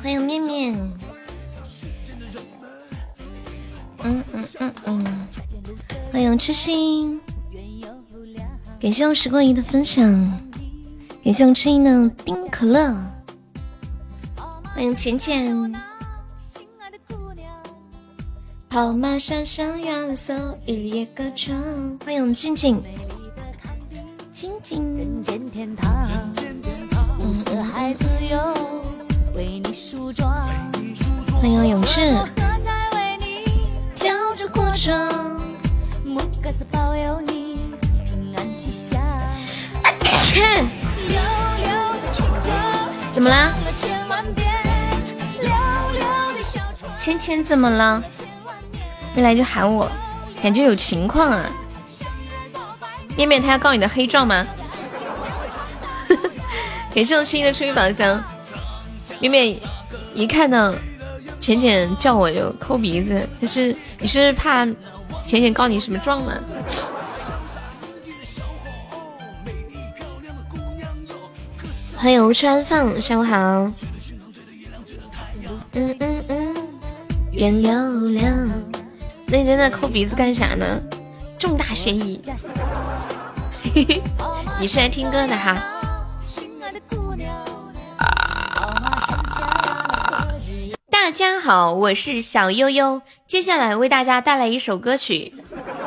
欢迎面面。欢迎痴心，感谢我时光鱼的分享，感谢我痴心的冰可乐，欢迎浅浅。跑马山上养了搜，日夜歌唱。欢迎静静，静静。人间天堂，五色海自由，为你梳妆。欢迎永志。跳着过程，木格子保佑你平安吉祥。怎么啦？芊芊怎么了？没来就喊我，感觉有情况啊。面面他要告你的黑状吗？感谢我心的初一宝箱。面面一看到浅浅叫我就抠鼻子，可是你是怕浅浅告你什么状吗？欢迎无川放，下午好。人流量，那你在那抠鼻子干啥呢？重大嫌疑。你是来听歌的哈？大家好，我是小悠悠，接下来为大家带来一首歌曲，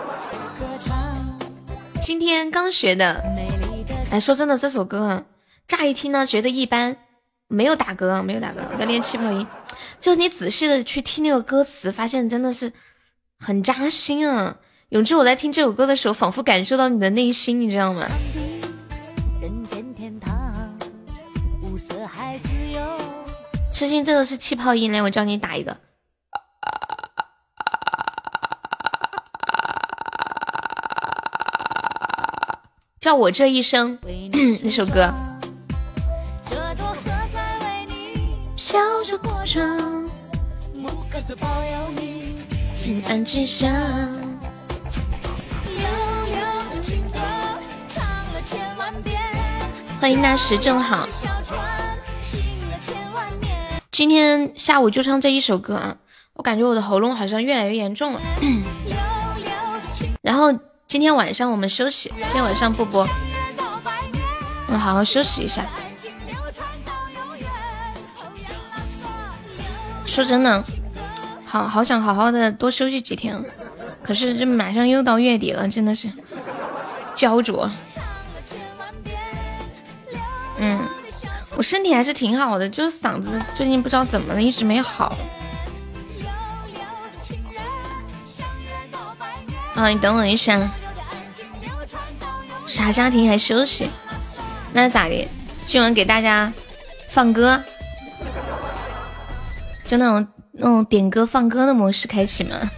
今天刚学的。哎，说真的，这首歌啊，乍一听呢觉得一般，没有打歌，我在练气泡音。就是你仔细的去听那个歌词，发现真的是很扎心啊。永志，我在听这首歌的时候，仿佛感受到你的内心，你知道吗？痴心，这个是气泡音，来，我教你打一个。叫我这一生，那首歌。笑着过程，心安吉祥。欢迎大石正好。今天下午就唱这一首歌啊，我感觉我的喉咙好像越来越严重了。然后今天晚上我们休息，今天晚上不播，我好好休息一下。说真的，好想好好的多休息几天，可是这马上又到月底了，真的是焦灼。我身体还是挺好的，就是嗓子最近不知道怎么了，一直没好。啊，你等我一下。傻家庭还休息，那咋的？今晚给大家放歌。就那种点歌放歌的模式开启嘛。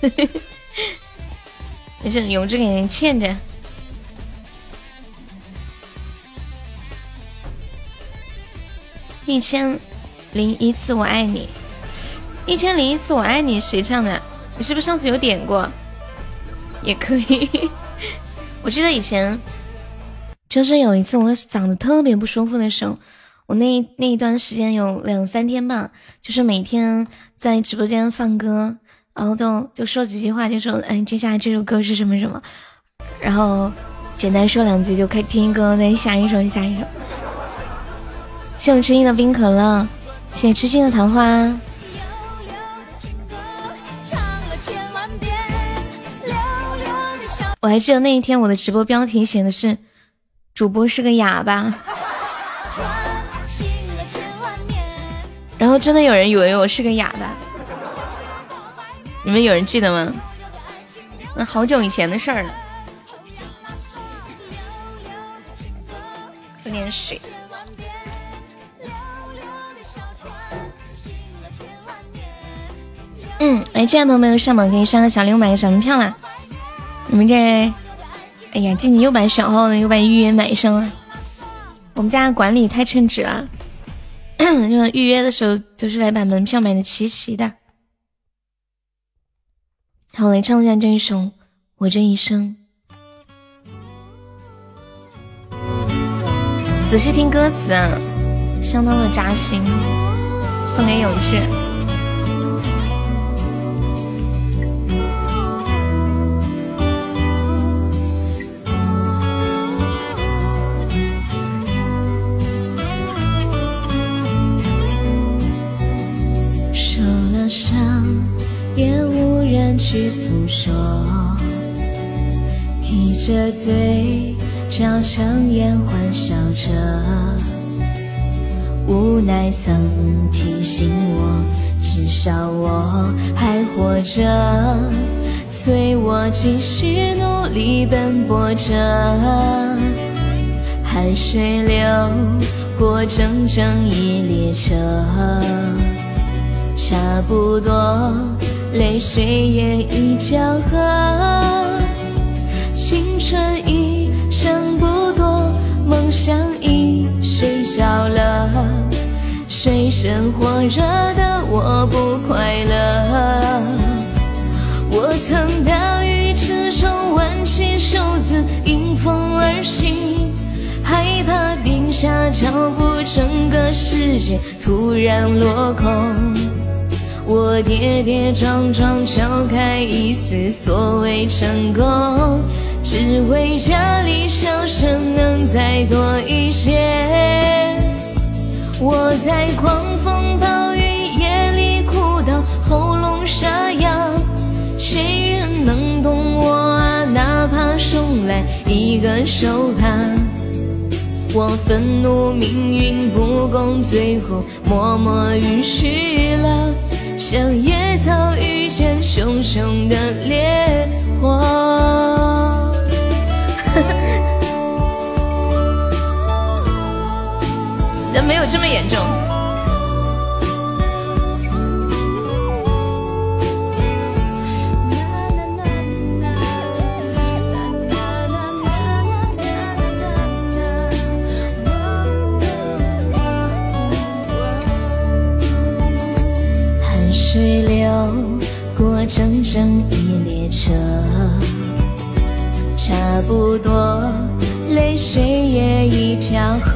没事，永志给人欠着。1001次我爱你，1001次我爱你，谁唱的？你是不是上次有点过？也可以。我记得以前就是有一次我嗓子特别不舒服的时候，我那一段时间有2-3天吧，就是每天在直播间放歌，然后就说几句话，就说接下来这首歌是什么什么，然后简单说2句就可以听歌，再下一首。谢我吃心的冰可乐，谢谢吃心的桃花。我还记得那一天我的直播标题写的是主播是个哑巴。然后真的有人以为我是个哑巴，你们有人记得吗？那好久以前的事儿了。喝点水。来，这样的朋友上榜可以上个小礼物，买个小门票啦。你们这，哎呀，静静又把小号的又把预约买上了。我们家管理太称职了。就预约的时候都是来把门票买的齐齐的。好，来唱一下这一首《我这一生》。仔细听歌词啊，相当的扎心。 送给永志。 受了伤也无人去诉说，提着嘴角强颜欢笑着，无奈曾提醒我，至少我还活着，催我继续努力奔波着。汗水流过整整一列车，差不多泪水也已交合，青春一生不多，梦想已睡着了，水深火热的我不快乐。我曾大雨之中挽起袖子迎风而行，害怕停下脚步整个世界突然落空。我跌跌撞撞敲开一丝所谓成功，只为家里笑声能再多一些。我在狂风暴雨夜里哭到喉咙沙哑，谁人能懂我啊？哪怕送来一个手帕。我愤怒命运不公，最后默默允许了，像野草遇见熊熊的烈火。 但没有这么严重。 汗水流过整整一列车，差不多泪水也已调和，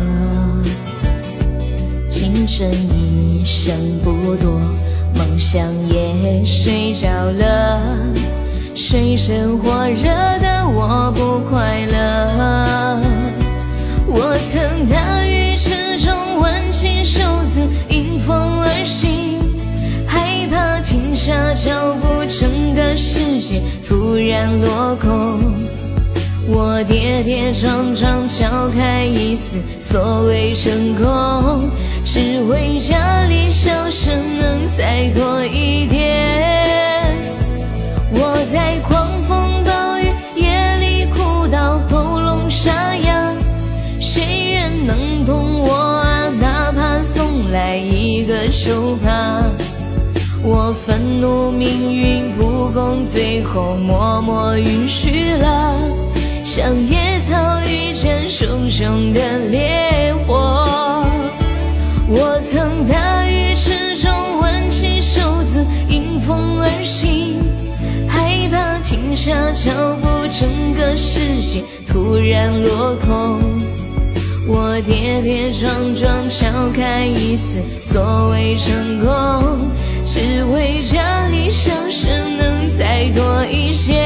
青春一生不多，梦想也睡着了，水深火热的我不快乐。我曾大雨之中挽起袖子迎风而行，害怕停下脚步整个世界突然落空。我跌跌撞撞敲开一丝所谓成功，只为家里笑声能再多一点。我在狂风暴雨夜里哭到喉咙沙哑，谁人能懂我啊？哪怕送来一个手帕。我愤怒命运不公，最后默默允许了，像野草遇见熊熊的烈火。我曾大雨之中挽起袖子迎风而行，害怕停下脚步整个世界突然落空。我跌跌撞撞敲开一丝所谓成功，只为家里笑声能再多一些。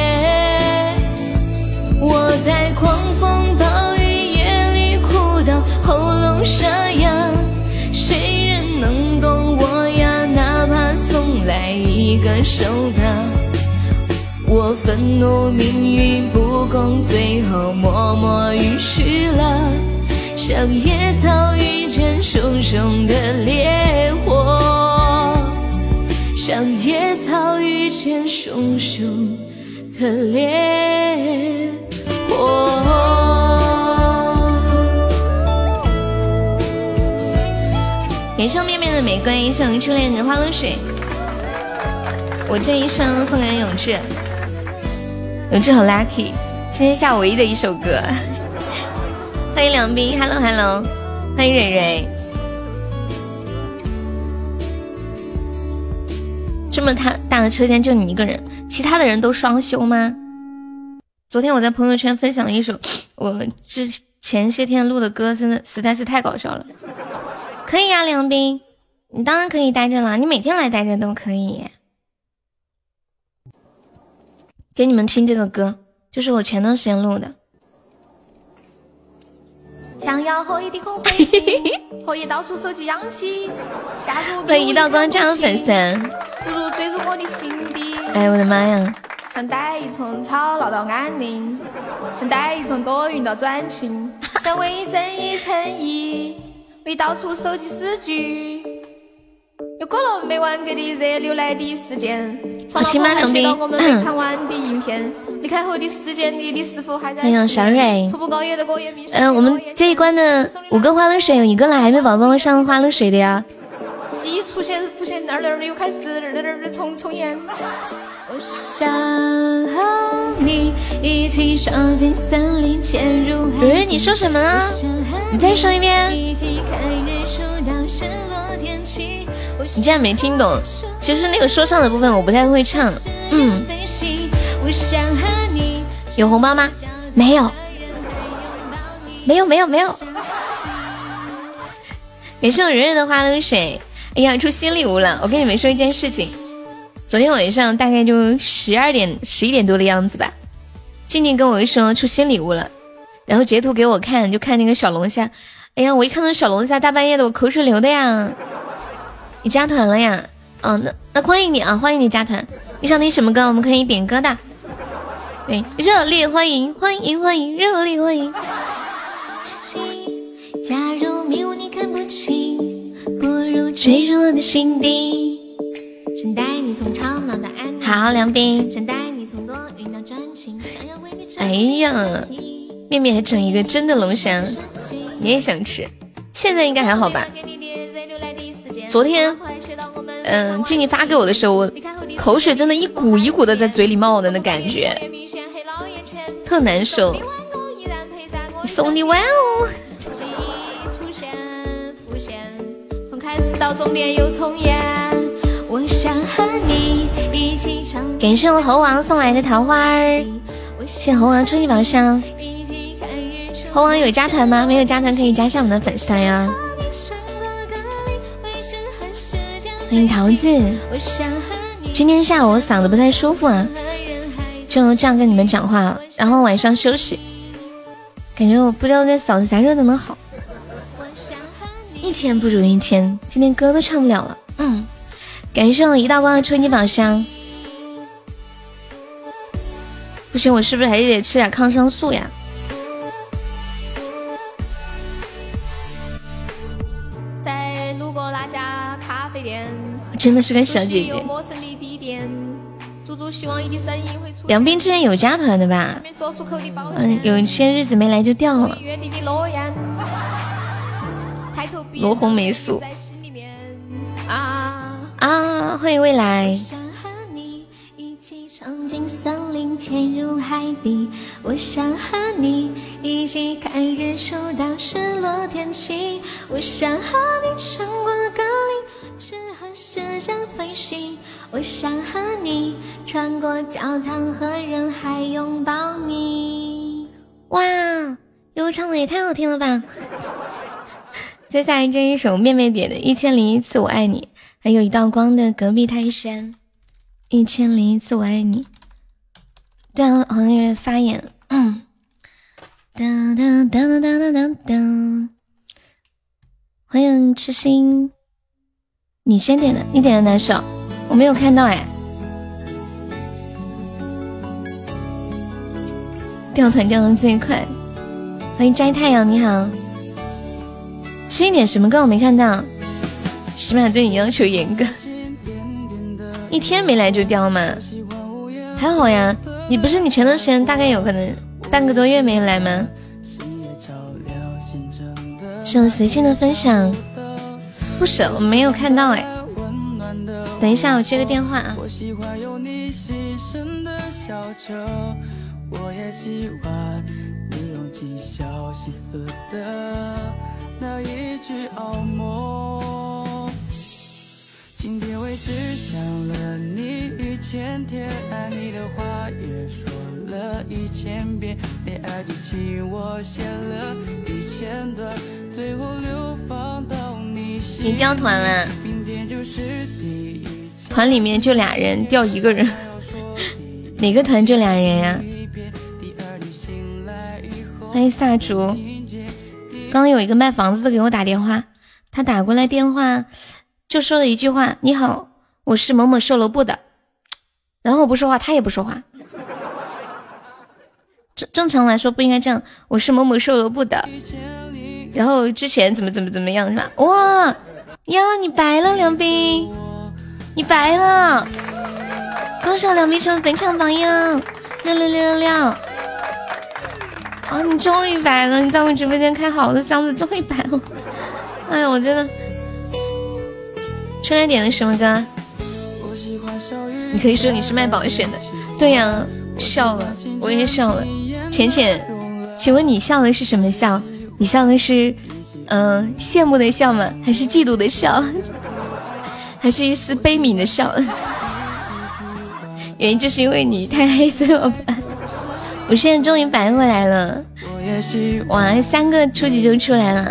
我在狂风暴雨夜里哭到喉咙沙哑，谁人能懂我呀？哪怕送来一个手帕。我愤怒命运不公，最后默默允许了，像野草遇见熊熊的烈火，像野草遇见熊熊的烈火。 感谢面面的玫瑰，送给初恋的花露水。我这一生送给永志，永志好 lucky， 今天下午唯一的一首歌。欢迎梁斌 ，Hello Hello， 欢迎蕊蕊。这么大的车间就你一个人，其他的人都双休吗？昨天我在朋友圈分享了一首我前些天录的歌，真的实在是太搞笑了。可以呀，梁斌， 你当然可以待着了，你每天来待着都可以。给你们听这个歌，就是我前段时间录的。 想要和一滴空回信，和一到处收集氧气，加入欢迎一道光加入粉丝， 不如坠入我的心底。 哎，我的妈呀！ 想逮一丛草闹到安宁，想逮一丛多云到转晴，想为正义称义，为到处收集诗句。有可能没完结的热流来的时间，从脑海写到我们没看完的影片。离开后的时间里，你是否还在？ 欢迎小蕊。 初步高原的果园迷我们这一关的5个花露水，有1个了，还没宝宝上花露水的呀。 记忆出现、浮现，那儿又开始那儿重演。我想和你一起闯进森林，潜入海。 蕊，你说什么了？你再说一遍。你竟然没听懂？其实那个说唱的部分我不太会唱。有红包吗？没有。感谢我蕊蕊的花露水。哎呀，出新礼物了！我跟你们说一件事情，昨天晚上大概就12点、11点多的样子吧，静静跟我说出新礼物了，然后截图给我看，就看那个小龙虾。哎呀，我一看到小龙虾，大半夜的我口水流的呀！你加团了呀？哦，那欢迎你啊，欢迎你加团。你想听什么歌？我们可以点歌的。对，热烈欢迎，热烈欢迎。 假如迷雾你看不清，不如坠入我的心底。想带你从吵闹到安宁。 好，梁斌。 想带你从多云到转晴。 哎呀，面面还整一个真的龙虾，你也想吃？现在应该还好吧？昨天，静静发给我的时候，我口水真的一股一股的在嘴里冒的那感觉，特难受。送你完哦。 到终点又重演，我想和你一起唱。 感谢我猴王送来的桃花儿，谢猴王初级宝箱。猴王有加团吗？没有加团可以加上我们的粉丝团呀。欢迎桃子。今天下午我嗓子不太舒服啊，就这样跟你们讲话了，然后晚上休息。感觉我不知道这嗓子啥时候才能好。一天不如一天，今天歌都唱不了了。感谢我一道光的初级宝箱。不行，我是不是还得吃点抗生素呀？ 在路过那家咖啡店， 真的是个小姐姐。梁斌之前有加团的吧？有些日子没来就掉了。罗红霉素啊！欢迎未来。 闯进森林，潜入海底。我想和你一起看日出到日落天气。我想和你穿过格林，只和时间飞行。我想和你穿过教堂和人海，拥抱你。 哇，悠唱的也太好听了吧！接下来这一首面面点的1001次我爱你，还有一道光的隔壁泰山1001次我爱你。对啊，好像有发言。哒哒哒哒哒哒哒。欢迎痴心，你先点的，你点的哪首？我没有看到哎。掉团掉的最快。欢迎摘太阳，你好。吃一点什么歌我没看到？起码对你要求严格。一天没来就掉吗？还好呀，你不是你前段时间大概有可能半个多月没来吗？是我随性的分享，不舍，我没有看到哎。等一下，我接个电话啊。我也喜欢你用尽小心思的那一句傲梦，今天为止想了你1000天，爱你的话也说了1000遍，恋爱剧情我写了1000段，最后流放到你心。你掉团了？ 团里面就俩人，调一个人。哪个团就俩人呀？欢迎萨竹。刚刚有一个卖房子的给我打电话，他打过来电话就说了一句话：你好，我是某某售楼部的。然后我不说话，他也不说话。正常来说不应该这样，我是某某售楼部的。然后之前怎么样是吧？哇呀，你白了梁斌，你白了！恭喜梁斌成本场榜样，6666。啊，你终于白了！你在我直播间开好多箱子，终于白了。哎呀，我真的。春来点的什么歌？你可以说你是卖保险的。对呀，笑了，我也笑了。浅浅，请问你笑的是什么笑？你笑的是羡慕的笑吗？还是嫉妒的笑？还是一丝悲悯的笑？原因就是因为你太黑，所以我白。我现在终于白回来了。哇，3个初级就出来了，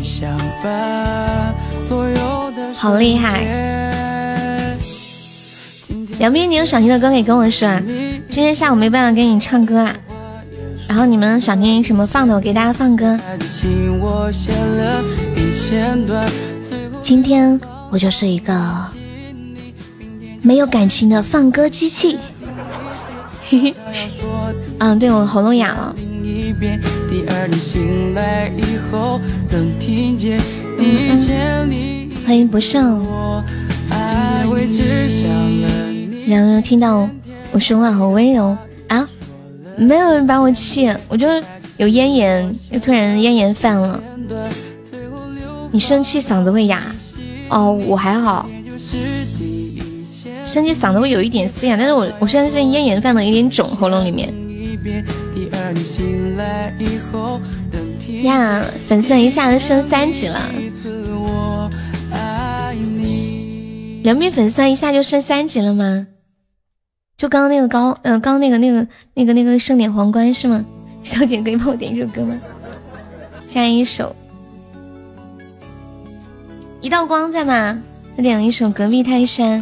好厉害。梁斌，你有想听的歌可以跟我说啊，今天下午没办法给你唱歌啊，然后你们想听什么放的我给大家放歌。今天我就是一个没有感情的放歌机器。对，我喉咙哑了。欢迎不胜。然后听到我说话好温柔啊，没有人把我气，我就有咽炎，又突然咽炎犯了。你生气嗓子会哑？哦，我还好，生气嗓子会有一点嘶哑，但是我现在是咽炎犯的有点肿，喉咙里面。呀，粉丝一下子升3级了。梁斌粉丝一下就升3级了吗？就刚刚那个刚那个盛典皇冠是吗？小姐可以帮我点这首歌吗？下一首一道光在吗？我点了一首隔壁泰山。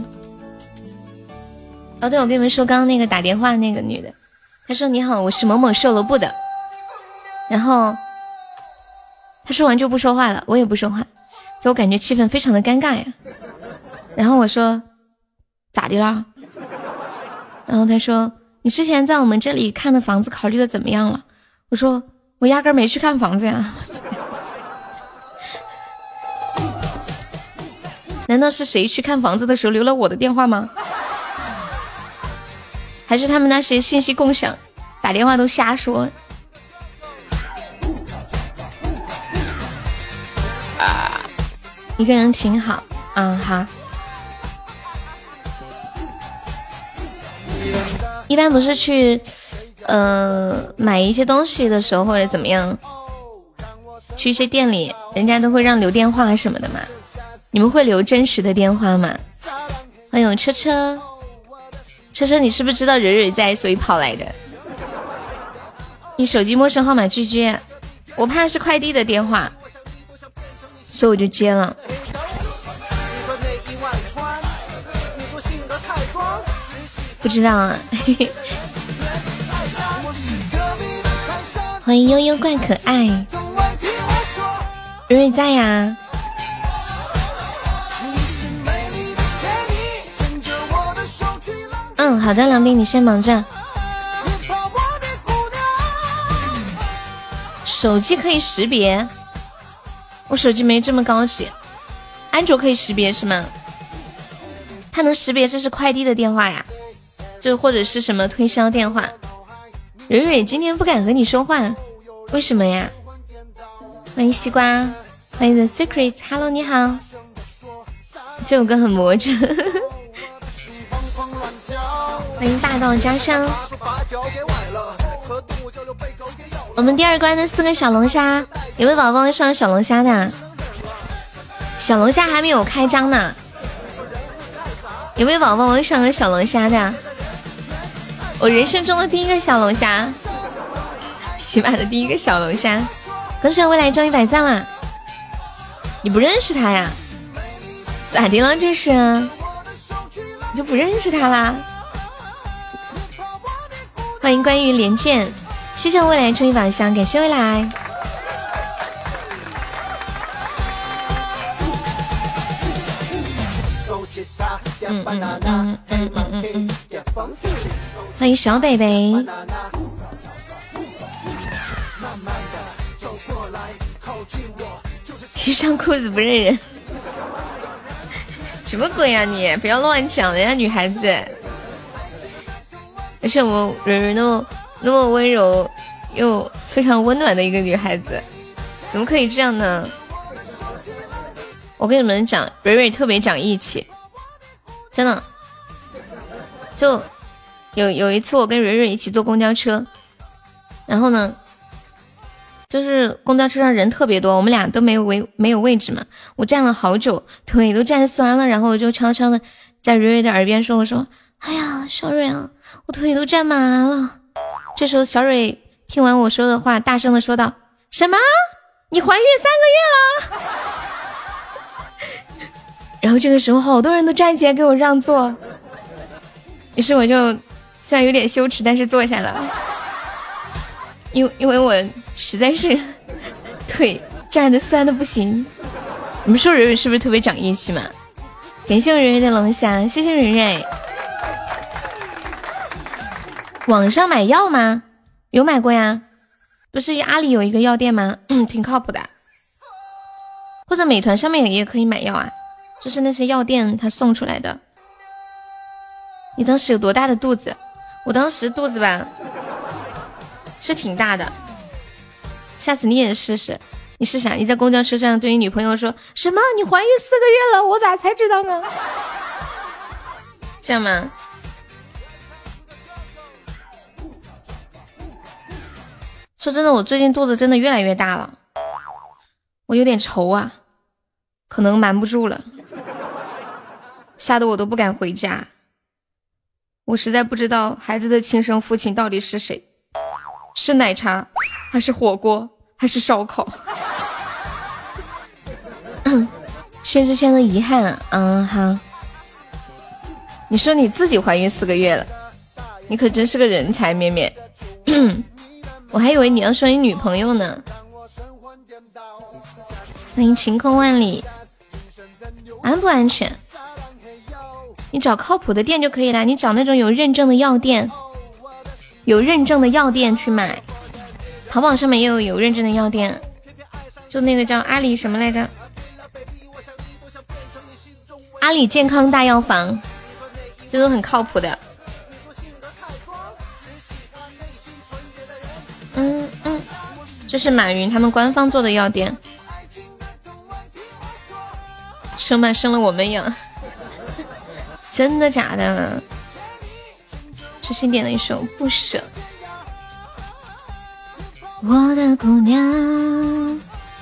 哦对，我跟你们说刚刚那个打电话那个女的，她说你好，我是某某售楼部的。然后她说完就不说话了，我也不说话，就我感觉气氛非常的尴尬呀。然后我说咋的啦？然后他说你之前在我们这里看的房子考虑的怎么样了？我说我压根没去看房子呀。难道是谁去看房子的时候留了我的电话吗？还是他们那些信息共享打电话都瞎说？一个人挺好。好。一般不是去买一些东西的时候或者怎么样，去一些店里人家都会让留电话什么的嘛。你们会留真实的电话吗？欢迎车车，车车你是不是知道蕊蕊在所以跑来的？你手机陌生号码拒接，我怕是快递的电话，所以我就接了。不知道啊。欢迎悠悠怪可爱，蕊蕊在呀。好的，梁斌你先忙着。手机可以识别？我手机没这么高级。安卓可以识别是吗？它能识别这是快递的电话呀，就或者是什么推销电话。蕊蕊今天不敢和你说话，为什么呀？欢迎西瓜，欢迎 The Secret，Hello 你好。这首歌很魔怔。欢迎霸道家乡。我们第2关的4个小龙虾，有没有宝宝上小龙虾的？小龙虾还没有开张呢，有没有宝宝上个小龙虾的？我人生中的第1个小龙虾，喜马的第1个小龙虾。恭喜未来终于100赞了。你不认识他呀？ 咋的了这是？你就不认识他啦？欢迎关于连剑，谢谢未来抽一把香，感谢未来。欢迎小北北。提上裤子不认人，什么鬼啊你！不要乱讲，人家女孩子。而且我蕊蕊那么温柔又非常温暖的一个女孩子，怎么可以这样呢？我跟你们讲，蕊蕊特别讲义气，真的。就有一次我跟蕊蕊一起坐公交车，然后呢，就是公交车上人特别多，我们俩都没有位置嘛，我站了好久，腿都站酸了，然后我就悄悄的在蕊蕊的耳边说，我说哎呀小蕊啊，我腿都站麻了。这时候小蕊听完我说的话，大声的说道，什么？你怀孕3个月了？然后这个时候好多人都站起来给我让座，于是我就虽然有点羞耻，但是坐下了，因为我实在是腿站得酸的不行。你们说蕊蕊是不是特别长义气嘛？感谢蕊蕊的龙虾，谢谢蕊蕊。网上买药吗？有买过呀，不是阿里有一个药店吗？挺靠谱的。或者美团上面也可以买药啊，就是那些药店他送出来的。你当时有多大的肚子？我当时肚子吧是挺大的，下次你也试试。你试啥？你在公交车上对你女朋友说什么？你怀孕4个月了，我咋才知道呢？这样吗？说真的，我最近肚子真的越来越大了，我有点愁啊，可能瞒不住了，吓得我都不敢回家。我实在不知道孩子的亲生父亲到底是谁，是奶茶还是火锅还是烧烤。薛之谦的遗憾啊，好。你说你自己怀孕4个月了，你可真是个人才，绵绵。我还以为你要说你女朋友呢。欢迎晴空万里。安不安全？你找靠谱的店就可以了，你找那种有认证的药店，有认证的药店去买。淘宝上面也有认证的药店，就那个叫阿里什么来着，阿里健康大药房，这都很靠谱的。这是马云他们官方做的药店。生吧生了我们养。真的假的？这是点了一首不舍。我的姑娘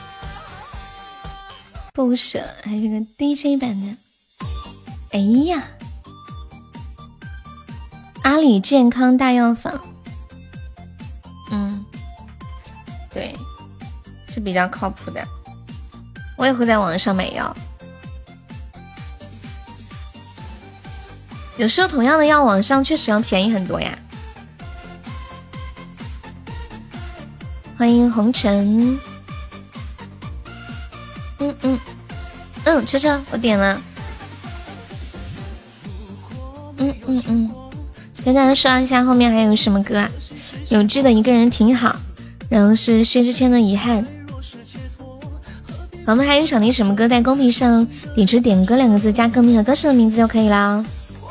不舍，还是个 DJ 版的。哎呀，阿里健康大药房，对，是比较靠谱的。我也会在网上买药，有时候同样的药网上确实要便宜很多呀。欢迎红尘。车车我点了。跟大家说一下后面还有什么歌啊？有志的一个人挺好，然后是薛之谦的遗憾。我们还有想听什么歌，在公屏上点出点歌2个字，加歌名和歌手的名字就可以啦。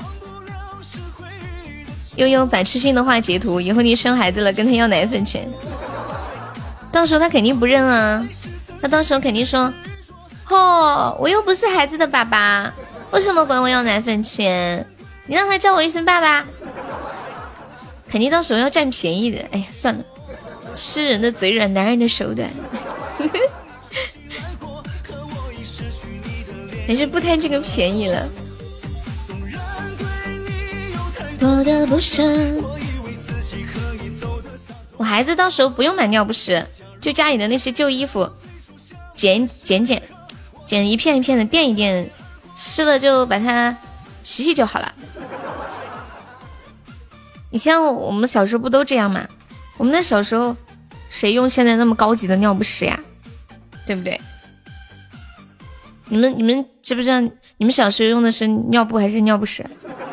悠悠把痴心的话截图，以后你生孩子了跟他要奶粉钱，到时候他肯定不认啊，他到时候肯定说我又不是孩子的爸爸，为什么管我要奶粉钱？你让他叫我一声爸爸，肯定到时候要占便宜的。哎呀算了，吃人的嘴软，男人的手短。还是不贪这个便宜了。多的不是，我孩子到时候不用买尿不湿，就家里的那些旧衣服剪一片一片的垫一垫湿了就把它洗洗就好了。以前我们小时候不都这样吗？我们那小时候谁用现在那么高级的尿不湿呀？对不对？你们知不知道你们小时候用的是尿布还是尿不湿？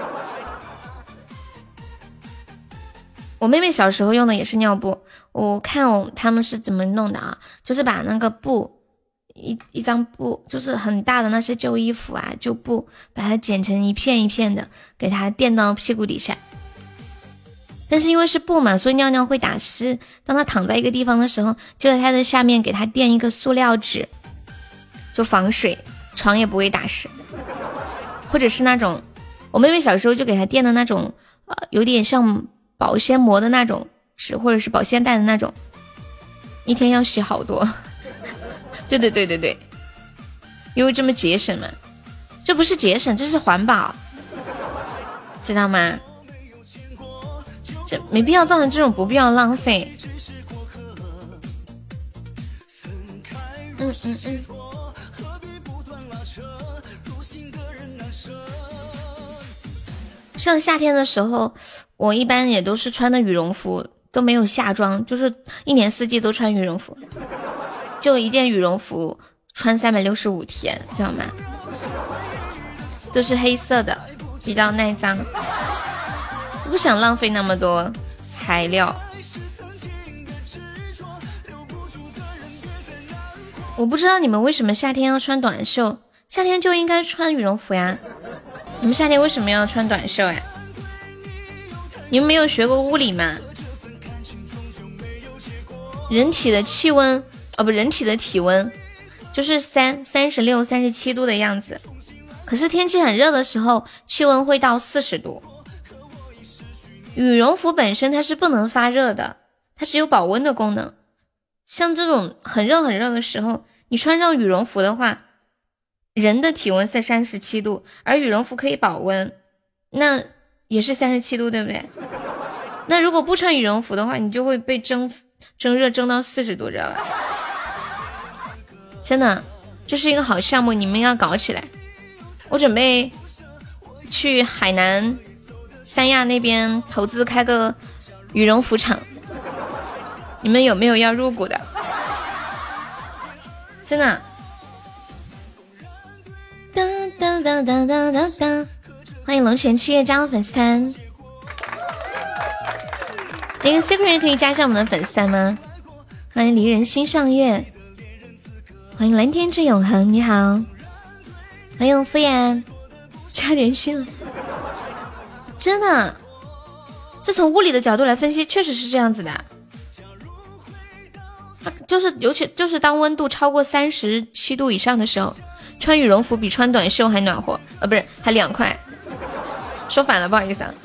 我妹妹小时候用的也是尿布，我看他们是怎么弄的啊，就是把那个布一张布，就是很大的那些旧衣服啊旧布，把它剪成一片一片的，给它垫到屁股底下。但是因为是布嘛，所以尿尿会打湿，当他躺在一个地方的时候，就在他的下面给他垫一个塑料纸，就防水，床也不会打湿。或者是那种我妹妹小时候就给他垫的那种有点像保鲜膜的那种纸，或者是保鲜袋的那种，一天要洗好多。对，因为这么节省嘛。这不是节省，这是环保，知道吗？这没必要造成这种不必要浪费。像夏天的时候，我一般也都是穿的羽绒服，都没有夏装，就是一年四季都穿羽绒服，就一件羽绒服穿365天，知道吗？都是黑色的，比较耐脏，不想浪费那么多材料。我不知道你们为什么夏天要穿短袖，夏天就应该穿羽绒服呀。你们夏天为什么要穿短袖呀？你们没有学过物理吗？人体的气温人体的体温就是36、37度的样子，可是天气很热的时候气温会到40度。羽绒服本身它是不能发热的，它只有保温的功能。像这种很热的时候，你穿上羽绒服的话，人的体温是37度，而羽绒服可以保温，那也是37度，对不对？那如果不穿羽绒服的话，你就会被蒸热蒸到40度，知道吧？真的，这是一个好项目，你们要搞起来。我准备去海南三亚那边投资开个羽绒服厂，你们有没有要入股的？真的。欢迎龙泉七月加入粉丝团，那个 Super 可以加上我们的粉丝团吗？欢迎离人心上月，欢迎蓝天之永恒，你好，欢迎敷衍，差点信了。真的，这从物理的角度来分析，确实是这样子的。就是尤其就是当温度超过37度以上的时候，穿羽绒服比穿短袖还暖和，不是还凉快。说反了，不好意思啊。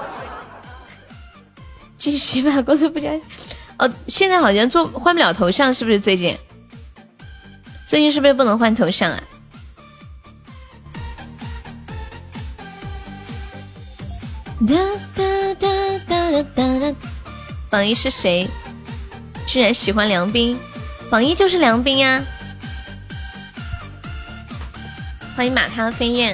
继续吧，工作不加。现在好像换不了头像，是不是最近是不是不能换头像啊？榜一是谁？居然喜欢梁斌，榜一就是梁斌呀！欢迎马踏飞燕。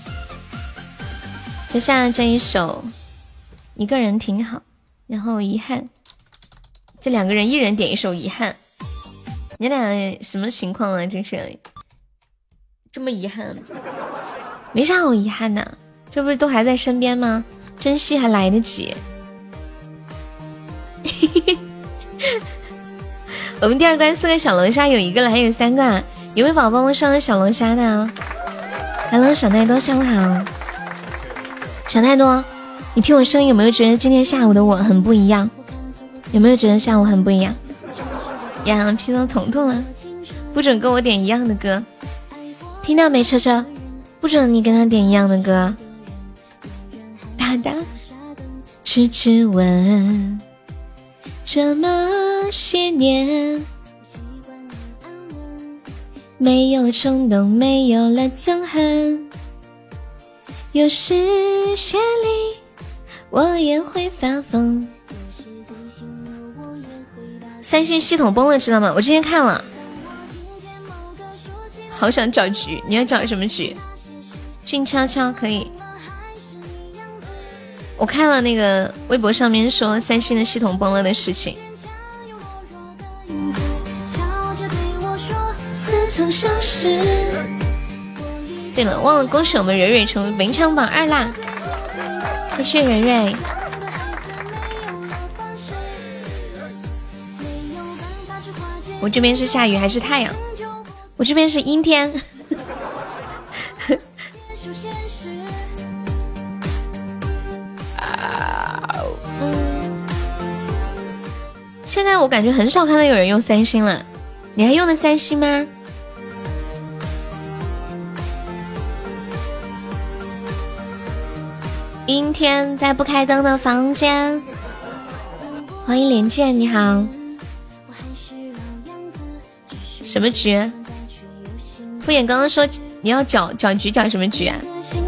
接下来这一首一个人挺好，然后遗憾，这两个人一人点一首遗憾。你俩什么情况啊？真是这么遗憾？没啥好遗憾的，这不是都还在身边吗？珍惜还来得及。我们第二关4个小龙虾，有1个了，还有3个啊！有没有宝宝们上了小龙虾的啊？Hello， 小太多，下午好。小太多，你听我声音有没有觉得今天下午的我很不一样？有没有觉得下午很不一样？呀，劈到彤彤了，不准跟我点一样的歌，听到没？车车，不准你跟他点一样的歌。哒哒，痴痴问，这么些年，没有冲动，没有了憎恨。有时血里我也会发疯。三星系统崩了，知道吗？我之前看了，好想找局，你要找什么局？ 静悄悄可以。我看了那个微博上面说三星的系统崩了的事情。对了，忘了恭喜我们蕊蕊成为文昌榜2啦，谢谢蕊蕊。我这边是下雨还是太阳？我这边是阴天。现在我感觉很少看到有人用三星了，你还用的三星吗？阴天在不开灯的房间，欢迎连剑，你好。什么局？敷衍刚刚说你要搅局，搅什么局啊？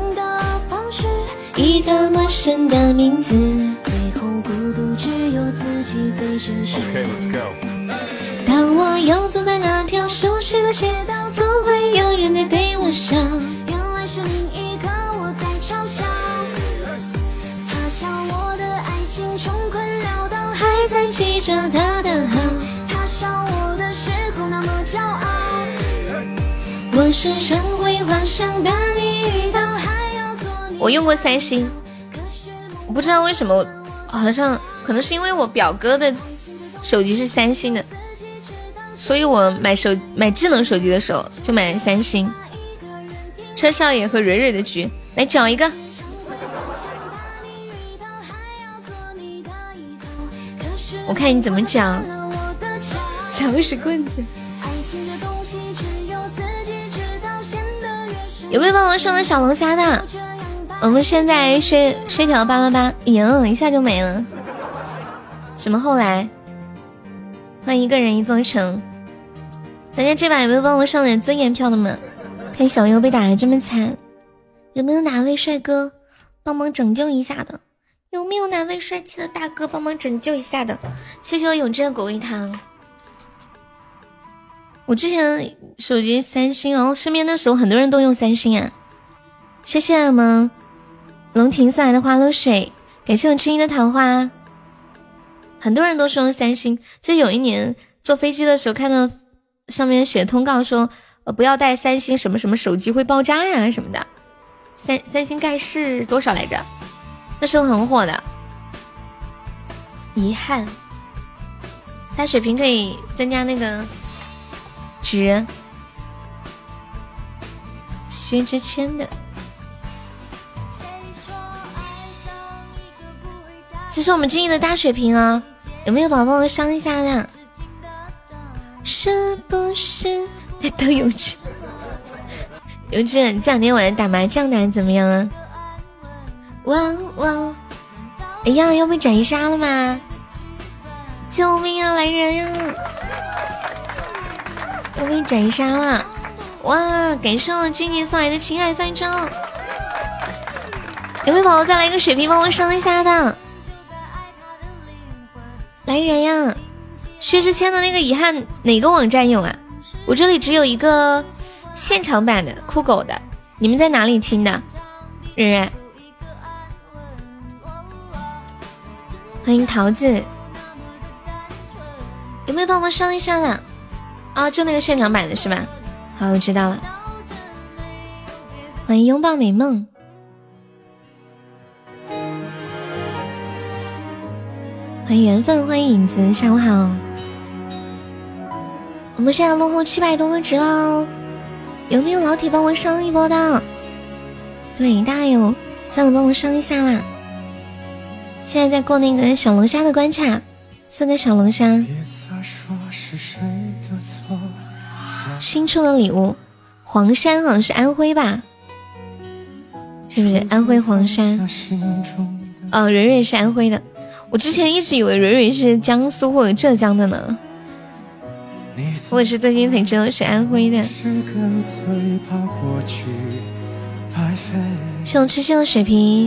一个陌生的名字，最后孤独只有自己最真实。当我又走在那条熟悉的街道，总会有人在对我笑。原来是另一个我在嘲笑，他笑我的爱情穷困潦倒，还在记着他的好。他笑我的时候那么骄傲，我时常会幻想把你遇到。我用过三星，我不知道为什么，好像可能是因为我表哥的手机是三星的，所以我买智能手机的时候就买三星。车少爷和蕊蕊的局，来搅一个。我看你怎么搅，搅是棍子。有没有帮忙上的小龙虾的？我们现在血条888，一下就没了。什么后来？欢迎一个人一座城。大家这把有没有帮我上点尊严票的们？看小优被打得这么惨，有没有哪位帅哥帮忙拯救一下的？有没有哪位帅气的大哥帮忙拯救一下的？谢谢我永志的果味汤。我之前手机三星，然后身边的时候很多人都用三星啊。谢谢我们龙庭送来的花露水，感谢我知音的桃花。很多人都是用三星，就有一年坐飞机的时候看到上面写通告说不要带三星什么什么手机会爆炸呀什么的。三星盖世多少来着？那时候很火的。遗憾，它水平可以增加那个值。薛之谦的，这是我们知音的大水瓶啊！有没有宝宝帮我上一下的？是不是在逗幼稚？幼稚，这两天晚上打麻将打得怎么样啊？哇哇！哎呀，要被斩杀了吗？救命啊！来人呀！要被斩杀了！哇！感谢我君你送来的情海泛舟。有没有宝宝再来一个水瓶帮我上一下的？来人呀！薛之谦的那个遗憾哪个网站有啊？我这里只有一个现场版的酷狗的，你们在哪里听的？蕊蕊，欢迎桃子，有没有帮忙上一下的？啊，就那个现场版的是吧？好，我知道了。欢迎拥抱美梦。欢迎缘分，欢迎影子，下午好。我们现在落后700多个值了，有没有老铁帮我上一波的？对，大家有3个帮我上一下啦。现在在过那个小龙虾的关卡，4个小龙虾。新出的礼物，黄山好像是安徽吧？是不是安徽黄山？哦，蕊蕊是安徽的。我之前一直以为蕊蕊是江苏或者浙江的呢，我也是最近才知道是安徽的。是我吃性的水瓶，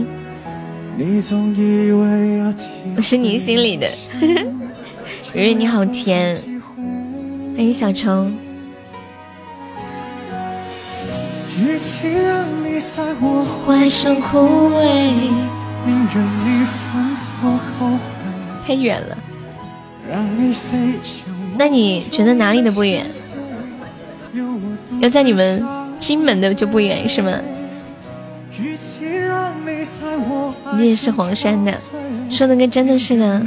我是你心里的。蕊蕊你好甜，欢迎小虫。 与其让你在我怀中枯萎，宁愿你犯错后悔。 太远了。 让你飞向那你觉得哪里的不远？要在你们金门的就不远是吗？你也是黄山的，说的跟真的似的。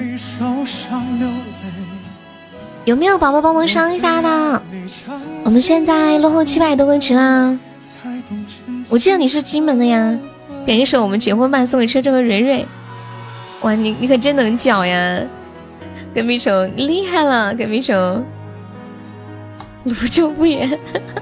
有没有宝宝帮忙上一下的？我们现在落后700多个值啦。我记得你是金门的呀，点一首我们结婚吧送给车车和蕊蕊。哇，你可真能搅呀！隔壁手厉害了，隔壁手泸州不远。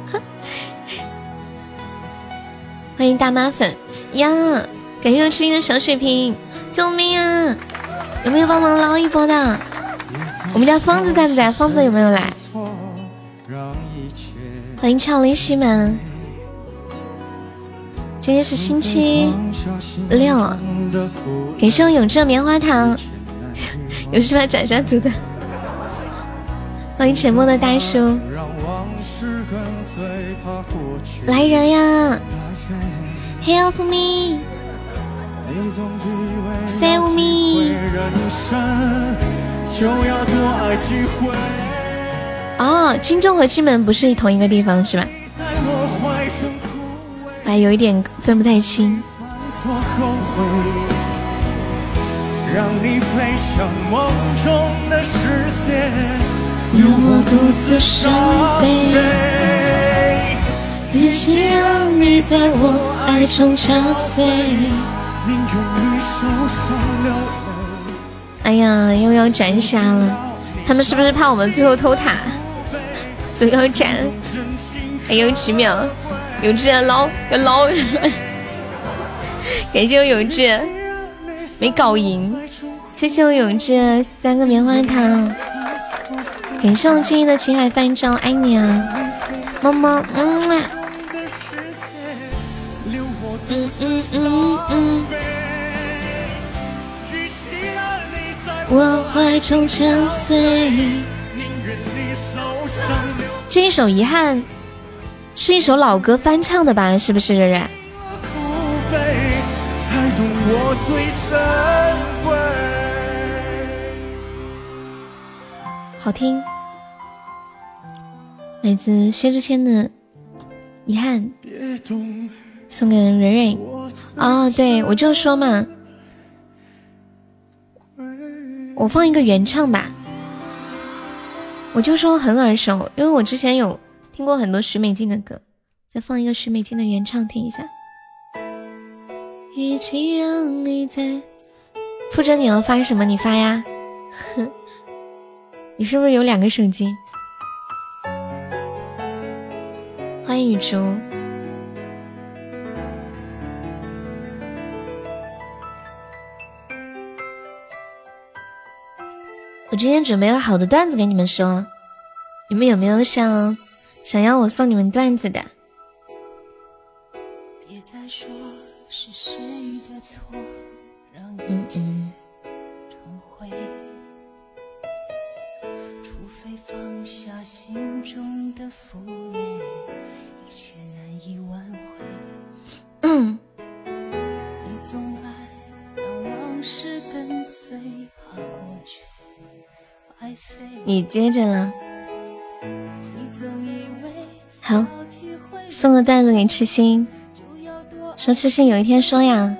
欢迎大妈粉呀！感谢我吃一个小水瓶，救命啊！有没有帮忙捞一波的？我们家疯子在不在？疯子有没有来？欢迎俏丽西们。今天是星期6，给上永志棉花糖。有事把掌上组的。欢迎沉默的大叔。来人呀 ！Help me！ Save me！ 哦，金州和金门不是同一个地方是吧？还有一点分不太清。让你飞向梦中的世界，留我独自伤悲。与其让你在我爱中憔悴，宁愿你受伤流泪。哎呀，又要斩杀了，他们是不是怕我们最后偷塔，所以要斩？还有几秒，有志要捞，感谢我有志。没搞赢，谢谢我永志3个棉花糖，感谢我记忆的情海泛舟，爱你啊，么么，我怀中憔悴。这一首遗憾是一首老歌翻唱的吧？是不是蕊蕊？我最珍贵，好听，来自薛之谦的《遗憾》，送给蕊蕊。哦，对，我就说嘛，我放一个原唱吧，我就说很耳熟，因为我之前有听过很多许美静的歌，再放一个许美静的原唱听一下。与其让你在负责你要发什么你发呀。你是不是有2个手机？欢迎雨竹。我今天准备了好多段子给你们说，你们有没有想要我送你们段子的？别再说是谁的错，让一切成灰。除非放下心中的负累，一切难以挽回。你总爱让往事跟随，怕过去白费。你接着了。好，送个段子给痴心。说痴心有一天说呀，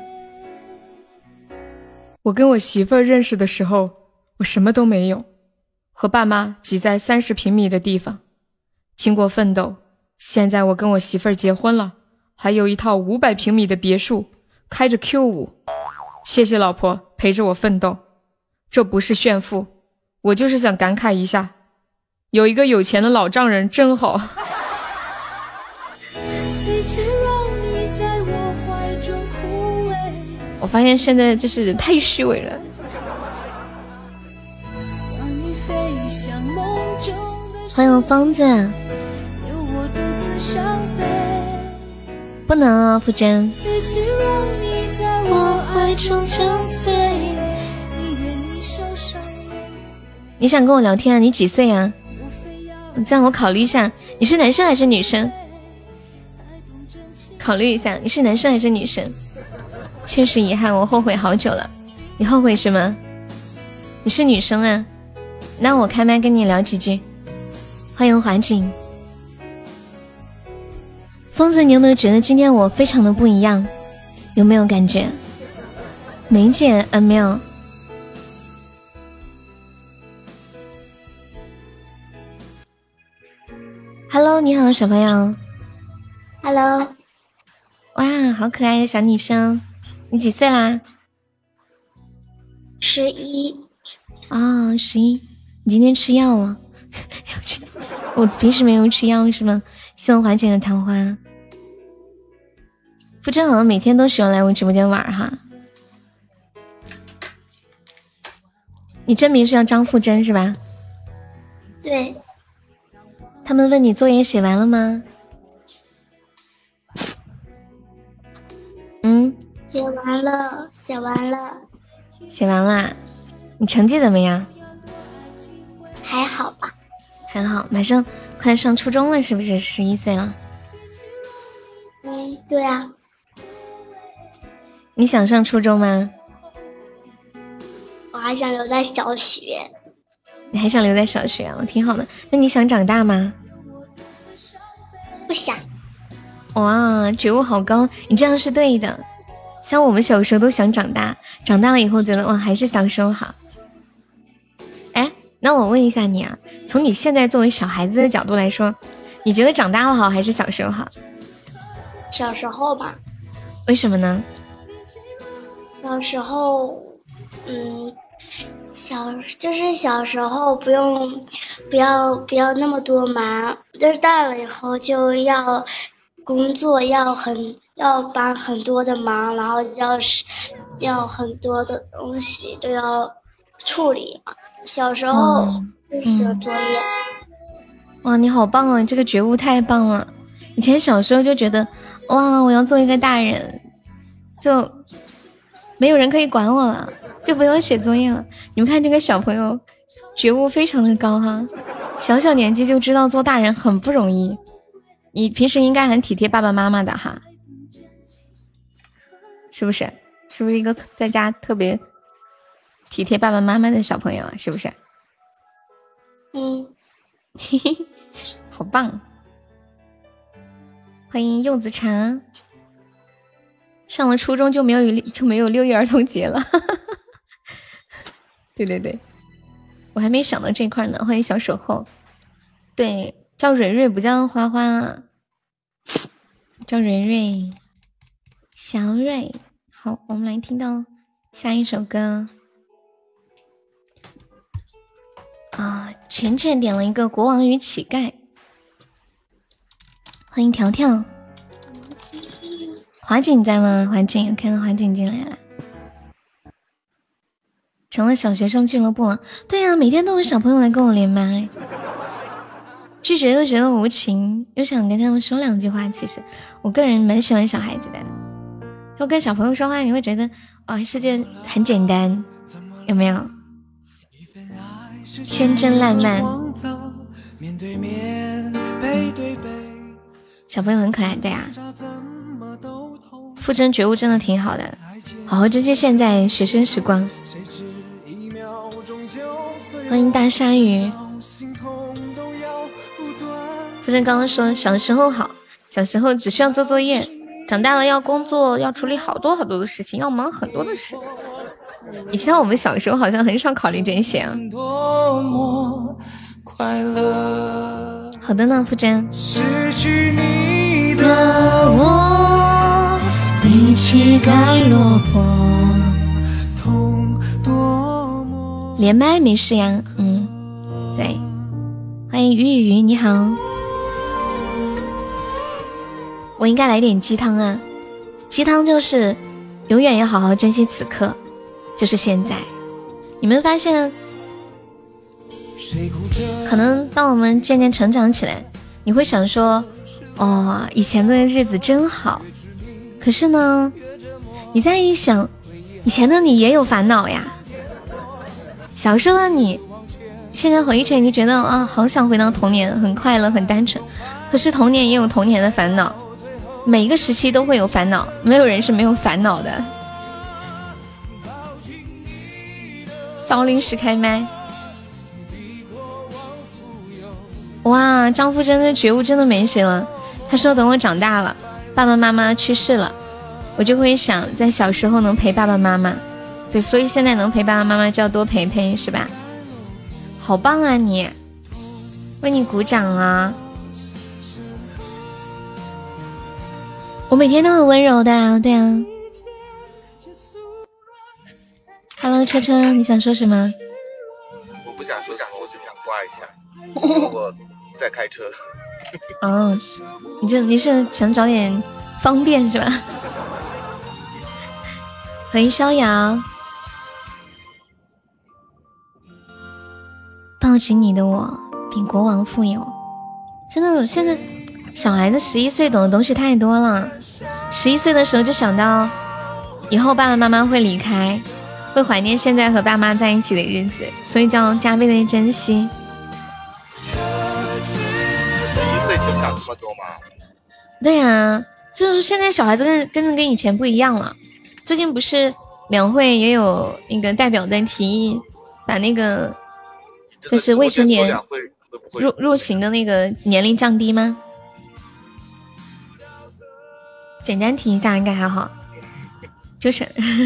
我跟我媳妇儿认识的时候，我什么都没有，和爸妈挤在30平米的地方，经过奋斗，现在我跟我媳妇儿结婚了，还有一套500平米的别墅，开着 Q5，谢谢老婆陪着我奋斗。这不是炫富，我就是想感慨一下，有一个有钱的老丈人真好。 我发现现在就是太虚伪了。欢迎疯子。不能啊，傅真。你想跟我聊天啊？你几岁啊？这样我考虑一下，你是男生还是女生？ 考虑一下，你是男生还是女生？确实遗憾，我后悔好久了。你后悔什么？你是女生啊？那我开麦跟你聊几句。欢迎华景。疯子，你有没有觉得今天我非常的不一样？有没有感觉？梅姐，没有。Hello， 你好，小朋友。 Hello。 哇，好可爱的小女生，你几岁啦 ？11。 哦，11。你今天吃药了？我平时没有吃药是吗？希望华姐的桃花。傅真好像每天都喜欢来我直播间玩哈。你真名是叫张富真是吧？ 对。 他们问你作业写完了吗？ 写完了，写完了。 写完啦？你成绩怎么样？ 还好吧。 还好，马上快上初中了，是不是？11岁了。 对啊。 你想上初中吗？ 我还想留在小学。 你还想留在小学啊？挺好的。那你想长大吗？ 不想。 哇，觉悟好高，你这样是对的。像我们小时候都想长大，长大了以后觉得哇，还是小时候好。哎，那我问一下你啊，从你现在作为小孩子的角度来说，你觉得长大了好还是小时候好？ 小时候吧。 为什么呢？ 小时候，小时候不要那么多忙，就是大了以后就要工作，要帮很多的忙，然后要很多的东西都要处理。小时候就是写作业。 哇，你好棒哦！你这个觉悟太棒了。以前小时候就觉得，哇，我要做一个大人，就没有人可以管我了，就不用写作业了。你们看这个小朋友，觉悟非常的高哈，小小年纪就知道做大人很不容易。你平时应该很体贴爸爸妈妈的哈，是不是？是不是一个在家特别体贴爸爸妈妈的小朋友啊？是不是？嘿嘿，好棒！欢迎柚子茶。上了初中就没有6一儿童节了。对对对，我还没想到这块呢。欢迎小守候。对，叫蕊蕊不叫花花，叫蕊蕊，小蕊。好，我们来听到下一首歌。浅浅点了一个《国王与乞丐》。欢迎条条。华景在吗？华景，看到华景进来了。成了小学生俱乐部了。对呀，每天都有小朋友来跟我连麦，拒绝又觉得无情，又想跟他们说两句话。其实我个人蛮喜欢小孩子的，就跟小朋友说话，你会觉得世界很简单，有没有？天真烂漫，小朋友很可爱，对啊。傅真觉悟真的挺好的，好好珍惜现在学生时光。欢迎大鲨鱼。傅真刚刚说小时候好，小时候只需要做作业，长大了要工作，要处理好多好多的事情，要忙很多的事。以前我们小时候好像很少考虑这些啊。好的呢，傅真。失去你的我比乞丐落魄，连麦没事呀。对，欢迎鱼鱼，你好。我应该来点鸡汤啊，鸡汤就是永远要好好珍惜此刻，就是现在。你们发现可能当我们渐渐成长起来，你会想说以前的日子真好，可是呢你再一想，以前的你也有烦恼呀。小时候的你现在回忆起来，你就觉得好想回到童年，很快乐很单纯，可是童年也有童年的烦恼， 每一个时期都会有烦恼，没有人是没有烦恼的。骚临时开麦。哇，张富真的觉悟真的没谁了。他说等我长大了，爸爸妈妈去世了，我就会想在小时候能陪爸爸妈妈。对，所以现在能陪爸爸妈妈就要多陪陪，是吧？好棒啊你，为你鼓掌啊！我每天都很温柔的啊，对啊。Hello， 车车，你想说什么？ 我不想说什么，我就想挂一下，因为我在开车。 哦，你是想找点方便是吧？欢迎逍遥。抱紧你的我比国王富有。真的，现在小孩子11岁懂的东西太多了。11岁的时候就想到以后爸爸妈妈会离开，会怀念现在和爸妈在一起的日子，所以就要加倍的珍惜。 11岁就想这么多吗？ 对呀，就是现在小孩子跟以前不一样了。最近不是两会也有那个代表在提议把那个就是未成年入刑的那个年龄降低吗？简单提一下应该还好，就是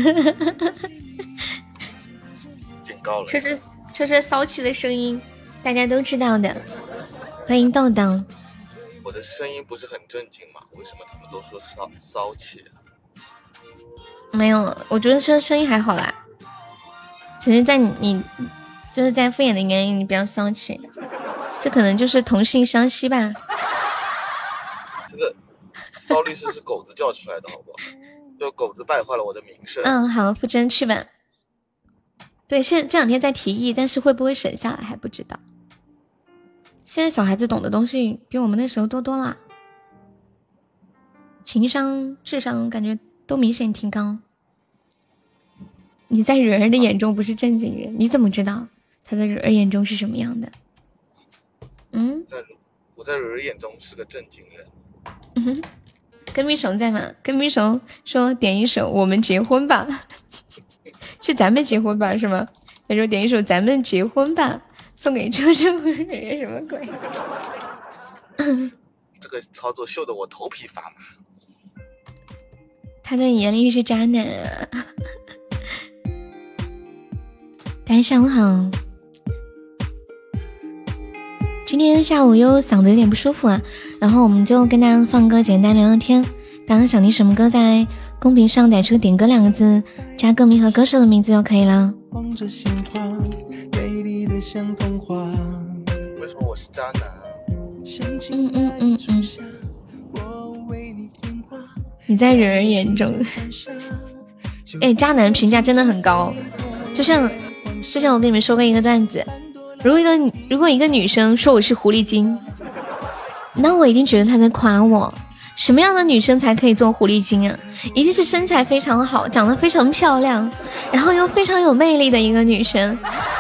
警告了， 这是骚气的声音，大家都知道的。欢迎豆豆。 我的声音不是很正经吗？为什么他们都说骚气？ 没有，我觉得这声音还好啦，只是在你就是在敷衍的原因，你比较骚气，这可能就是同性相吸吧。 这个骚律师是狗子叫出来的，好不好？就狗子败坏了我的名声。 嗯，好，傅真去吧。对，这两天在提议，但是会不会省下来还不知道。现在小孩子懂的东西比我们那时候多多了，情商、智商感觉都明显提高。你在惹儿的眼中不是正经人，你怎么知道他在惹儿眼中是什么样的？嗯， 我在惹儿眼中是个正经人。 跟蜜熊在吗？跟蜜熊说点一首《我们结婚吧》，是咱们结婚吧是吗？他说点一首《咱们结婚吧》，送给车车人什么鬼？ 这个操作秀得我头皮发麻。 他在你眼里是渣男啊！大家下午好，今天下午又嗓子有点不舒服啊，然后我们就跟大家放歌，简单聊聊天。大家想听什么歌，在公屏上打出点歌2个字，加歌名和歌手的名字就可以了。 为什么我是渣男？ 你在人儿眼中，哎，渣男评价真的很高。就像之前我跟你们说过一个段子，如果一个女生说我是狐狸精，那我一定觉得她在夸我。什么样的女生才可以做狐狸精啊？一定是身材非常好，长得非常漂亮，然后又非常有魅力的一个女生。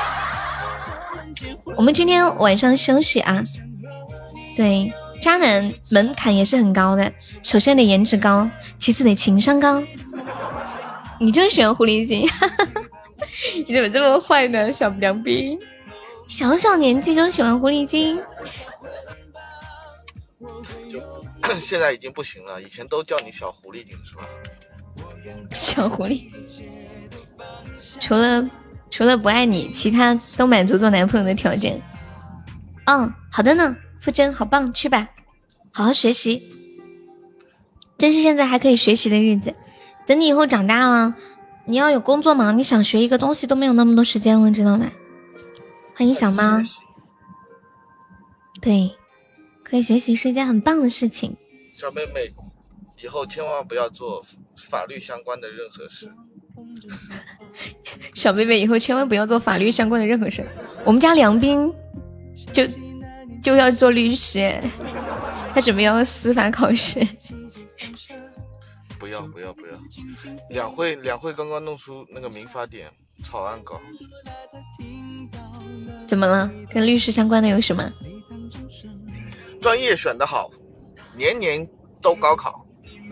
我们今天晚上休息啊。对，渣男门槛也是很高的，首先得颜值高，其次得情商高。你就喜欢狐狸精？你怎么这么坏呢，小凉逼？小小年纪就喜欢狐狸精？ 就现在已经不行了，以前都叫你小狐狸精是吧？ 小狐狸，除了不爱你，其他都满足做男朋友的条件。好的呢，傅真好棒，去吧，好好学习，珍惜现在还可以学习的日子。等你以后长大了，你要有工作嘛，你想学一个东西都没有那么多时间了，知道吗？欢迎小猫。对，可以学习是一件很棒的事情。 小妹妹，以后千万不要做法律相关的任何事。 小妹妹以后千万不要做法律相关的任何事。我们家梁斌就要做律师，他准备要司法考试。 不要！两会刚刚弄出那个民法典草案稿。 怎么了？跟律师相关的有什么？ 专业选得好，年年都高考。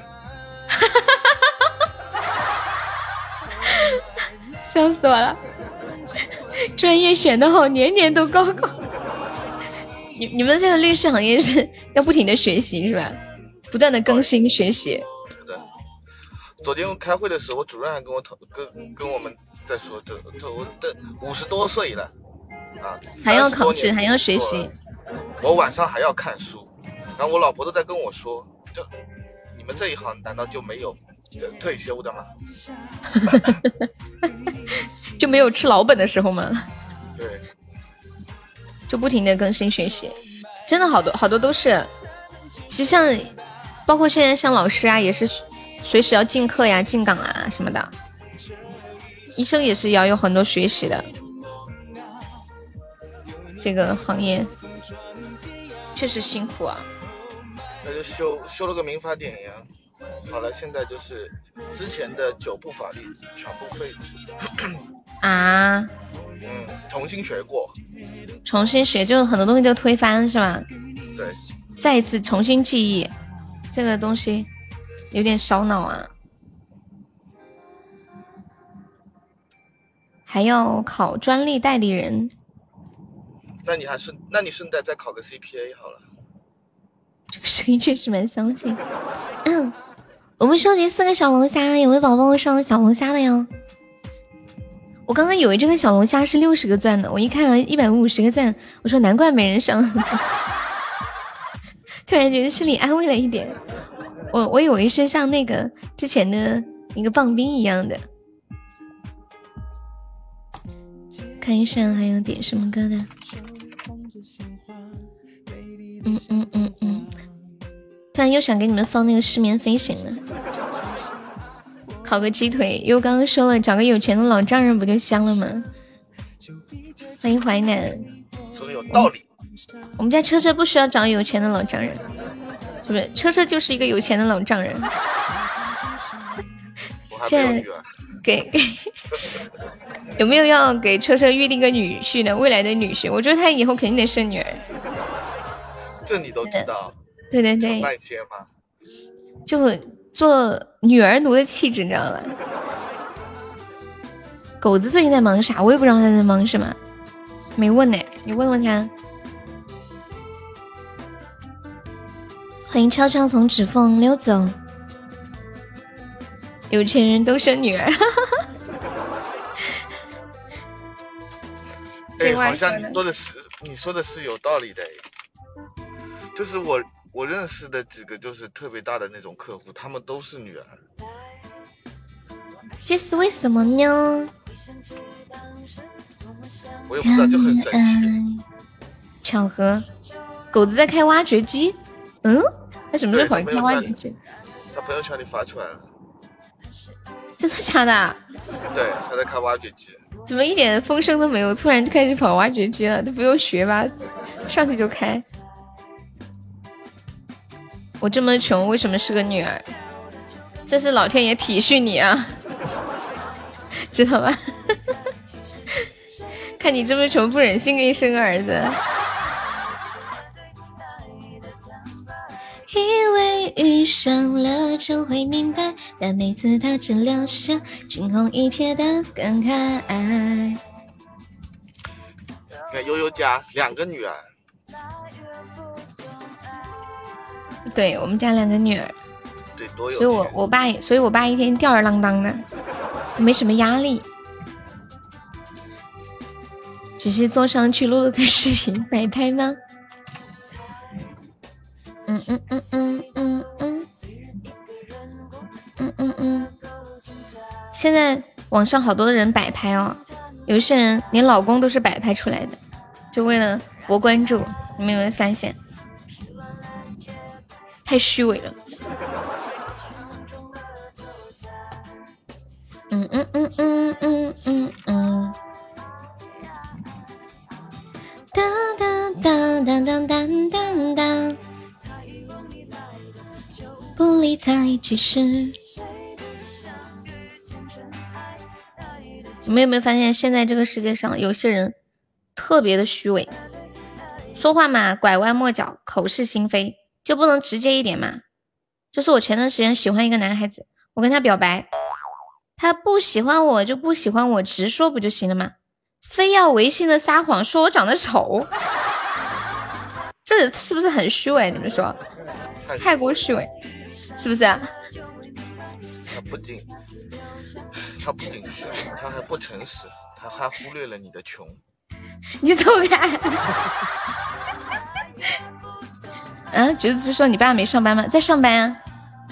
笑死我了！专业选得好，年年都高考。你们这个律师行业是要不停的学习是吧？不断的更新学习。 是的。昨天开会的时候，主任还跟我们在说，这我这50多岁了啊， 还要考试，还要学习。 我晚上还要看书，然后我老婆都在跟我说，就你们这一行难道就没有退休的吗？ 就没有吃老本的时候吗？ 对。 就不停的更新学习，真的好多都是。其实像包括现在像老师啊，也是随时要进课呀、进岗啊什么的。医生也是要有很多学习的，这个行业确实辛苦啊。 那就修了个民法典呀。好了，现在就是之前的9部法律全部废止。 啊？ 重新学过。 重新学，就是很多东西都推翻是吧？ 对。 再一次重新记忆，这个东西有点烧脑啊。还要考专利代理人。 那你顺带再考个 CPA 好了。 这个声音确实蛮骚气。我们收集4个小龙虾，有没有宝宝上小龙虾的哟？我刚刚以为这个小龙虾是60个钻的，我一看了150个钻，我说难怪没人上。突然觉得心里安慰了一点。我以为是像那个之前的一个棒冰一样的。看一下还有点什么歌的。突然又想给你们放那个失眠飞行了。烤个鸡腿，又刚刚说了找个有钱的老丈人不就香了吗？欢迎淮南。 说的有道理。 我们家车车不需要找有钱的老丈人，是不是？车车就是一个有钱的老丈人。现在给有没有要给车车预定个女婿的？未来的女婿，我觉得他以后肯定得生女儿。 这你都知道？ 对对对。 卖切吗？ 就做女儿奴的气质，你知道吧？狗子最近在忙啥？我也不知道他在忙什么，没问呢，你问问他。欢迎悄悄从指缝溜走。有钱人都生女儿。 好像你说的是有道理的。就是我认识的几个就是特别大的那种客户，他们都是女儿。 这是为什么呢？ 我也不知道，就很神奇。 巧合。狗子在开挖掘机。他什么时候跑去开挖掘机？ 他朋友圈里发出来了。 真的假的？ 对，他在开挖掘机。 怎么一点风声都没有？突然就开始跑挖掘机了，都不用学吧？上去就开。我这么穷，为什么是个女儿？这是老天爷体恤你啊，知道吧？看你这么穷，不忍心给你生个儿子。以为遇上了就会明白，但每次他只留下惊鸿一瞥的感慨。 你看悠悠家2个女儿。 对，我们家2个女儿。 对，多有。 所以我爸一天吊儿郎当的，没什么压力，只是坐上去录了个视频摆拍吗？现在网上好多的人摆拍哦，有些人连老公都是摆拍出来的，就为了博关注。你们有没有发现？太虚伪了。当当当当当当当当，不理睬只是。你们有没有发现，现在这个世界上有些人特别的虚伪，说话嘛拐弯抹角，口是心非，就不能直接一点嘛？就是我前段时间喜欢一个男孩子，我跟他表白， 他不喜欢我就不喜欢我，直说不就行了吗？非要违心的撒谎说我长得丑，这是不是很虚伪？你们说太过虚伪是不是啊？ 他不仅虚伪，他还不诚实，他还忽略了你的穷。 你走开！啊，橘子说你爸没上班吗？在上班啊。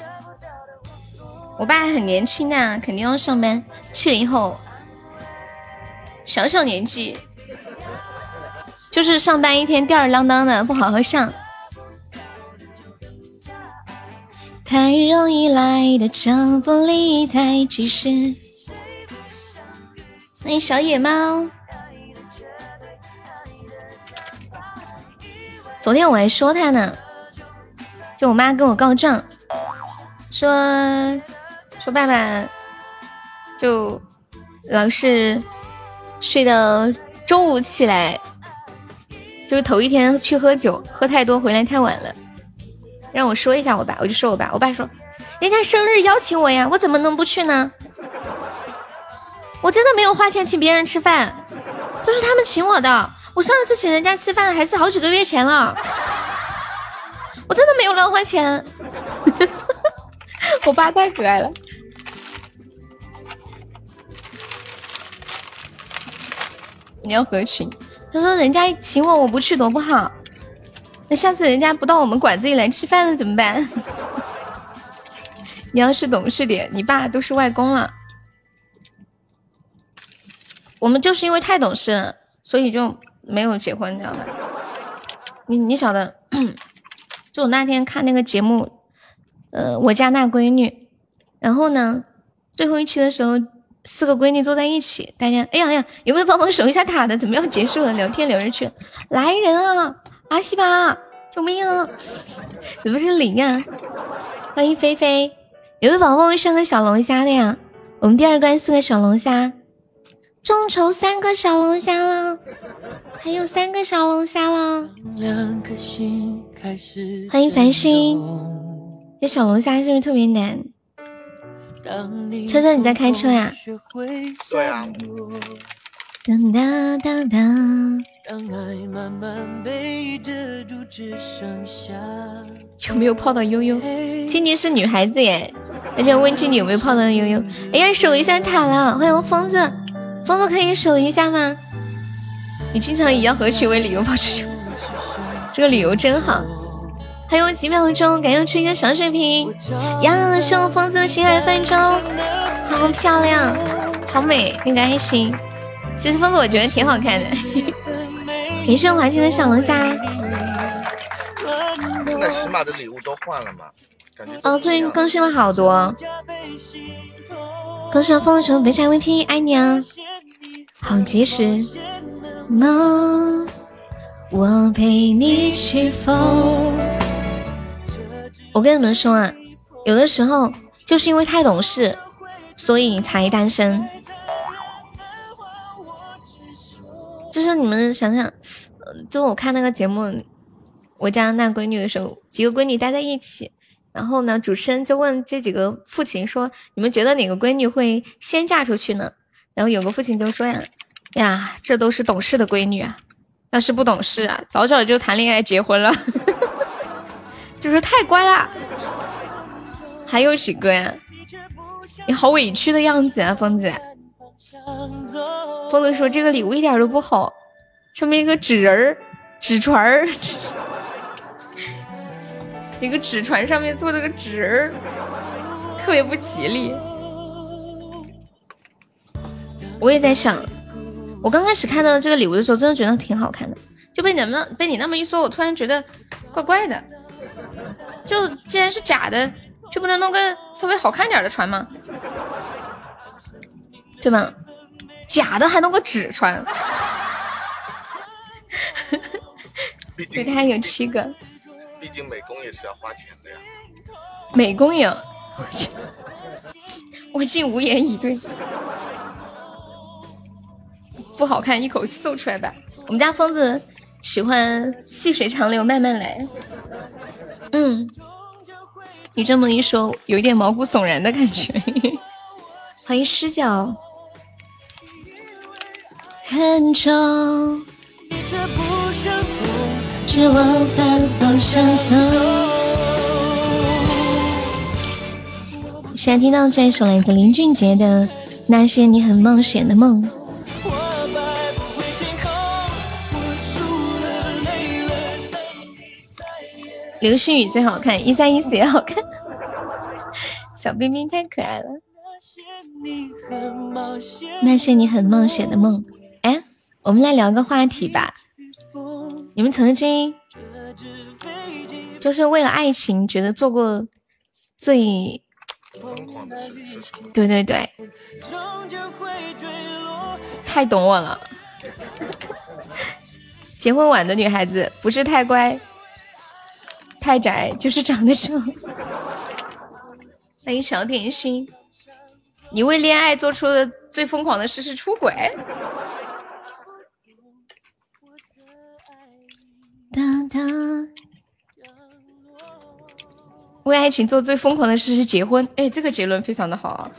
我爸还很年轻呢，肯定要上班。70后，小年纪，就是上班一天吊儿郎当的，不好好上。太容易来的就不理睬，只是欢迎小野猫。昨天我还说他呢，就我妈跟我告状，说爸爸就老是睡到中午起来，就是头一天去喝酒，喝太多回来太晚了，让我说一下我爸，我就说我爸说人家生日邀请我呀，我怎么能不去呢？我真的没有花钱请别人吃饭，都是他们请我的。我上一次请人家吃饭还是好几个月前了，我真的没有乱花钱。我爸太可爱了。你要合群，他说人家请我不去多不好，那下次人家不到我们馆子里来吃饭了怎么办？你要是懂事点，你爸都是外公了。我们就是因为太懂事了，所以就没有结婚，你知道吗？你晓得，就我那天看那个节目，我家那闺女，然后呢，最后一期的时候，4个闺女坐在一起，大家哎呀，有没有帮忙守一下塔的？怎么要结束了？聊天聊着去了，来人啊，阿西吧，救命啊！怎么是零啊？欢迎菲菲，有没有宝宝上个小龙虾的呀？我们第2关4个小龙虾。众筹3个小龙虾了，还有3个小龙虾了。欢迎繁星，这小龙虾是不是特别难？车车你在开车呀？ 对啊。 当当当当。有没有泡到悠悠？静静是女孩子耶，而且问静静有没有泡到悠悠。哎呀，守一下塔了，欢迎疯子。疯子可以守一下吗？你经常以要合群为理由跑出去，这个理由真好。还有几秒钟，感觉吃一个小水瓶呀！是我疯子的心爱分钟，好漂亮，好美，应该还行。其实疯子我觉得挺好看的。感谢华清的小龙虾。 现在起码的礼物都换了嘛？感觉最近更新了好多。恭喜我疯子成北产 VP， 爱你啊！好及时，梦，我陪你去疯。我跟你们说啊，有的时候就是因为太懂事，所以才单身。就是你们想想，就我看那个节目，我家那闺女的时候，几个闺女待在一起。然后呢，主持人就问这几个父亲说：“你们觉得哪个闺女会先嫁出去呢？”然后有个父亲就说呀，这都是懂事的闺女啊，要是不懂事啊，早早就谈恋爱结婚了，就是太乖啦。还有几个呀？你好委屈的样子啊，疯子。疯子说这个礼物一点都不好，上面一个纸人儿、纸船儿。一个纸船上面做了个纸儿，特别不吉利。我也在想，我刚开始看到这个礼物的时候，真的觉得挺好看的，就被你那么一说，我突然觉得怪怪的。就既然是假的，就不能弄个稍微好看点的船吗？对吧？假的还弄个纸船，对，它还有7个。 毕竟美工也是要花钱的呀。 美工也，我竟无言以对。不好看，一口气揍出来吧。我们家疯子喜欢细水长流，慢慢来。你这么一说，有一点毛骨悚然的感觉。 欢迎失脚。很重，只往反方向走。现在听到这一首来自林俊杰的《那些你很冒险的梦》。流星雨最好看，1314也好看。小冰冰太可爱了。那些你很冒险的梦。哎，我们来聊个话题吧。你们曾经就是为了爱情觉得做过最疯狂的事是什么？ 对对对，太懂我了。结婚晚的女孩子不是太乖太宅，就是长得丑。欢迎小点心。你为恋爱做出的最疯狂的事是出轨？为爱情做最疯狂的事是结婚。哎，这个结论非常的好啊。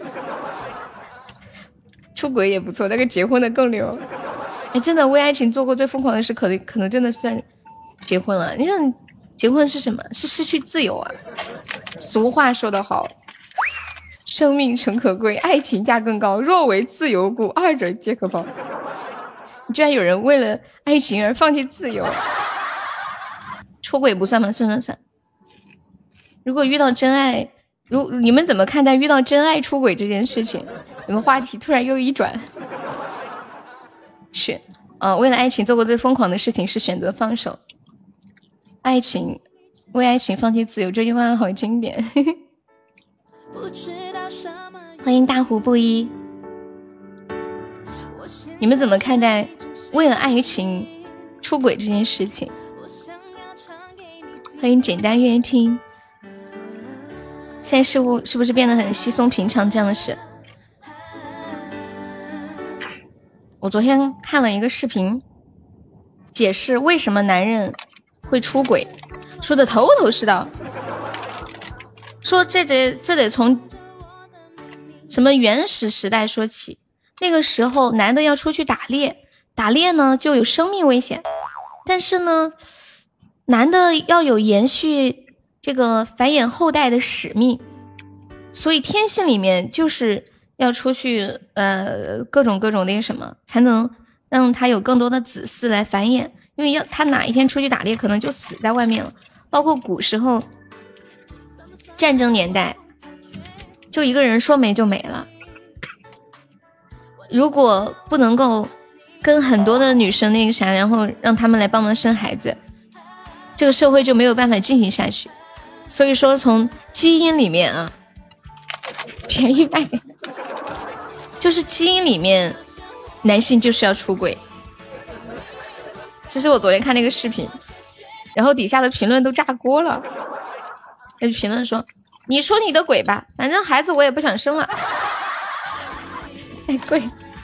出轨也不错，那个结婚的更牛。哎，真的为爱情做过最疯狂的事，可能真的算结婚了。你想结婚是什么？是失去自由啊。俗话说得好，生命诚可贵，爱情价更高。若为自由故，二者皆可抛。居然有人为了爱情而放弃自由。出轨不算吗？算。如果遇到真爱，你们怎么看待遇到真爱出轨这件事情？你们话题突然又一转。是，为了爱情做过最疯狂的事情是选择放手。为爱情放弃自由，这句话好经典。欢迎大湖不一。你们怎么看待为了爱情出轨这件事情？欢迎简单乐听。现在是不是变得很稀松平常这样的事？我昨天看了一个视频，解释为什么男人会出轨，说的头头是道。说这得从什么原始时代说起。那个时候男的要出去打猎呢就有生命危险，但是呢男的要有延续这个繁衍后代的使命，所以天性里面就是要出去各种那个什么，才能让他有更多的子嗣来繁衍，因为他哪一天出去打猎可能就死在外面了。包括古时候战争年代，就一个人说没就没了，如果不能够跟很多的女生那个啥，然后让他们来帮忙生孩子，这个社会就没有办法进行下去。所以说从基因里面啊，便宜卖给，就是基因里面男性就是要出轨。这是我昨天看那个视频，然后底下的评论都炸锅了。那评论说，你说你的鬼吧，反正孩子我也不想生了，太贵。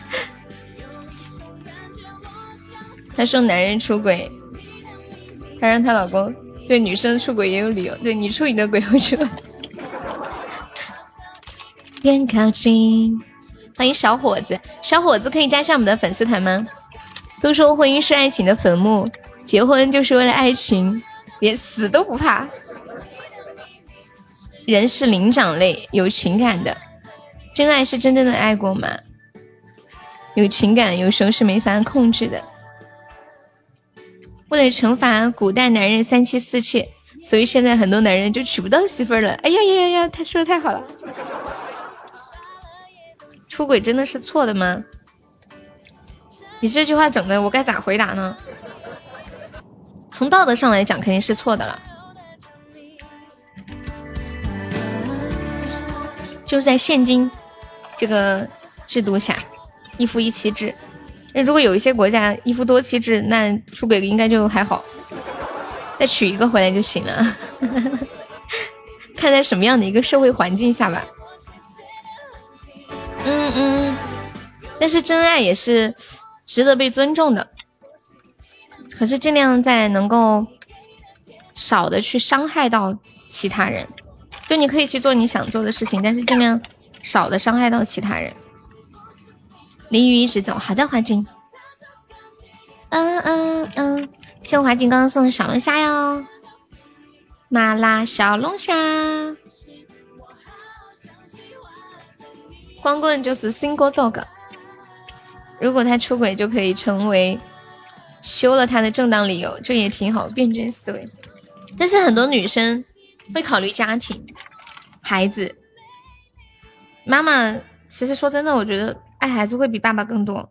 她说男人出轨，她让她老公对女生出轨也有理由，对你出你的轨，我出。点靠近，欢迎小伙子，小伙子可以加上我们的粉丝团吗？都说婚姻是爱情的坟墓，结婚就是为了爱情，连死都不怕。人是灵长类，有情感的，真爱是真正的爱过吗？有情感有时候是没法控制的。为了惩罚古代男人三妻四妾，所以现在很多男人就娶不到媳妇儿了。哎呀呀呀呀，他说的太好了。出轨真的是错的吗？你这句话整的我该咋回答呢？从道德上来讲肯定是错的了。就是在现今这个制度下，一夫一妻制。那如果有一些国家一夫多妻制，那出轨应该就还好，再娶一个回来就行了。看在什么样的一个社会环境下吧。但是真爱也是值得被尊重的，可是尽量在能够少的去伤害到其他人。就你可以去做你想做的事情，但是尽量少的伤害到其他人。淋雨一直走，好的，华锦。谢谢华锦刚刚送的小龙虾哟，麻辣小龙虾。光棍就是 single dog， 如果他出轨就可以成为休了他的正当理由，这也挺好，辩证思维。但是很多女生会考虑家庭孩子，妈妈其实说真的，我觉得爱孩子会比爸爸更多。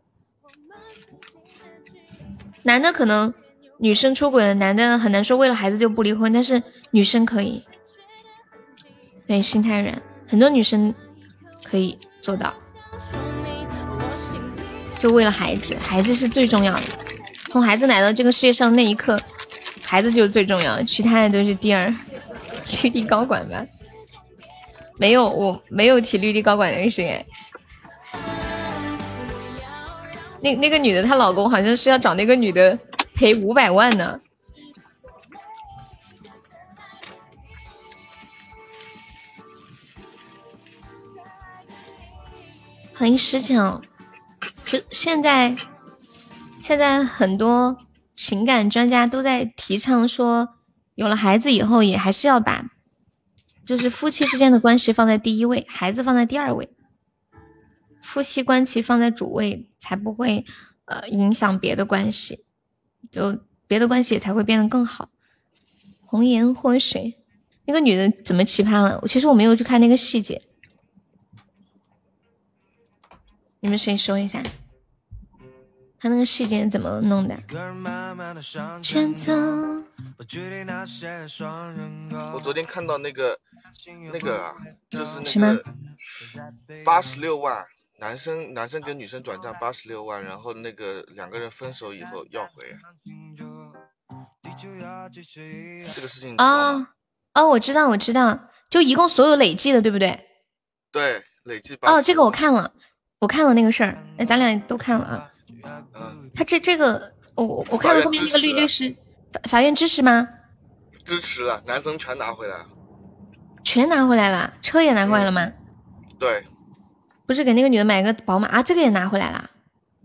男的可能女生出轨了，男的很难说为了孩子就不离婚，但是女生可以，对，心太软，很多女生可以做到，就为了孩子，孩子是最重要的。从孩子来到这个世界上那一刻，孩子就是最重要的，其他的都是第二。绿地高管吧？没有，我没有提绿地高管的事哎。那个女的，她老公好像是要找那个女的赔500万呢。欢迎师长，现在很多情感专家都在提倡说，有了孩子以后也还是要把就是夫妻之间的关系放在第一位，孩子放在第二位，夫妻关系放在主位，才不会影响别的关系，就别的关系也才会变得更好。红颜祸水，那个女的怎么奇葩了？其实我没有去看那个细节，你们谁说一下？他那个细节怎么弄的？ 我昨天看到那个啊，就是什么 86万，男生给女生转账86万，然后那个2个人分手以后要回。这个事情哦，我知道，就一共所有累计的，对不对？ 对，累计哦，这个我看了那个事儿，咱俩都看了啊。他这个我看了后面那个律师法院支持吗？ 支持了，男生全拿回来了。 全拿回来了，车也拿回来了吗？ 对。 不是给那个女的买个宝马啊，这个也拿回来了。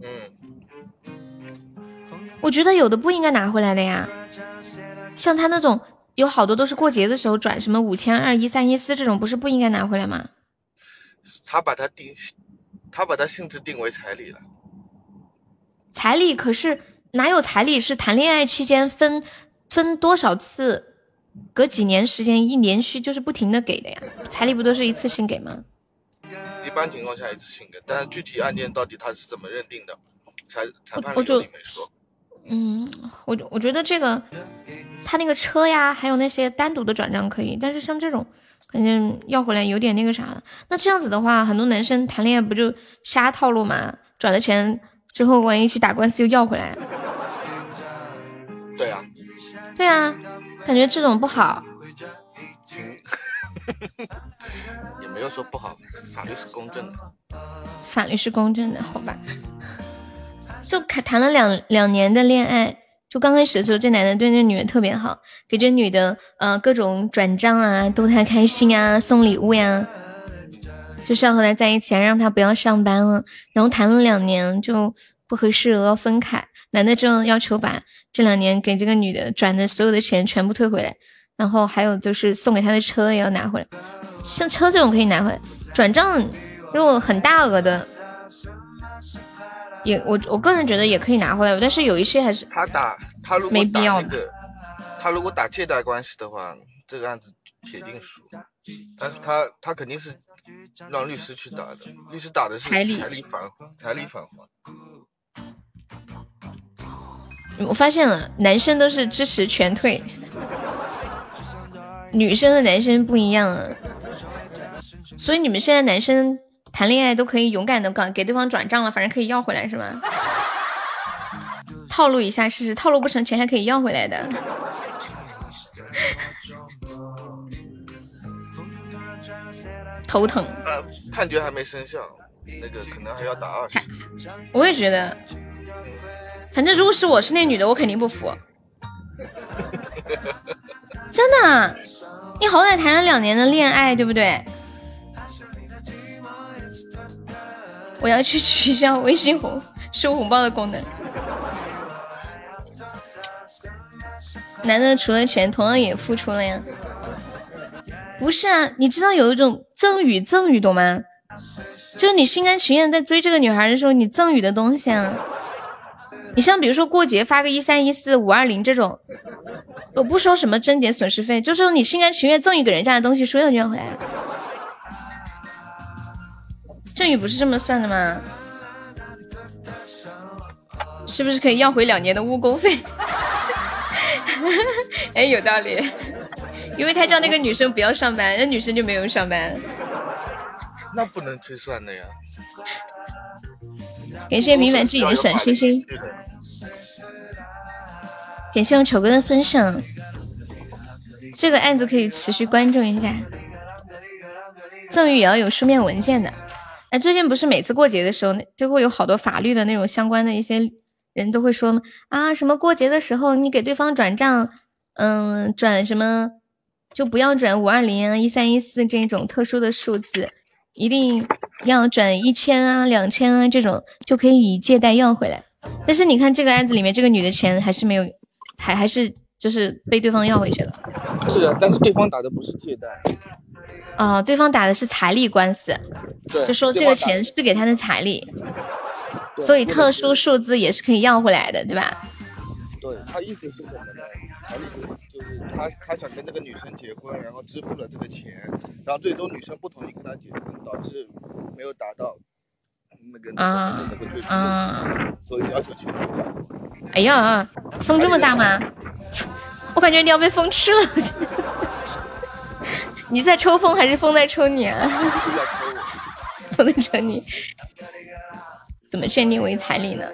我觉得有的不应该拿回来的呀，像他那种有好多都是过节的时候转什么5200、1300、1400这种，不是不应该拿回来吗？ 他把他性质定为彩礼了。 彩礼可是哪有彩礼是谈恋爱期间分多少次，隔几年时间一连续就是不停的给的呀？彩礼不都是一次性给吗？ 一般情况下一次性给，但是具体案件到底他是怎么认定的，裁判里没说。 我觉得这个他那个车呀，还有那些单独的转账可以，但是像这种感觉要回来有点那个啥了。那这样子的话，很多男生谈恋爱不就瞎套路嘛？转了钱之后，万一去打官司又要回来。 对啊， 感觉这种不好。 也没有说不好，法律是公正的。 法律是公正的，好吧。就谈了两年的恋爱，就刚开始的时候，这男的对那女的特别好，给这女的各种转账啊，逗她开心啊，送礼物呀，就是要和她在一起，让她不要上班了。然后谈了2年就不合适了，要分开。男的就要求把这2年给这个女的转的所有的钱全部退回来，然后还有就是送给她的车也要拿回来。像车这种可以拿回来，转账如果很大额的。也我个人觉得也可以拿回来，但是有一些还是他如果没必要他如果打借贷关系的话，这个案子铁定输。但是他肯定是让律师去打的，律师打的是彩礼返还。 我发现了，男生都是支持全退，女生和男生不一样啊。所以你们现在男生谈恋爱都可以勇敢的给对方转账了，反正可以要回来是吗？套路一下试试，套路不成钱还可以要回来的。头疼。 判决还没生效，那个可能还要打20。 我也觉得，反正如果是我是那女的，我肯定不服。真的，你好歹谈了2年的恋爱，对不对？ 我要去取消微信收红包的功能。男的除了钱，同样也付出了呀。不是啊，你知道有一种赠予懂吗？就是你心甘情愿在追这个女孩的时候，你赠予的东西啊。你像比如说过节发个1314、520这种，我不说什么贞节损失费，就是说你心甘情愿赠予给人家的东西，说要就要回来。赠与不是这么算的吗？是不是可以要回2年的误工费？哎，有道理，因为他叫那个女生不要上班，那女生就没有上班。 那不能去算的呀。 感谢明满自己的小星星，感谢我丑哥的分享。这个案子可以持续关注一下。赠与也要有书面文件的。哎，最近不是每次过节的时候，就会有好多法律的那种相关的一些人都会说啊，什么过节的时候你给对方转账，转什么就不要转520啊、1314这种特殊的数字，一定要转1000啊、2000啊这种，就可以以借贷要回来。但是你看这个案子里面，这个女的钱还是没有，还是就是被对方要回去了。 是啊，但是对方打的不是借贷。 哦，对方打的是彩礼官司，就说这个钱是给他的彩礼，所以特殊数字也是可以要回来的，对吧？ 对，他意思是什么呢？彩礼就是他想跟这个女生结婚，然后支付了这个钱，然后最终女生不同意跟他结婚，导致没有达到那个最终所以要求钱不返还。 哎呀，风这么大吗？我感觉你要被风吃了。你在抽风还是风在抽你啊？风在抽你。怎么鉴定为彩礼呢？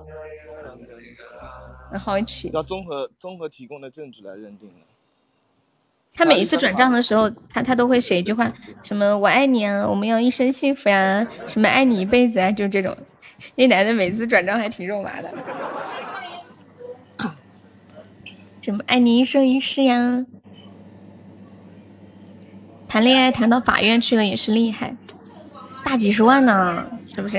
好奇。 要综合提供的证据来认定的。 他每一次转账的时候，他都会写一句话，什么我爱你啊，我们要一生幸福呀，什么爱你一辈子啊，就这种。那男的每次转账还挺肉麻的。什么爱你一生一世呀？谈恋爱谈到法院去了也是厉害，大几十万呢，是不是？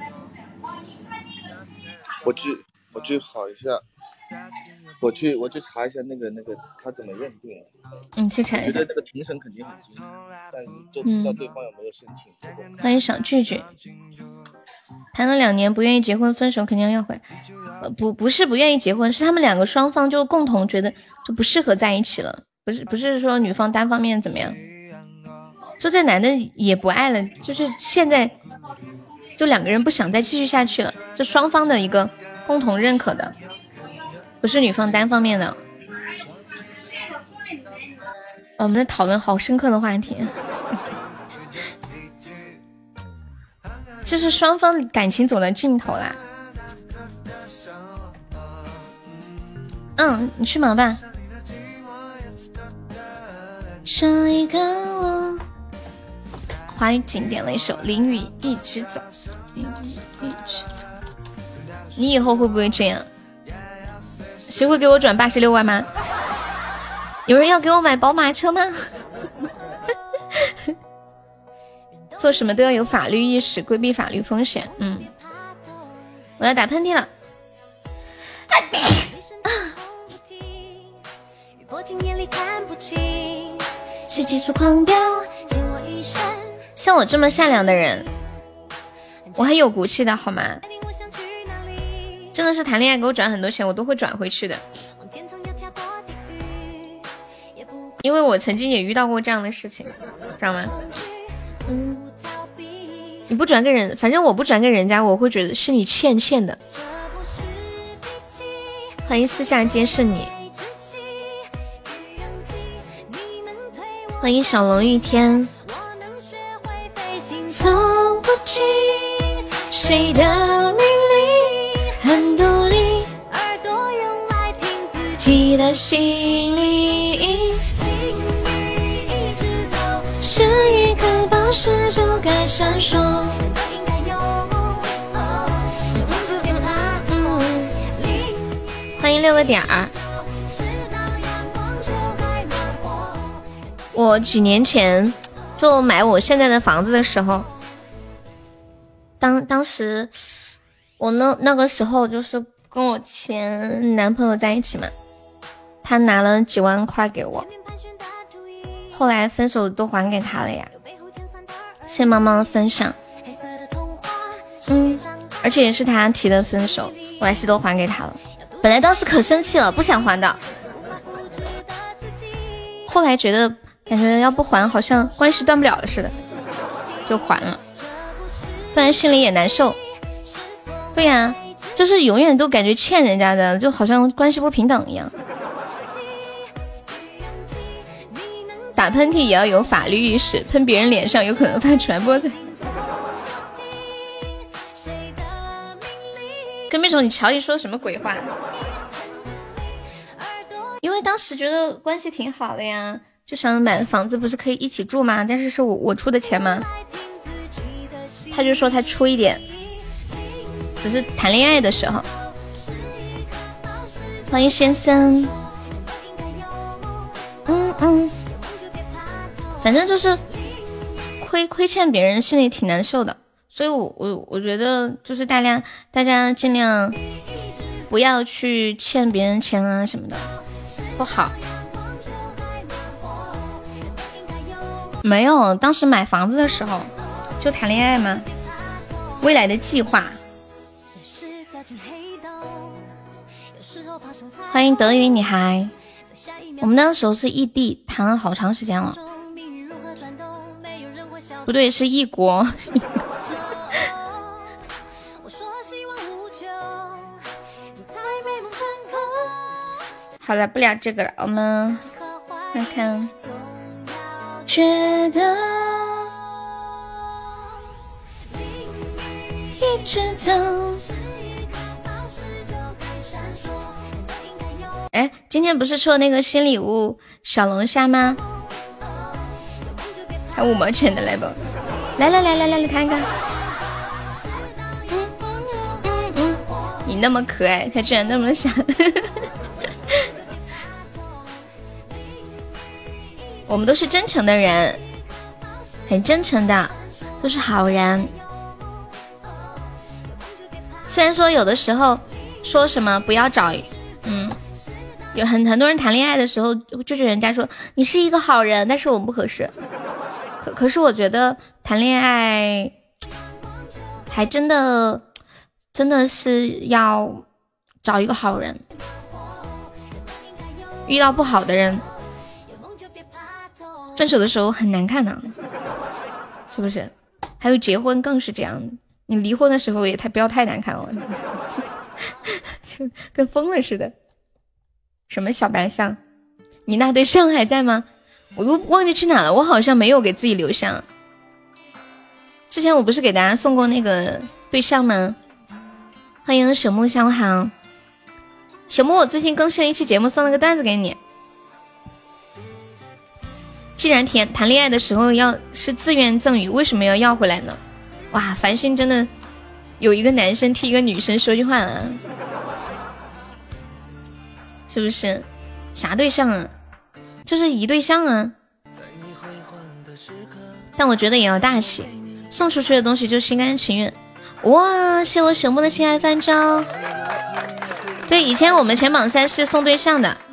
我去好一下，我去查一下那个他怎么认定的。 你去查一下。 我觉得那个庭审肯定很精彩，但就不知道对方有没有申请。 欢迎小拒绝。谈了2年不愿意结婚，分手肯定要回。不是不愿意结婚，是他们两个双方就共同觉得就不适合在一起了，不是说女方单方面怎么样。说这男的也不爱了，就是现在就2个人不想再继续下去了，这双方的一个共同认可的，不是女方单方面的。我们在讨论好深刻的话题，就是双方感情走到尽头啦。你去忙吧。这一个我华语景点了一首淋雨一直走，淋雨一直走。你以后会不会这样？谁会给我转86万吗？有人要给我买宝马车吗？做什么都要有法律意识，规避法律风险。我要打喷嚏了。是急速狂飙。像我这么善良的人，我还有骨气的好吗？真的是谈恋爱给我转很多钱，我都会转回去的。因为我曾经也遇到过这样的事情，知道吗？你不转给人，反正我不转给人家，我会觉得是你欠的。欢迎私下监视你。欢迎小龙玉天。从不记谁的命令，很多力，耳朵用来听自己的心里。是一颗宝石就该闪烁。欢迎6个点儿。我几年前就买我现在的房子的时候， 当时我那个时候就是跟我前男朋友在一起嘛，他拿了几万块给我，后来分手都还给他了呀，谢谢妈妈的分享。而且也是他提的分手，我还是都还给他了。本来当时可生气了，不想还的，后来觉得感觉要不还好像关系断不了的似的，就还了，不然心里也难受。对呀，就是永远都感觉欠人家的，就好像关系不平等一样。打喷嚏也要有法律意识，喷别人脸上有可能犯传播罪。跟妹手，你瞧你说什么鬼话？因为当时觉得关系挺好的呀，就想买房子不是可以一起住吗？但是是我出的钱吗？他就说他出一点，只是谈恋爱的时候。欢迎先生。反正就是亏欠别人，心里挺难受的。所以我觉得就是大家尽量不要去欠别人钱啊什么的，不好。没有，当时买房子的时候就谈恋爱嘛，未来的计划。欢迎德云女孩，我们那个时候是异地，谈了好长时间了。不对，是异国。好了，不聊这个了，我们看看。觉得一直走。哎，今天不是说那个新礼物小龙虾吗？才5毛钱的 level， 来看一看。你那么可爱，他居然那么想。我们都是真诚的人，很真诚的，都是好人。虽然说有的时候说什么不要找，有很多人谈恋爱的时候就是人家说你是一个好人，但是我们不合适。可是我觉得谈恋爱还真的是要找一个好人，遇到不好的人分手的时候很难看的，是不是？还有结婚更是这样，你离婚的时候也不要太难看了，就跟疯了似的。什么小白象？你那对象还在吗？我都忘记去哪了，我好像没有给自己留相。之前我不是给大家送过那个对象吗？欢迎朽木相好，朽木，我最近更新了一期节目，送了个段子给你。既然谈恋爱的时候要是自愿赠与，为什么要回来呢？哇，繁星真的有一个男生替一个女生说句话了，是不是？啥对象啊？就是一对象啊。但我觉得也要大气，送出去的东西就心甘情愿。哇，谢我朽木的心爱翻招。对，以前我们前榜3是送对象的，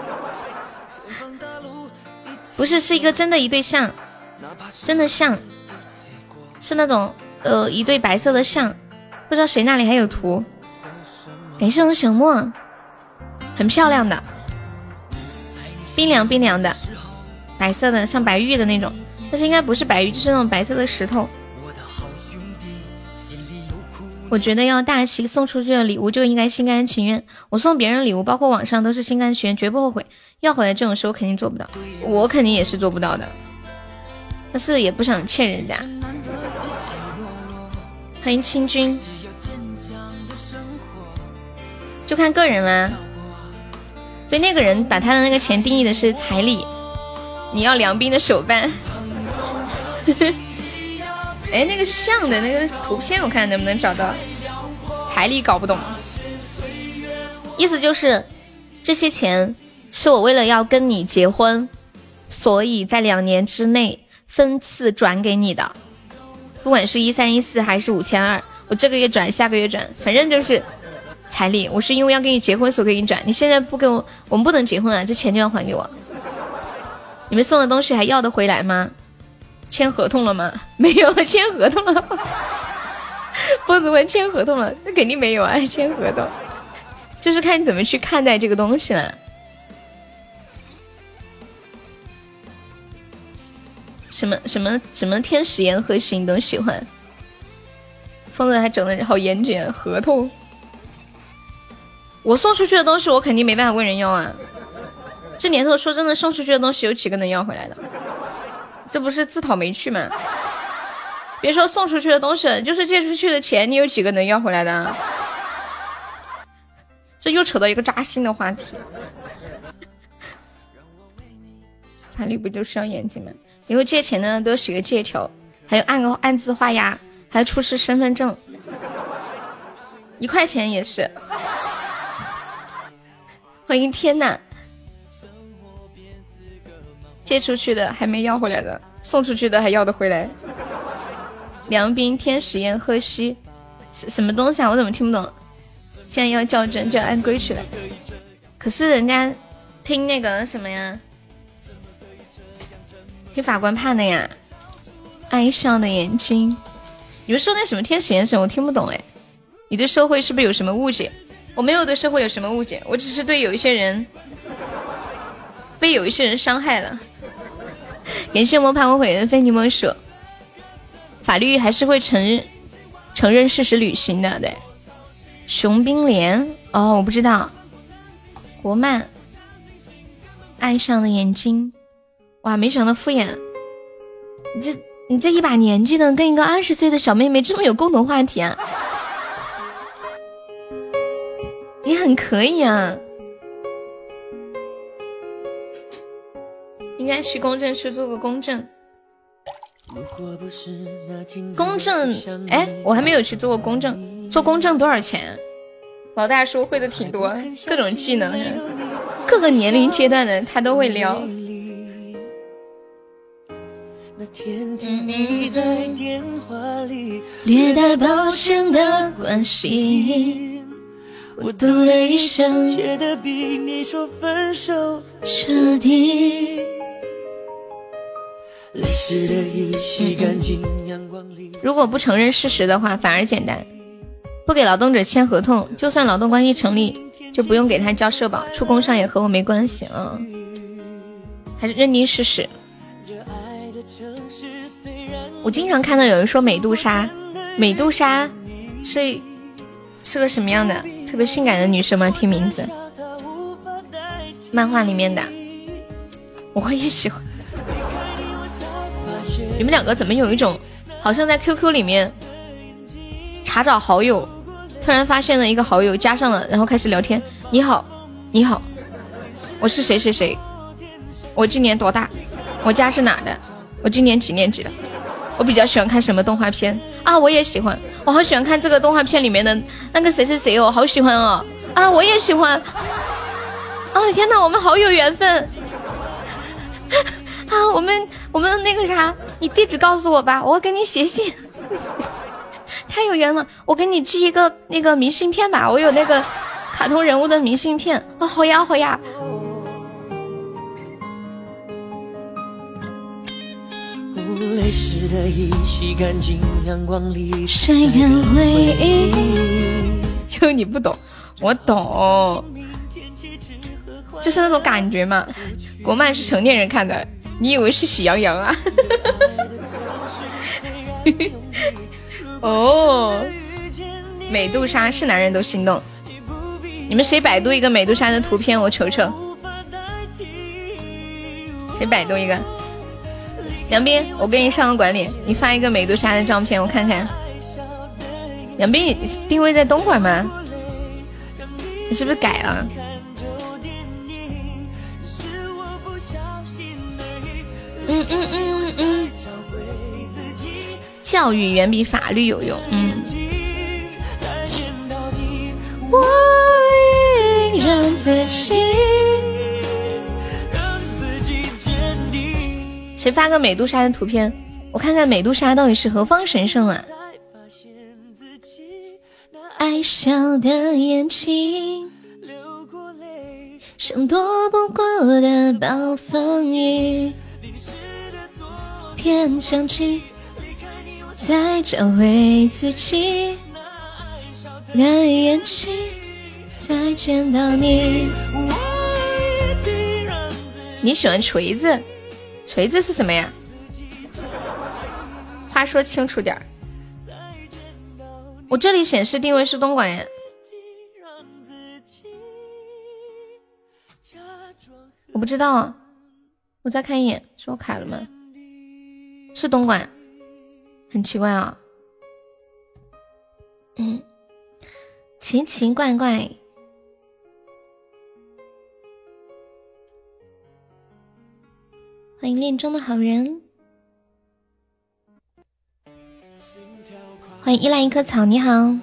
不是，是一个真的一对象，真的像，是那种一对白色的象，不知道谁那里还有图。感谢我的朽木，很漂亮的，冰凉冰凉的，白色的，像白玉的那种，但是应该不是白玉，就是那种白色的石头。我觉得要大气，送出去的礼物就应该心甘情愿。我送别人礼物，包括网上都是心甘情愿，绝不后悔。要回来这种事我肯定做不到，我肯定也是做不到的，但是也不想欠人家。欢迎清君，就看个人啦。对，那个人把他的那个钱定义的是彩礼，你要梁斌的手办。哎，那个像的那个图片我看能不能找到，彩礼搞不懂，意思就是这些钱是我为了要跟你结婚，所以在2年之内分次转给你的。 不管是1314还是5200，我这个月转下个月转，反正就是彩礼。我是因为要跟你结婚所以给你转，你现在不给我，我们不能结婚啊，这钱就要还给我。你们送的东西还要得回来吗？签合同了吗？没有，签合同了。波子问签合同了，那肯定没有啊，签合同就是看你怎么去看待这个东西了。什么天使岩和心都喜欢，疯子还整的好严谨，合同。我送出去的东西，我肯定没办法问人要啊。这年头说真的，送出去的东西有几个能要回来的？这不是自讨没趣吗？别说送出去的东西，就是借出去的钱，你有几个能要回来的？这又扯到一个扎心的话题。法律不就是要严谨吗？以后借钱呢都写个借条，还有按字画押，还有出示身份证，1块钱也是。欢迎天呐！借出去的还没要回来的，送出去的还要得回来。梁斌、天使岩、贺西，什么东西啊？我怎么听不懂？现在要较真就要按规矩来。可是人家听那个什么呀？听法官判的呀。爱笑的眼睛，你们说那什么天使眼神我听不懂哎。你对社会是不是有什么误解？我没有对社会有什么误解，我只是对有一些人被有一些人伤害了。感谢魔盘无悔的非你莫属。法律还是会承认事实履行的。对，熊冰莲哦，我不知道。国漫爱上的眼睛，哇，没想到敷衍。你这一把年纪的跟一个20岁的小妹妹这么有共同话题啊，你很可以啊。应该去公证去做个公证。公证，哎，我还没有去做过公证。做公证多少钱？老大说会的挺多，各种技能，各个年龄阶段的他都会撩。略带抱歉的关系，我读了一生，写的比你说分手彻底。如果不承认事实的话反而简单，不给劳动者签合同，就算劳动关系成立就不用给他交社保，出工伤也和我没关系啊。还是认定事实。我经常看到有人说美杜莎是个什么样的特别性感的女生吗？听名字，漫画里面的，我也喜欢。你们两个怎么有一种好像在 QQ 里面查找好友，突然发现了一个好友，加上了，然后开始聊天。你好，我是谁谁谁，我今年多大，我家是哪的，我今年几年级的，我比较喜欢看什么动画片啊，我也喜欢，我好喜欢看这个动画片里面的那个谁谁谁哦，好喜欢哦啊，我也喜欢啊，天哪，我们好有缘分啊，我们那个啥，你地址告诉我吧，我给你写信。太有缘了，我给你寄一个那个明信片吧，我有那个卡通人物的明信片。哦，好呀好呀。泪湿的衣洗干净，阳光里晒干回忆。就你不懂，我懂，就是那种感觉嘛。国漫是成年人看的，你以为是喜羊羊啊？哦，美杜莎是男人都心动。你们谁百度一个美杜莎的图片，我瞅瞅。谁百度一个？杨斌，我给你上个管理，你发一个美杜莎的照片，我看看。杨斌，你定位在东莞吗？你是不是改了？教育远比法律有用。我让自己。谁发个美杜莎的图片？ 我看看美杜莎到底是何方神圣啊？爱笑的眼睛，像躲不过的暴风雨。天想起，再找回自己，那眼睛，再见到你。你喜欢锤子？锤子是什么呀？话说清楚点儿。我这里显示定位是东莞呀。我不知道啊，我再看一眼，是我卡了吗？是东莞，很奇怪啊。奇奇怪怪。欢迎恋中的好人，欢迎依赖一棵草，你好。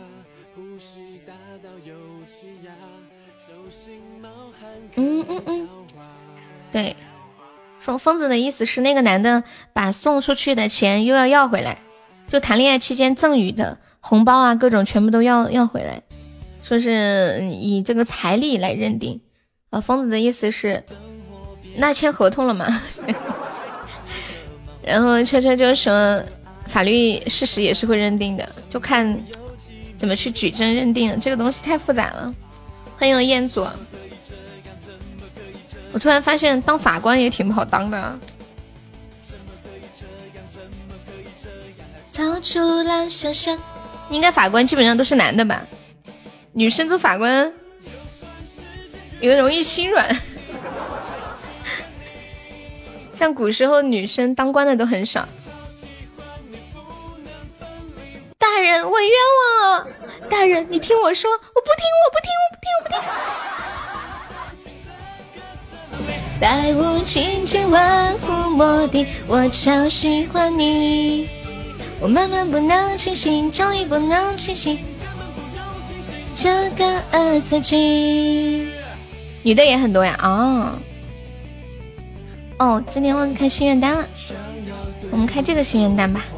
对，疯子的意思是那个男的把送出去的钱又要回来，就谈恋爱期间赠予的红包啊，各种全部都要回来，说是以这个财力来认定。疯子的意思是那签合同了吗？然后车车就说法律事实也是会认定的，就看怎么去举证认定，这个东西太复杂了。欢迎彦祖，我突然发现当法官也挺不好当的。超出了想象，应该法官基本上都是男的吧？女生做法官有容易心软。像古时候女生当官的都很少。大人，我冤枉啊！大人，你听我说，我不听。百无禁忌，万伏魔地，我超喜欢你。我慢慢不能清醒，终于不能清醒，这个自己。女的也很多呀，今天忘记开心愿单了，我们开这个心愿单吧。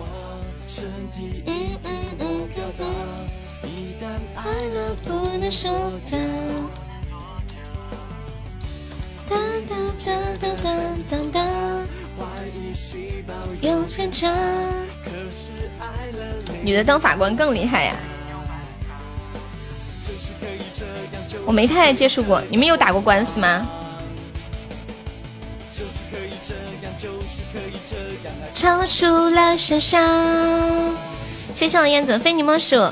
不能说分。有偏差。女的当法官更厉害呀！我没太接触过，你们有打过官司吗？超出了想象。谢谢我燕子非你莫属。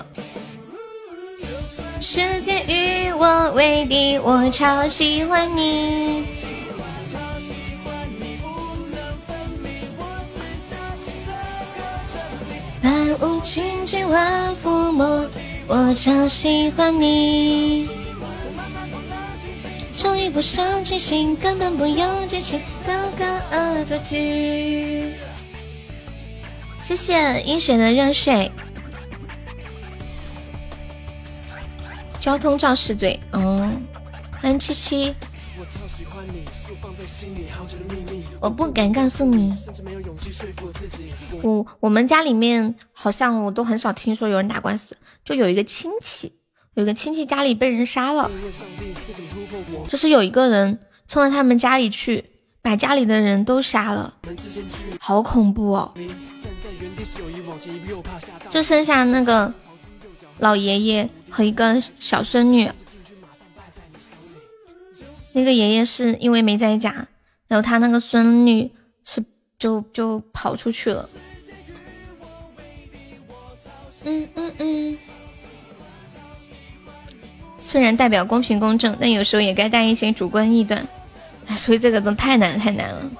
世界与我为敌，我超喜欢你。百无禁忌，万伏魔，我超喜欢你。终于不上进心，根本不用激情，高高恶作剧。谢谢一雪的热水。交通肇事罪，欢迎七七。我不敢告诉你。我们家里面好像我都很少听说有人打官司，就有一个亲戚家里被人杀了，就是有一个人冲到他们家里去，把家里的人都杀了，好恐怖哦！就剩下那个老爷爷和一个小孙女，那个爷爷是因为没在家，然后他那个孙女是就跑出去了。虽然代表公平公正，但有时候也该带一些主观臆断。所以这个都太难了。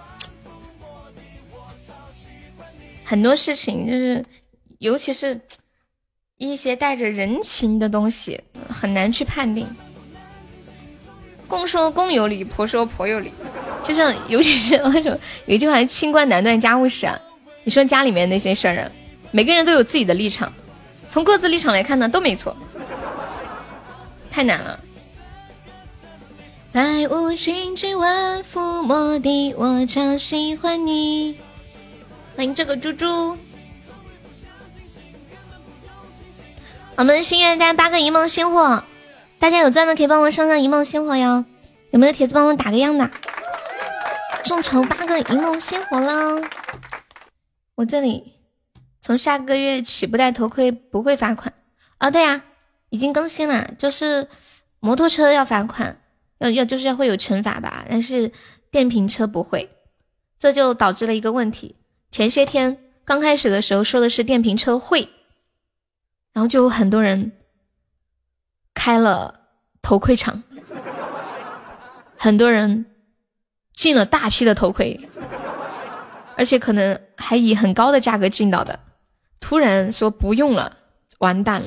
很多事情就是，尤其是一些带着人情的东西，很难去判定。公说公有理，婆说婆有理。就像尤其是那种有一句话，清官难断家务事啊。你说家里面那些事儿啊，每个人都有自己的立场，从各自立场来看呢，都没错。太难了。百无禁忌，万伏魔地，我超喜欢你。 欢迎这个猪猪。我们心愿单8个一梦星火，大家有钻的可以帮我上上一梦星火哟。有没有铁子帮我打个样的？众筹8个一梦星火啦！我这里从下个月起不戴头盔不会罚款啊！对啊，已经更新了，就是摩托车要罚款，就是会有惩罚吧，但是电瓶车不会。这就导致了一个问题，前些天刚开始的时候说的是电瓶车会，然后就有很多人开了头盔厂，很多人进了大批的头盔，而且可能还以很高的价格进到的，突然说不用了，完蛋了。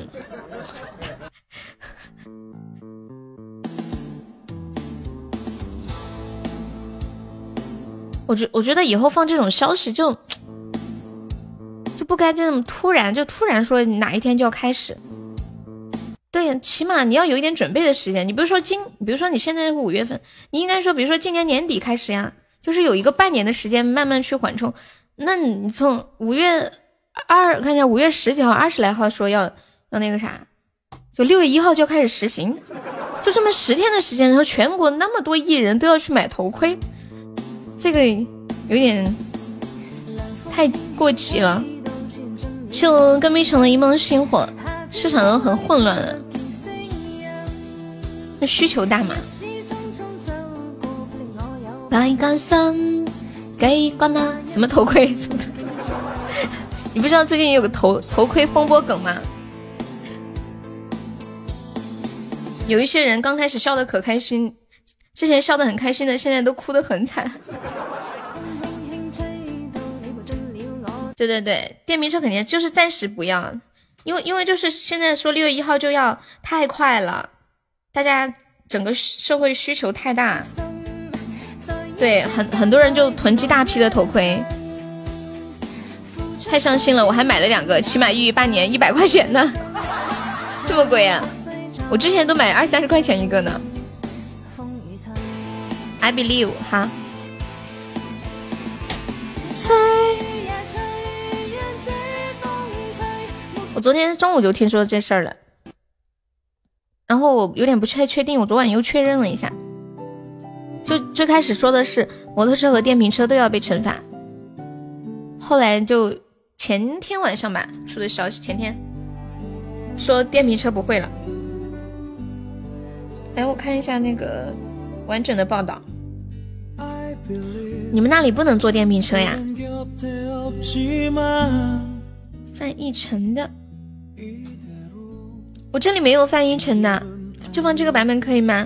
我觉得以后放这种消息就不该这么突然说哪一天就要开始。对，起码你要有一点准备的时间。你比如说你现在是5月份，你应该说比如说今年年底开始呀，就是有一个半年的时间慢慢去缓冲。那你从5月看一下5月10几号20来号说要那个啥，就6月1号就开始实行，就这么10天的时间，然后全国那么多艺人都要去买头盔，这个有点太过急了。就跟迷成了一梦星火，市场都很混乱了，那需求大嘛。白干生给关了什么头盔？你不知道最近有个头盔风波梗吗？有一些人刚开始笑得可开心，之前笑得很开心的，现在都哭得很惨。对，电瓶车肯定就是暂时不要，因为就是现在说6月1号就要，太快了，大家整个社会需求太大，对，很多人就囤积大批的头盔，太伤心了。我还买了2个，起码寓意半年100块钱呢，这么贵啊！我之前都买20-30块钱一个呢。I believe 哈。我昨天中午就听说这事儿了，然后我有点不太确定，我昨晚又确认了一下，就最开始说的是摩托车和电瓶车都要被惩罚，后来就前天晚上吧出的消息，前天说电瓶车不会了。来，我看一下那个完整的报道。你们那里不能坐电瓶车呀？范逸臣的，我这里没有范逸臣的，就放这个版本可以吗？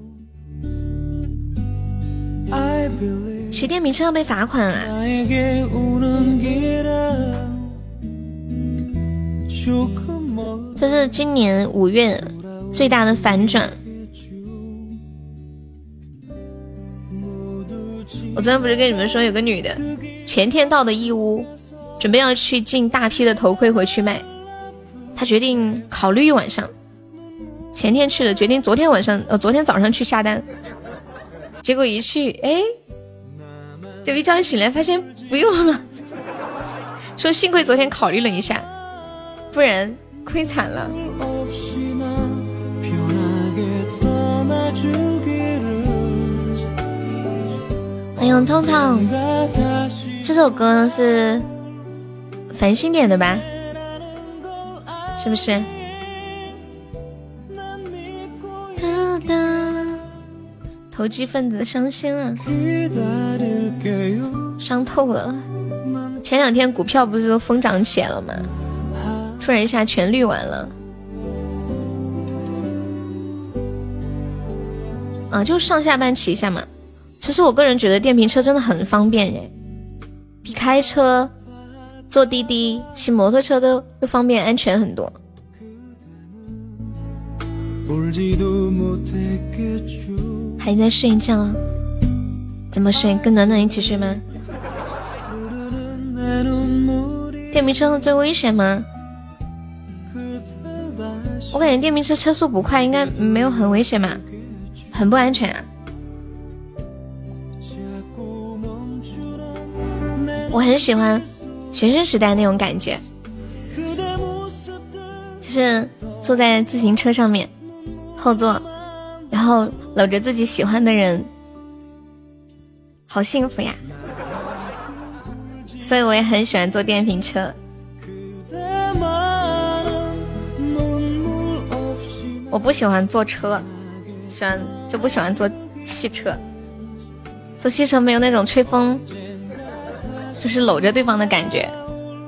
骑电瓶车要被罚款了。这是今年5月最大的反转。我昨天不是跟你们说有个女的前天到的义乌，准备要去进大批的头盔回去卖，她决定考虑一晚上，前天去的，决定昨天早上去下单，结果一去，哎，就一觉醒来发现不用了，说幸亏昨天考虑了一下，不然亏惨了。欢迎痛痛，这首歌是繁星点的吧？是不是？投机分子伤心了，伤透了。前2天股票不是都疯涨起来了吗？突然一下全绿完了。啊，就上下班骑一下嘛。其实我个人觉得电瓶车真的很方便耶，比开车、坐滴滴、骑摩托车都方便安全很多。还在睡觉？怎么睡？跟暖暖一起睡吗？电瓶车最危险吗？我感觉电瓶车车速不快，应该没有很危险吧？很不安全啊。我很喜欢学生时代那种感觉，就是坐在自行车上面后座，然后搂着自己喜欢的人，好幸福呀。所以我也很喜欢坐电瓶车。我不喜欢坐车，不喜欢坐汽车。坐汽车没有那种吹风，就是搂着对方的感觉。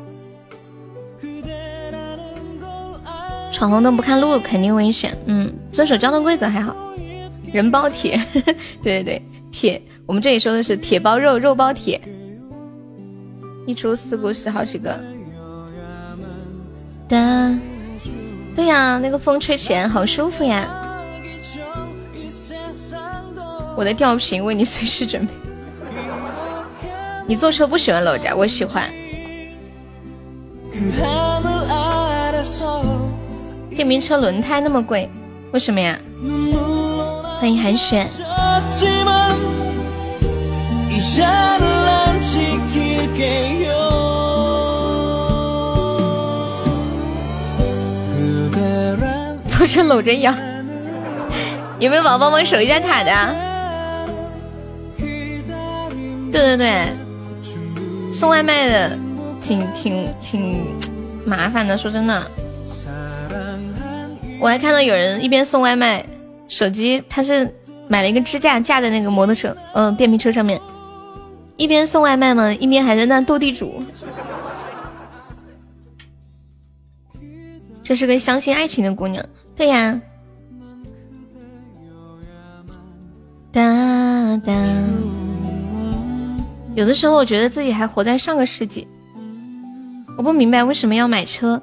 闯红灯不看路肯定危险，遵守交通规则还好。人包铁，对对对，铁，我们这里说的是铁包肉，肉包铁。一出四顾是好几个。对呀，那个风吹起来好舒服呀。我的吊瓶为你随时准备。你坐车不喜欢搂着，我喜欢。电瓶车轮胎那么贵，为什么呀？欢迎寒雪。都是搂着养。有没有宝宝帮忙守一下塔的？对对对，送外卖的挺麻烦的，说真的。我还看到有人一边送外卖，手机他是买了一个支架架在那个摩托车电瓶车上面，一边送外卖嘛，一边还在那斗地主。这是个相信爱情的姑娘。对呀，哒哒。有的时候我觉得自己还活在上个世纪，我不明白为什么要买车。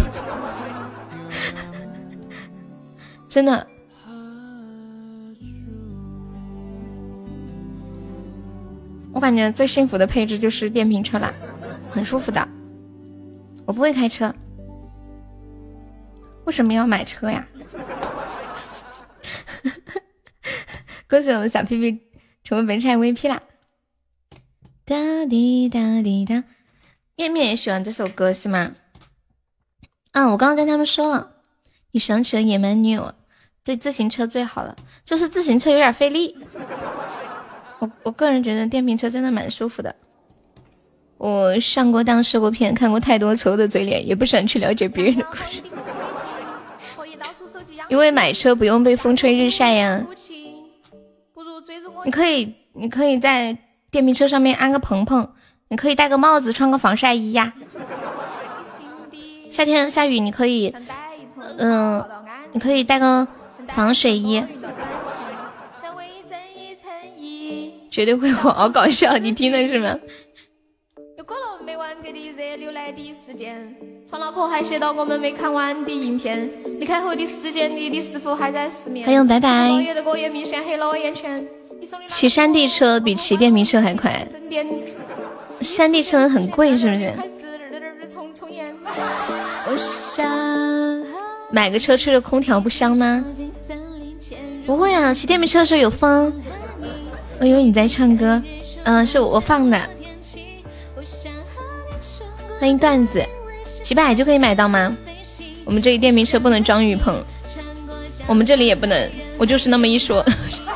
真的，我感觉最幸福的配置就是电瓶车啦，很舒服的。我不会开车，为什么要买车呀？恭喜我们小屁屁成为本场 MVP 啦！哒滴哒滴哒，面面也喜欢这首歌是吗？我刚刚跟他们说了，你想起了野蛮女友，对自行车最好了，就是自行车有点费力。我个人觉得电瓶车真的蛮舒服的。我上过当，受过骗，看过太多丑的嘴脸，也不想去了解别人的故事。因为买车不用被风吹日晒呀。你可以在电瓶车上面安个棚棚，你可以戴个帽子，穿个防晒衣呀。夏天下雨你可以你可以带个防水衣。绝对会火，好搞笑，你听的是吗？有可能没完给你热流来的时间，创脑壳还写到我们没看完的影片，离开后的时间里，你是否还在失眠？还有拜拜。骑山地车比骑电瓶车还快，山地车很贵是不是？我想买个车吹着空调不香吗？不会啊，骑电瓶车的时候有风。我以为你在唱歌，是我放的。欢迎段子，几百就可以买到吗？我们这里电瓶车不能装雨棚，我们这里也不能，我就是那么一说。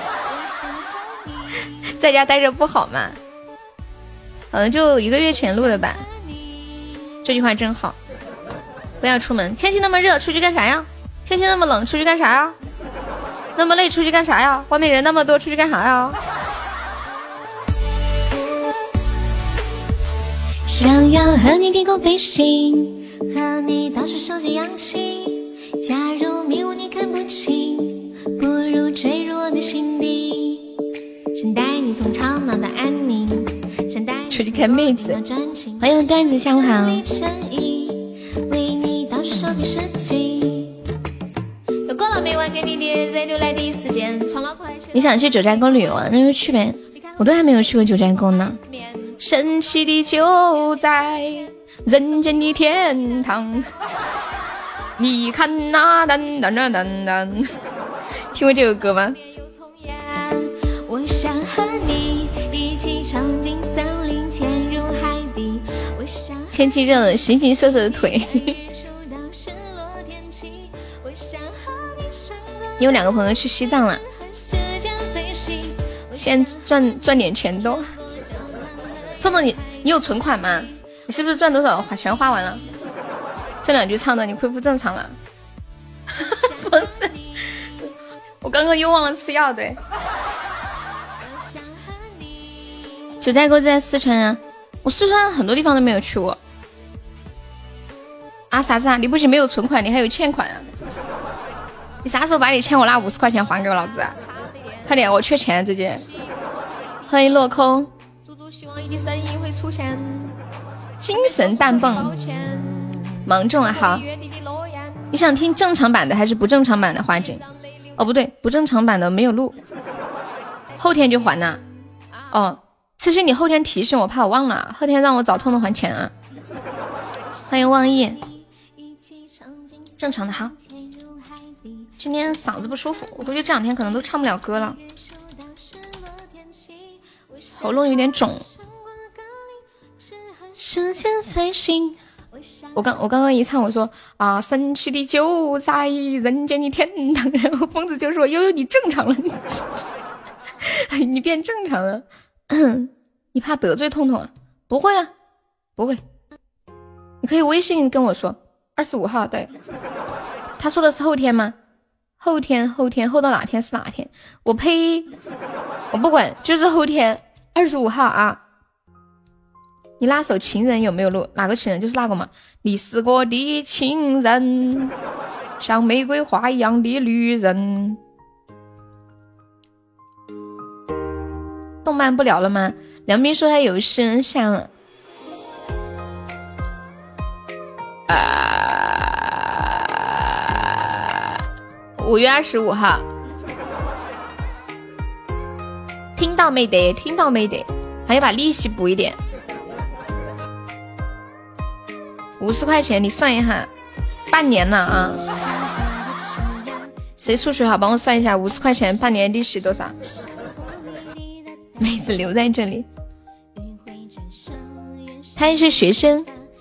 在家待着不好嘛？好像就1个月前录的吧。这句话真好，不要出门。天气那么热，出去干啥呀？天气那么冷，出去干啥呀？那么累，出去干啥呀？外面人那么多，出去干啥呀？想要和你低空飞行，和你到处收集氧气。假如迷雾你看不清，不如坠入我的心底。想带你从吵闹到安宁，想带你出去看妹子。欢迎段子，下午好。为你到处收集诗句。有过了没完给你的热流来的时间。你想去九寨沟旅游啊？那就去呗。我都还没有去过九寨沟呢。神奇的就在人间的天堂，你看那噔噔噔噔噔，听过这首歌吗？我想和你一起闯进森林，潜入海底。 天气热了，形形色色的腿。你有2个朋友去西藏了，先赚点钱都。痛痛，你有存款吗？你是不是赚多少全花完了？这2句唱的你恢复正常了。疯子，我刚刚又忘了吃药，对。九代沟在四川啊，我四川很多地方都没有去过。啊啥子啊？你不仅没有存款，你还有欠款啊？你啥时候把你欠我那50块钱还给我老子啊？快点，我缺钱最近。欢迎落空，猪猪希望你的声音会出现。精神蛋蹦，芒种啊好。你想听正常版的还是不正常版的花锦？哦不对，不正常版的没有录，后天就还呐。哦，其实你后天提醒我，怕我忘了，后天让我找痛痛还钱啊。欢迎望意，正常的好。今天嗓子不舒服，我估计这2天可能都唱不了歌了，喉咙有点肿。时间飞行，我刚刚一唱，我说啊，神奇的就在人间的天堂，然后疯子就说悠悠你正常了，你变正常了。你怕得罪痛痛啊？不会啊，不会。你可以微信跟我说25号，对，他说的是后天吗？后天后到哪天是哪天？我呸，我不管，就是后天25号啊。你那首情人有没有录？哪个情人？就是那个嘛。你是我的情人，像玫瑰花一样的女人。动漫不聊了吗？梁斌说他有事下了。5月25号，听到没得？听到没得？还要把利息补一点。50块钱，你算一下，半年了啊！谁数学好，帮我算一下，50块钱半年利息多少？妹子留在这里，他也是学生，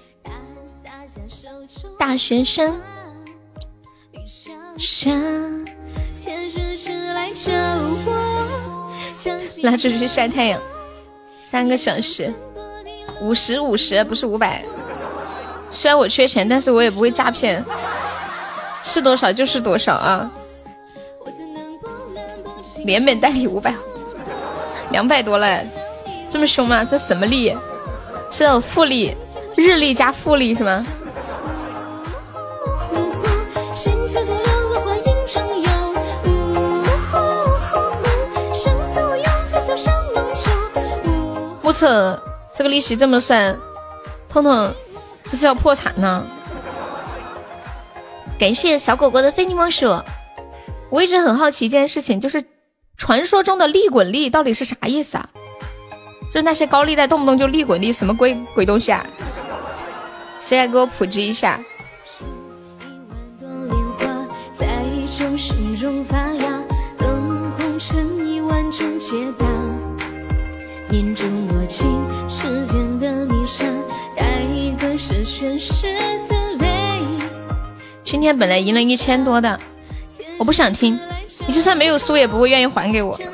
大学生。拉出去晒太阳，3个小时，50不是500。虽然我缺钱，但是我也不会诈骗，是多少就是多少啊！连本带利500，200多了，这么凶吗？这什么利？是有复利，日历加复利是吗？目测这个利息这么算，痛痛这是要破产呢。感谢小狗狗的非你莫属。我一直很好奇一件事情，就是传说中的利滚利到底是啥意思啊？就是那些高利贷动不动就利滚利，什么鬼东西啊？谁来给我普及一下？年中若晴，时间的泥沙，带一个是全是滋味。今天本来赢了1000多的，我不想听，你就算没有输也不会愿意还给我。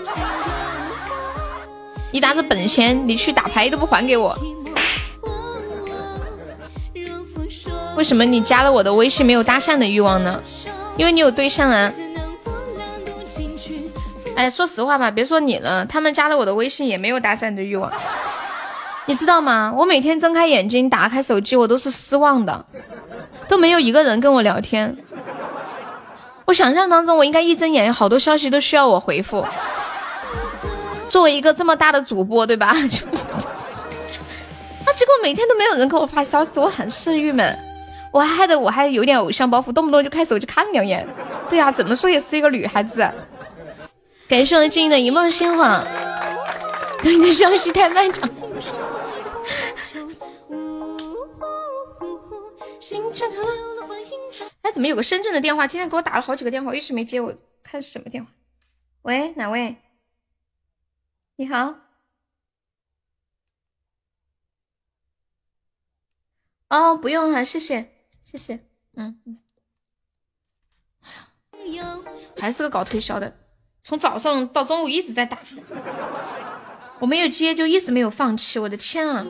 你拿着本钱，你去打牌都不还给我，为什么你加了我的微信没有搭讪的欲望呢？因为你有对象啊。哎，说实话吧，别说你了，他们加了我的微信也没有搭讪的欲望，你知道吗？我每天睁开眼睛打开手机，我都是失望的，都没有一个人跟我聊天。我想象当中我应该一睁眼好多消息都需要我回复，作为一个这么大的主播对吧？啊，结果每天都没有人给我发消息，我很是郁闷。我还有点偶像包袱，动不动就开手机看2眼。对啊，怎么说也是一个女孩子。感谢我静音的一梦星火，你的消息太漫长。哎，怎么有个深圳的电话？今天给我打了好几个电话，我一直没接，我看是什么电话。喂，哪位？你好。 哦，不用了，谢谢谢谢。还是个搞推销的，从早上到中午一直在打，我没有接就一直没有放弃，我的天啊！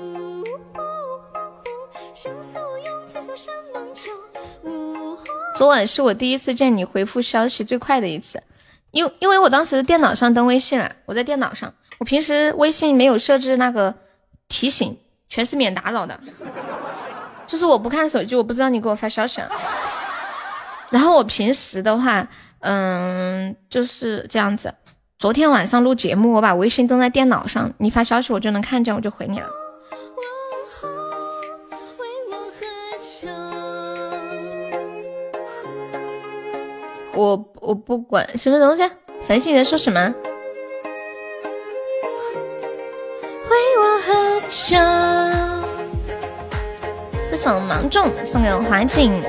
昨晚是我第一次见你回复消息最快的一次，因为我当时电脑上登微信了，我在电脑上，我平时微信没有设置那个提醒，全是免打扰的，就是我不看手机，我不知道你给我发消息了。然后我平时的话，就是这样子。昨天晚上录节目，我把微信登在电脑上，你发消息我就能看见，我就回你了。我不管什么东西，繁星你在说什么？为我喝酒。这首《芒种》送给我华景。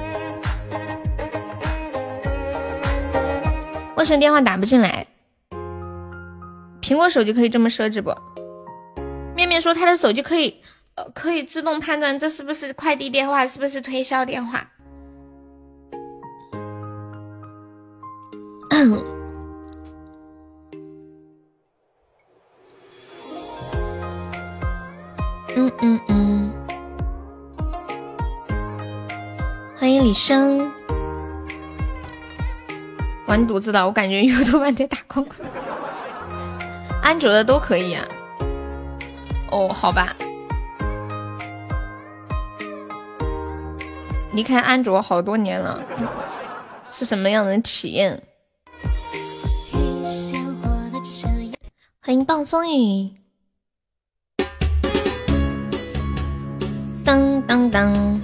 为什么电话打不进来？苹果手机可以这么设置不？面面说他的手机可以自动判断这是不是快递电话，是不是推销电话。欢迎李生。完犊子的，我感觉有多半在打光光。安卓的都可以啊。哦，好吧。离开安卓好多年了，是什么样的体验？欢迎暴风雨。当当当。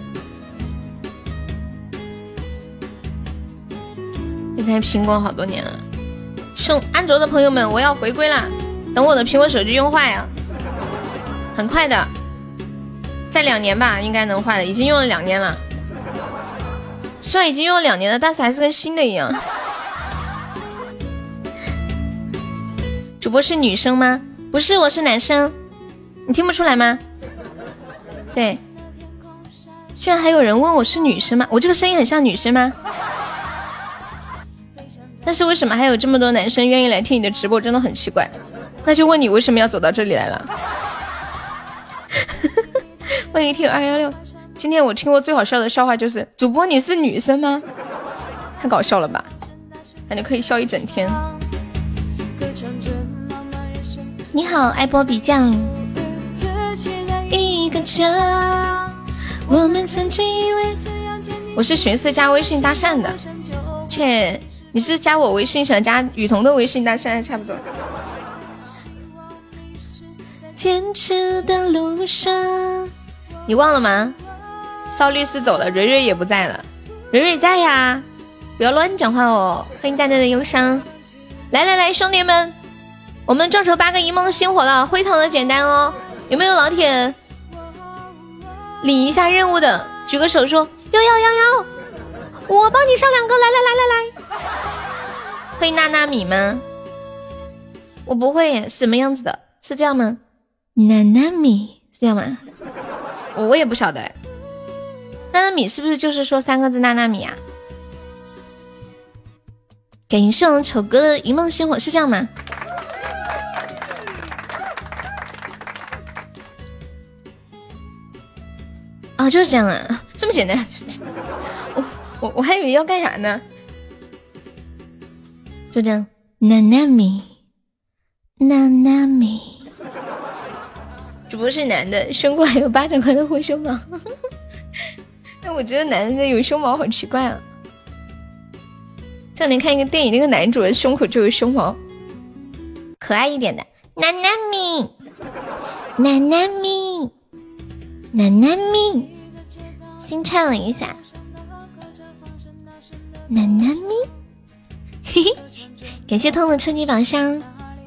离开苹果好多年了，送安卓的朋友们，我要回归啦！等我的苹果手机用坏了，很快的，再2年吧，应该能坏了。已经用了2年了，虽然已经用了2年了，但是还是跟新的一样。主播是女生吗？不是，我是男生，你听不出来吗？对，居然还有人问我是女生吗？我这个声音很像女生吗？但是为什么还有这么多男生愿意来听你的直播，真的很奇怪。那就问你为什么要走到这里来了。欢迎听216。今天我听过最好笑的笑话就是主播你是女生吗？太搞笑了吧，感觉可以笑一整天。你好爱波比酱。一个家，我们曾经以为我是寻思加微信搭讪的，切，你是加我微信想加雨桐的微信搭讪还差不多。坚持的路上，你忘了吗？邵律师走了，蕊蕊也不在了。蕊蕊在呀，不要乱讲话哦。欢迎淡淡的忧伤。来来来，兄弟们，我们众筹8个一梦星火了，非常的简单哦。有没有老铁领一下任务的？举个手说要，我帮你上2个，来。会娜娜米吗？我不会耶，什么样子的？是这样吗？娜娜米是这样吗？我也不晓得。娜娜米是不是就是说3个字娜娜米啊？感谢我们丑哥的一梦星火，是这样吗？啊，就是这样啊，这么简单。我还以为要干啥呢。就这样，娜娜米。主播是男的，胸部还有8整块的护胸毛。但我觉得男的有胸毛好奇怪啊。这两天看一个电影，那个男主的胸口就有胸毛，可爱一点的。娜娜咪，心颤了一下。娜娜咪，嘿嘿，感谢痛的春季榜上。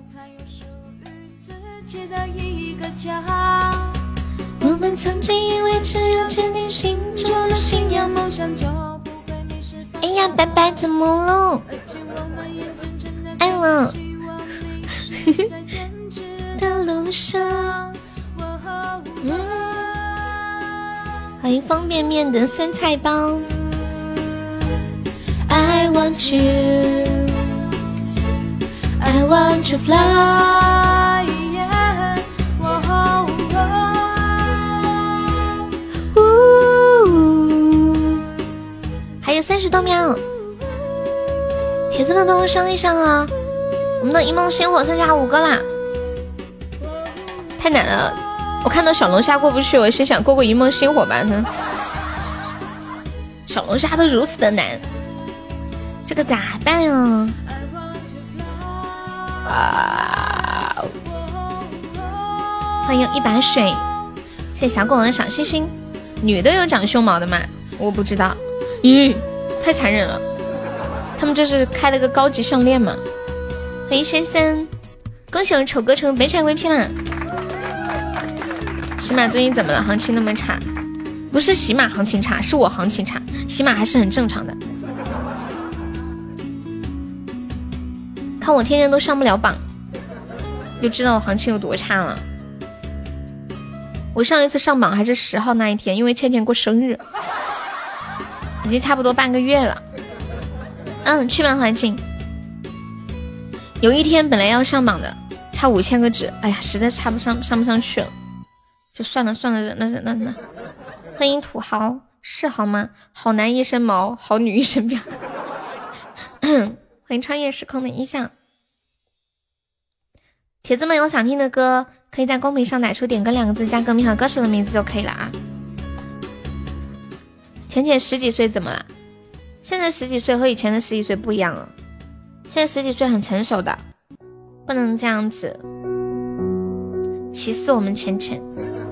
我们曾经以为只有坚定心中的信仰，梦想就不会迷失。哎呀，拜拜怎么了？爱了。的路上， 欢迎方便面的酸菜包。I want you, I want to fly, yeah.还有30多秒，铁子们帮我上一上啊！我们的一梦星火剩下5个啦，太难了。我看到小龙虾过不去，我心想过一梦星火吧。小龙虾都如此的难，这个咋办呀？欢迎一把水，谢谢小狗的小星星。女的有长胸毛的吗？我不知道。咦，太残忍了！他们这是开了个高级项链吗？欢迎先生，恭喜我丑哥成为本场 VP 啦！喜马最近怎么了？行情那么差？不是喜马行情差，是我行情差。喜马还是很正常的。看我天天都上不了榜，就知道我行情有多差了。我上一次上榜还是10号那一天，因为倩倩过生日，已经差不多半个月了。去吧环境。有一天本来要上榜的，差5000个值，哎呀，实在上不上去了，就算了，忍了。欢迎土豪，是好吗？好男一身毛，好女一身膘。欢迎穿越时空的一笑。铁子们有想听的歌，可以在公屏上打出点歌2个字，加歌名和歌手的名字就可以了啊。浅浅10几岁怎么了？现在10几岁和以前的10几岁不一样了，现在10几岁很成熟的，不能这样子歧视我们浅浅。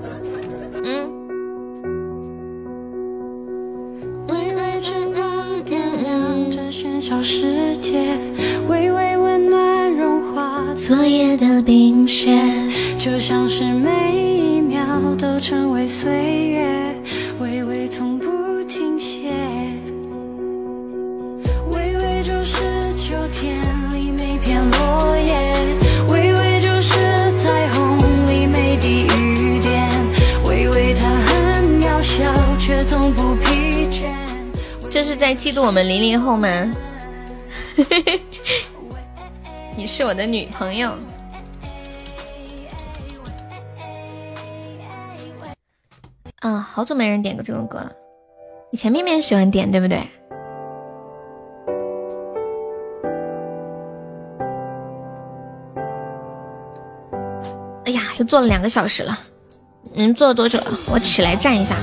小世界，微微温暖融化昨夜的冰雪，就像是每一秒都成为岁月，微微从不停歇。微微就是秋天里每片落叶，微微就是彩虹里每滴雨点，微微它很渺小，却从不疲倦。 这是在嫉妒我们00后吗？你是我的女朋友。好久没人点过这个歌了，以前面面喜欢点对不对？哎呀，又做了2个小时了，你们做了多久了？我起来站一下。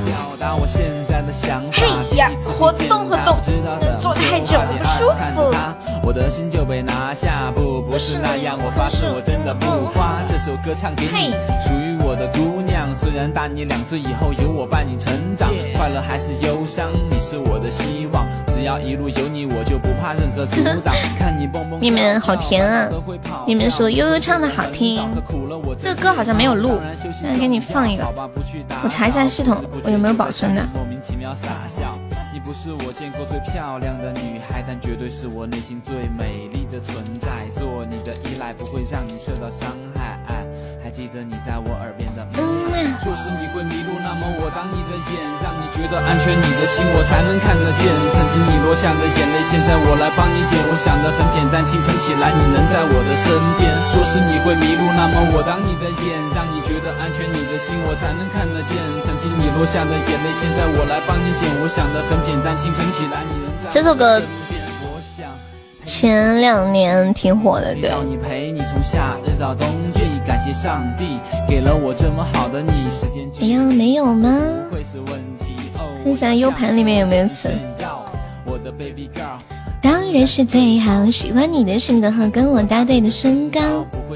嘿呀，活动，坐太久了不舒服。我的心就被拿下，不是那样，我发誓我真的不花。这首歌唱给你，属于我的姑娘。虽然大你2岁，以后有我伴你成长，快乐还是忧伤，你是我的希望。只要一路有你，我就不怕任何阻挡。看你蹦蹦。面面好甜啊！面面说悠悠唱的好听，这个歌好像没有录，现在给你放一个。我查一下系统，我有没有保存的。莫名其妙傻笑，你不是我见过最漂亮的女孩，但绝对是我内心最美丽的存在。做你的依赖不会让你受到伤害，还记得你在我耳边的说是你会迷路，那么我当你的眼，让你觉得安全，你的心我才能看得见。曾经你落下的眼泪，现在我来帮你捡。我想的很简单，清晨起来你能在我的身边。说是你会迷路，那么我当你的眼，让你觉得安全，你的心我才能看得见。曾经你落下的眼泪，现在我来帮你捡。我想的很简单，清晨起来你能在我的身边。这首歌前2年挺火的，对。你陪你从夏日到冬季，感谢上帝给了我这么好的你。时间哎呀，没有吗？看一下 U 盘里面有没有存。当然是最好，喜欢你的性格和跟我搭对的身高。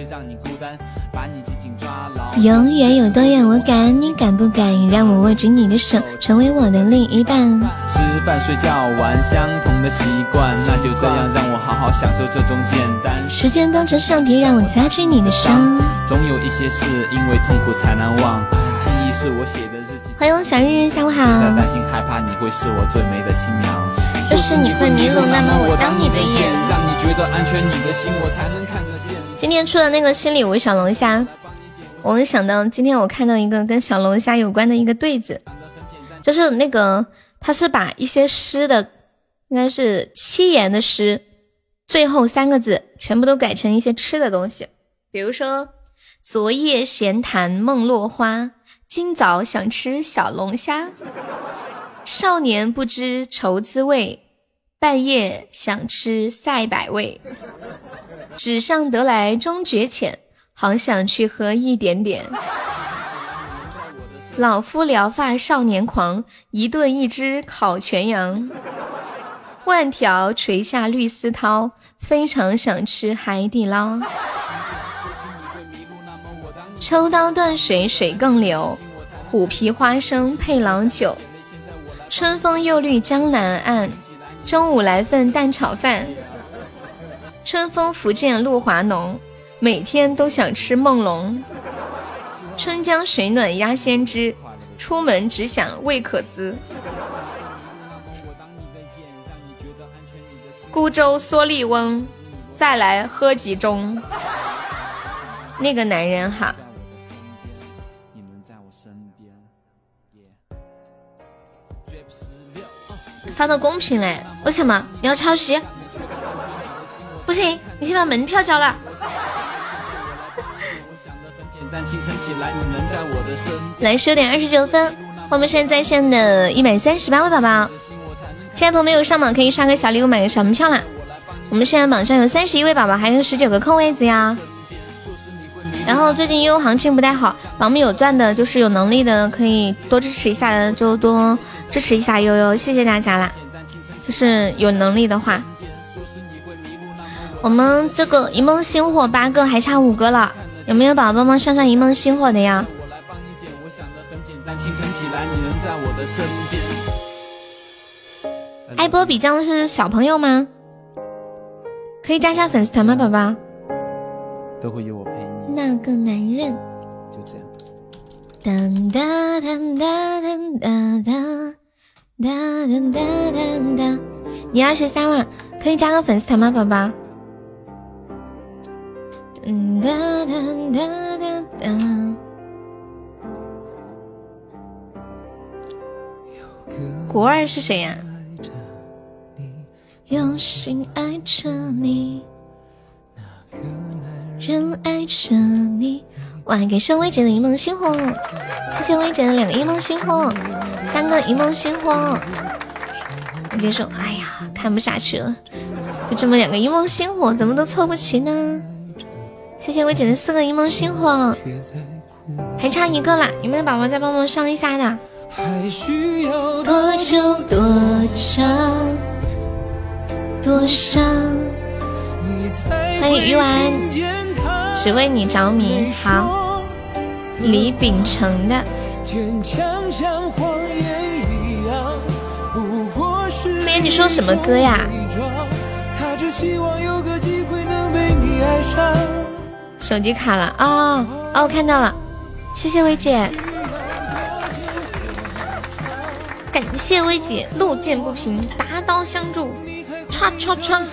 永远有多远我敢，你敢不敢让我握住你的手，成为我的另一半？吃饭睡觉玩相同的习惯，那就这样让我好好享受这种简单。时间当成橡皮让我擦去你的伤，总有一些事因为痛苦才难忘，记忆是我写的日记。欢迎小日日，下午好。不再担心害怕，你会是我最美的新娘。若是你会迷路，那么我当你的眼，让你觉得安全，你的心我才能看得见。今天出了那个新礼物小龙虾，我想到今天我看到一个跟小龙虾有关的一个对子， 就是那个他是把一些诗的，应该是7言的诗，最后3个字全部都改成一些吃的东西，比如说昨夜闲谈梦落花，今早想吃小龙虾，少年不知愁滋味，半夜想吃赛百味，纸上得来终觉浅，好想去喝一点点。老夫聊发少年狂，一顿一只烤全羊，万条垂下绿丝绦，非常想吃海底捞。抽刀断水水更流，虎皮花生配老酒，春风又绿江南岸，中午来份蛋炒饭。春风福建路华浓，每天都想吃梦龙。春江水暖鸭先知，出门只想胃可滋。孤舟蓑笠翁，再来喝几盅。那个男人哈，发到公屏嘞？为什么你要抄袭？不行，你先把门票交了。来10点29分，我们现在在线的138位宝宝，亲爱的朋友们有上榜可以刷个小礼物买个小门票啦。我们现在榜上有31位宝宝，还有19个空位子呀。然后最近悠悠行情不太好，榜们有钻的，就是有能力的可以多支持一下的，就多支持一下悠悠，谢谢大家啦。就是有能力的话，我们这个一梦星火8个，还差5个了。有没有宝宝帮忙上上一梦星火的呀？爱波比酱是小朋友吗？可以加下粉丝团吗，宝宝？ 都会有我陪你。 那个男人就这样。 当当当当当当当当当，你23了，可以加个粉丝团吗，宝宝？哒哒哒哒哒。国二是谁呀？用心爱着你，人爱着你。哇，感谢薇姐的一梦星火，谢谢薇姐的2个一梦星火，3个一梦星火。我跟你说，哎呀，看不下去了，就这么2个一梦星火，怎么都凑不齐呢？谢谢薇姐的4个一梦星火，还差1个啦！有没有宝宝再帮忙上一下的？还需要多久多长多伤？欢迎鱼丸，只为你着迷。好，李秉承的。飞爷，你说什么歌呀？手机卡了哦，我看到了，谢谢薇姐，感谢薇姐，路见不平拔刀相助，唰唰唰。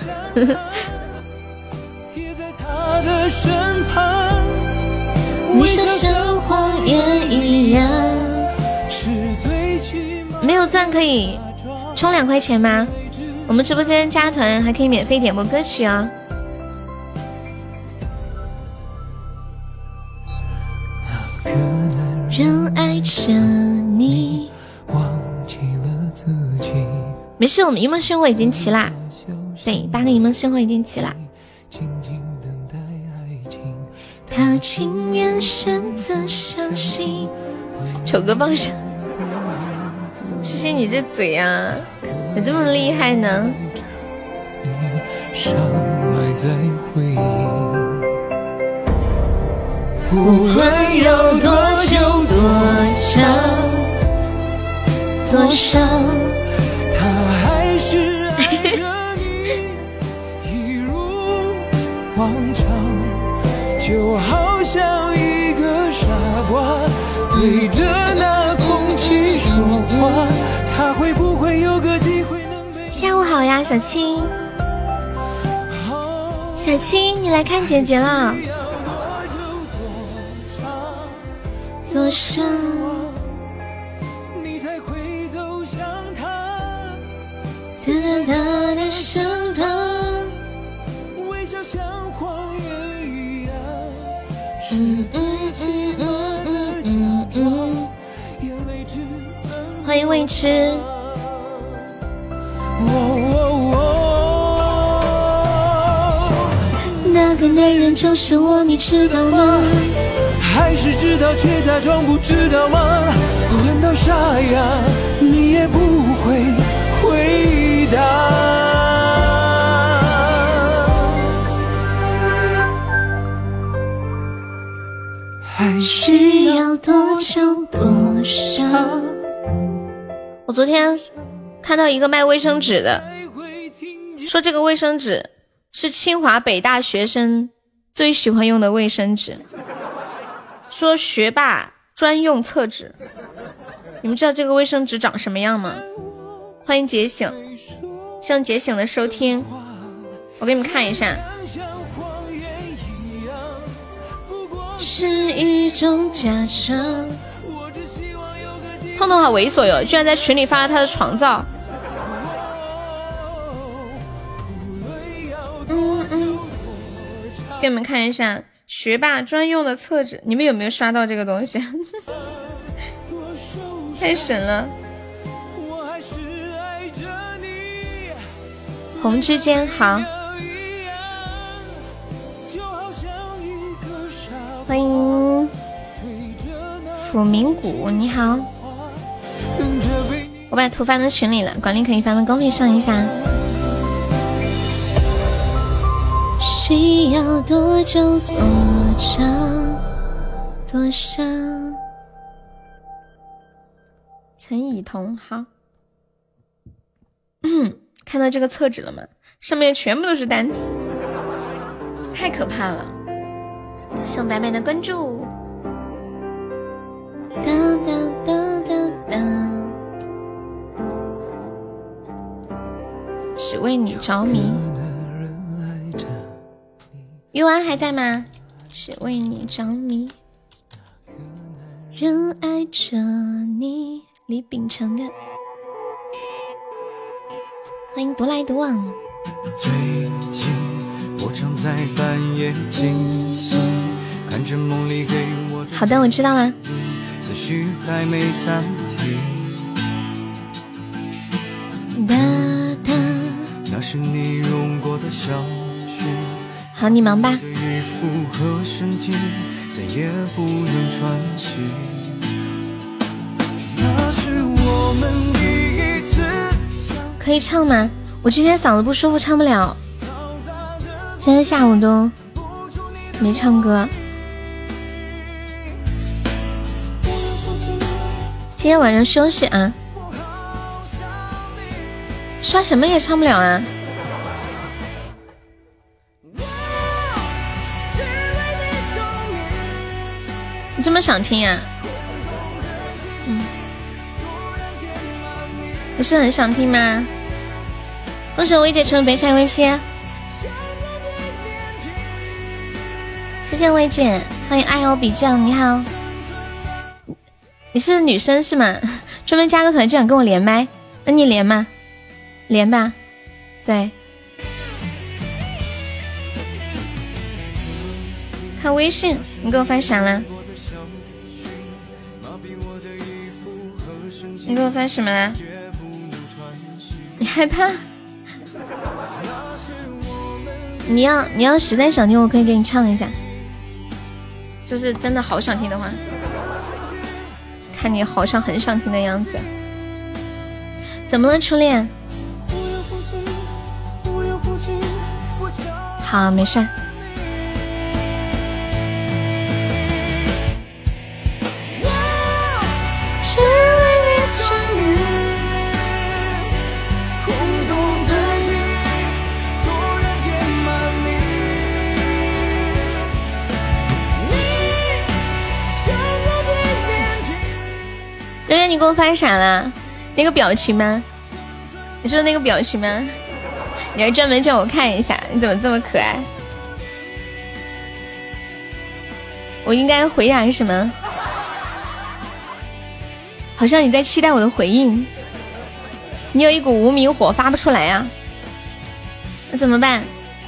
你说生谎言一样。没有钻可以充2块钱吗？我们直播间加团还可以免费点播歌曲啊。人爱着你，没事，我们一梦生活已经齐啦。对，8个一梦生活已经齐啦。他情愿选择相信。丑哥帮上，谢谢你这嘴啊，怎么这么厉害呢？无论有多久多长多伤，他还是爱着你，一如往常，就好像一个傻瓜对着那空气说话，他会不会有个机会能被。下午好呀，小青，小青，你来看姐姐了。多少你才会在他的身旁， 微笑像谎言一样。 欢迎未知。那个男人就是我，你知道吗？ 还是知道却假装不知道吗？问到沙哑，你也不会回答。还需要多久多少？我昨天看到一个卖卫生纸的，说这个卫生纸是清华北大学生最喜欢用的卫生纸，说学霸专用厕纸。你们知道这个卫生纸长什么样吗？欢迎觉醒，希望觉醒的收听。我给你们看一下，是一种假设。痛痛好猥琐哟，居然在群里发了他的床照。给你们看一下学霸专用的厕纸，你们有没有刷到这个东西？太神了！红之间好，欢迎抚明谷，你好。我把图发到群里了，管理可以发到公屏上一下。需要多久多长多少？陈以彤好。看到这个厕纸了吗？上面全部都是单词，太可怕了。谢白白的关注。哒哒哒哒哒，只为你着迷。玉安还在吗？只为你着迷，仍爱着你。李秉承的，欢迎不来独往。 最近我常在半夜惊醒，看着梦里给我的。 好的，我知道了。 思绪还没暂停。 哒哒， 那是你用过的小讯。 好，你忙吧。 一副和神经再也不能喘息。那是我们第一次。 可以唱吗？我今天嗓子不舒服，唱不了。今天下午都没唱歌。今天晚上休息啊。刷什么也唱不了啊。你这么想听呀？不是很想听吗？恭喜薇姐成为北海 VP， 谢谢薇姐，欢迎爱欧比酱，你好。你是女生是吗？专门加个团就想跟我连麦，那你连吗？连吧，对。看微信，你给我发啥了？你给我发什么了？你害怕？你要实在想听，我可以给你唱一下。就是真的好想听的话，看你好像很想听的样子。怎么了，初恋？好，没事儿。人家你给我发啥了？那个表情吗？你说那个表情吗？你还专门叫我看一下，你怎么这么可爱？我应该回答什么？好像你在期待我的回应。 你有一股无名火发不出来呀、那怎么办？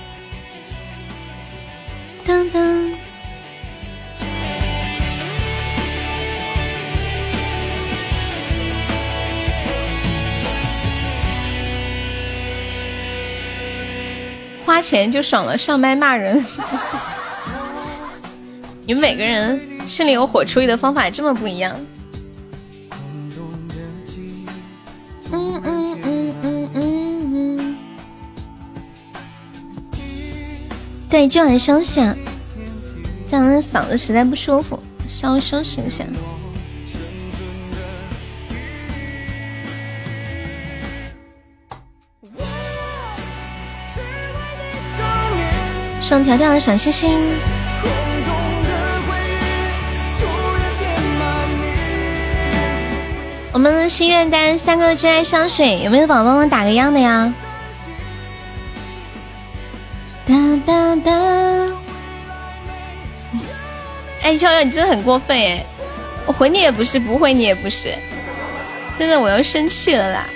噔噔。花钱就爽了，上麦骂人。你们每个人心里有火处理的方法这么不一样。对，今晚休息啊，这样的嗓子实在不舒服，稍微休息一下。送条条的小星星。我们的心愿单3个真爱香水，有没有宝宝帮我打个样的呀？哒哒哒！哎，飘飘，你真的很过分哎！我回你也不是，不回你也不是，真的我要生气了啦！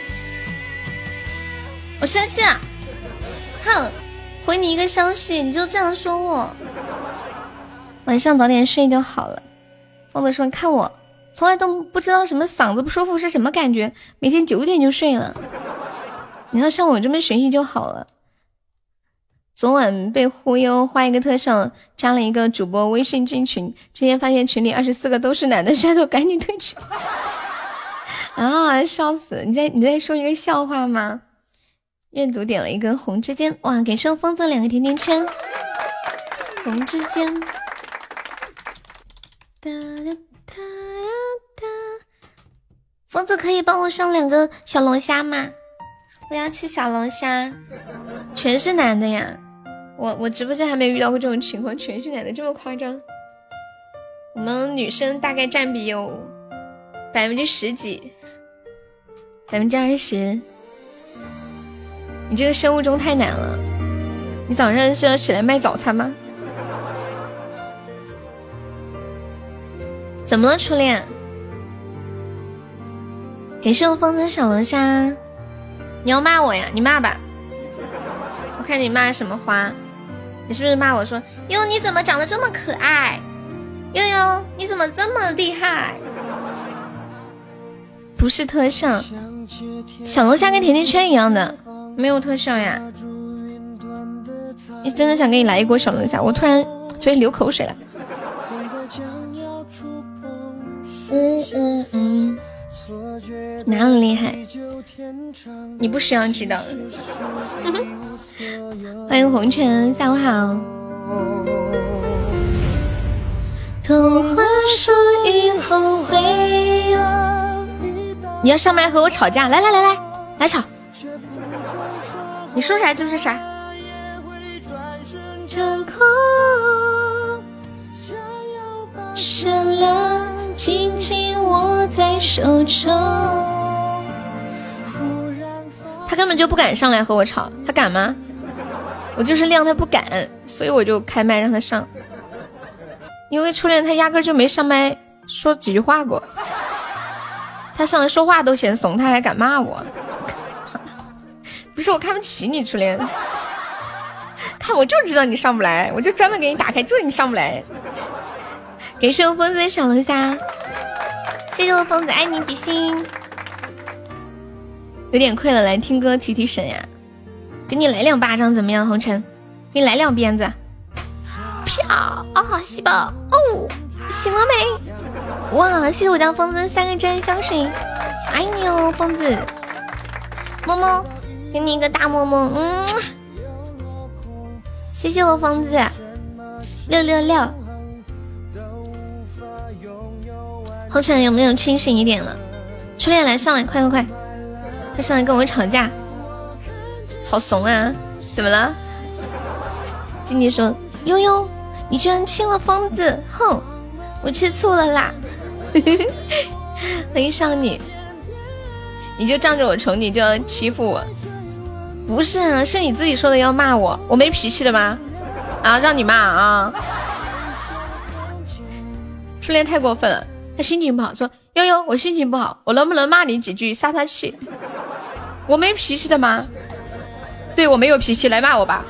我生气了！哼！回你一个消息，你就这样说我，晚上早点睡就好了。疯子说：“看我，从来都不知道什么嗓子不舒服是什么感觉，每天9点就睡了。你要像我这么学习就好了。”昨晚被忽悠，画一个特效，加了一个主播微信进群，之前发现群里24个都是男的，帅都赶紧退群。啊，笑死！你在说一个笑话吗？彦祖点了一根红之间，哇！给上疯子2个甜甜圈，红之间。哒哒哒哒哒，疯子可以帮我上2个小龙虾吗？我要吃小龙虾，全是男的呀！我直播间还没遇到过这种情况，全是男的，这么夸张？我们女生大概占比有10%几，20%。你这个生物钟太难了，你早上是要起来卖早餐吗？怎么了，初恋？给圣疯子小龙虾，你要骂我呀？你骂吧，我看你骂什么花？你是不是骂我说哟你怎么长得这么可爱？哟你怎么这么厉害？不是特效，小龙虾跟甜甜圈一样的。没有特效呀！你真的想给你来一锅小龙虾？我突然嘴里流口水了。哪里厉害？你不需要知道。欢迎红尘，下午好。童话说以后会有。你要上麦和我吵架？来吵！你说啥就是啥。成空善良紧紧握在手中。他根本就不敢上来和我吵，他敢吗？我就是谅他不敢，所以我就开麦让他上。因为初恋他压根就没上麦说几句话过，他上来说话都嫌怂，他还敢骂我。不是我看不起你，初恋，看我就知道你上不来，我就专门给你打开，就是你上不来。给圣疯子的小龙虾，谢谢我疯子，爱你比心。有点困了，来听歌提提神呀。给你来2巴掌怎么样，红尘？给你来2鞭子。啪！哦，细胞哦，醒了没？哇，谢谢我家疯子3个真香水，爱你哦，疯子。么么。给你一个大么么，谢谢我疯子，666。红尘有没有清醒一点了？初恋来上来，快，他上来跟我吵架，好怂啊！怎么了？经理说：“悠悠，你居然亲了疯子，哼，我吃醋了啦！”欢迎少女，你就仗着我宠你就要欺负我？不是啊，是你自己说的要骂我，我没脾气的吗？啊，让你骂啊！初恋太过分了，他心情不好，说悠悠，我心情不好，我能不能骂你几句撒撒气？ 我没脾气的吗？对，我没有脾气，来骂我吧。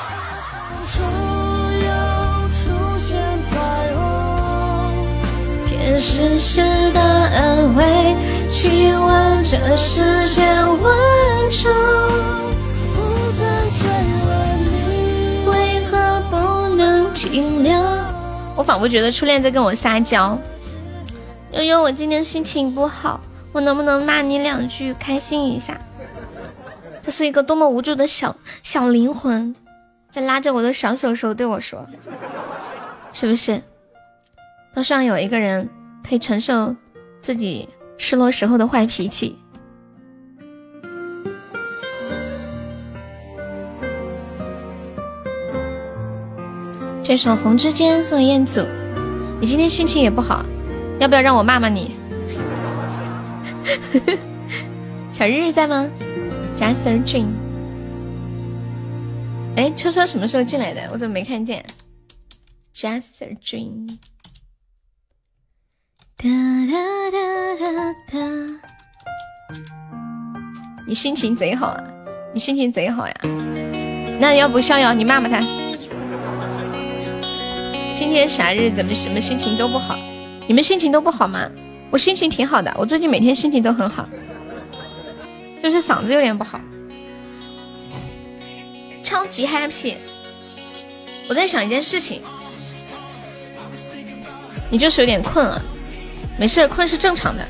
别时时的安慰，希望这世间万种，不再追问你为何不能停留。我仿佛觉得初恋在跟我撒娇。悠悠，我今天心情不好，我能不能骂你2句开心一下？这是一个多么无助的小灵魂在拉着我的小手手对我说，是不是都希望有一个人可以承受自己失落时候的坏脾气。这首《红之间》送彦祖。你今天心情也不好，要不要让我骂骂你？小日日在吗？ Just Dream。 哎，车车什么时候进来的？我怎么没看见？ Just Dream。 哒哒哒哒哒。你心情贼好啊，你心情贼好呀。那要不逍遥你骂骂他。今天啥日子什么心情都不好？你们心情都不好吗？我心情挺好的，我最近每天心情都很好，就是嗓子有点不好，超级 happy。 我在想一件事情，你就是有点困了，没事，困是正常的。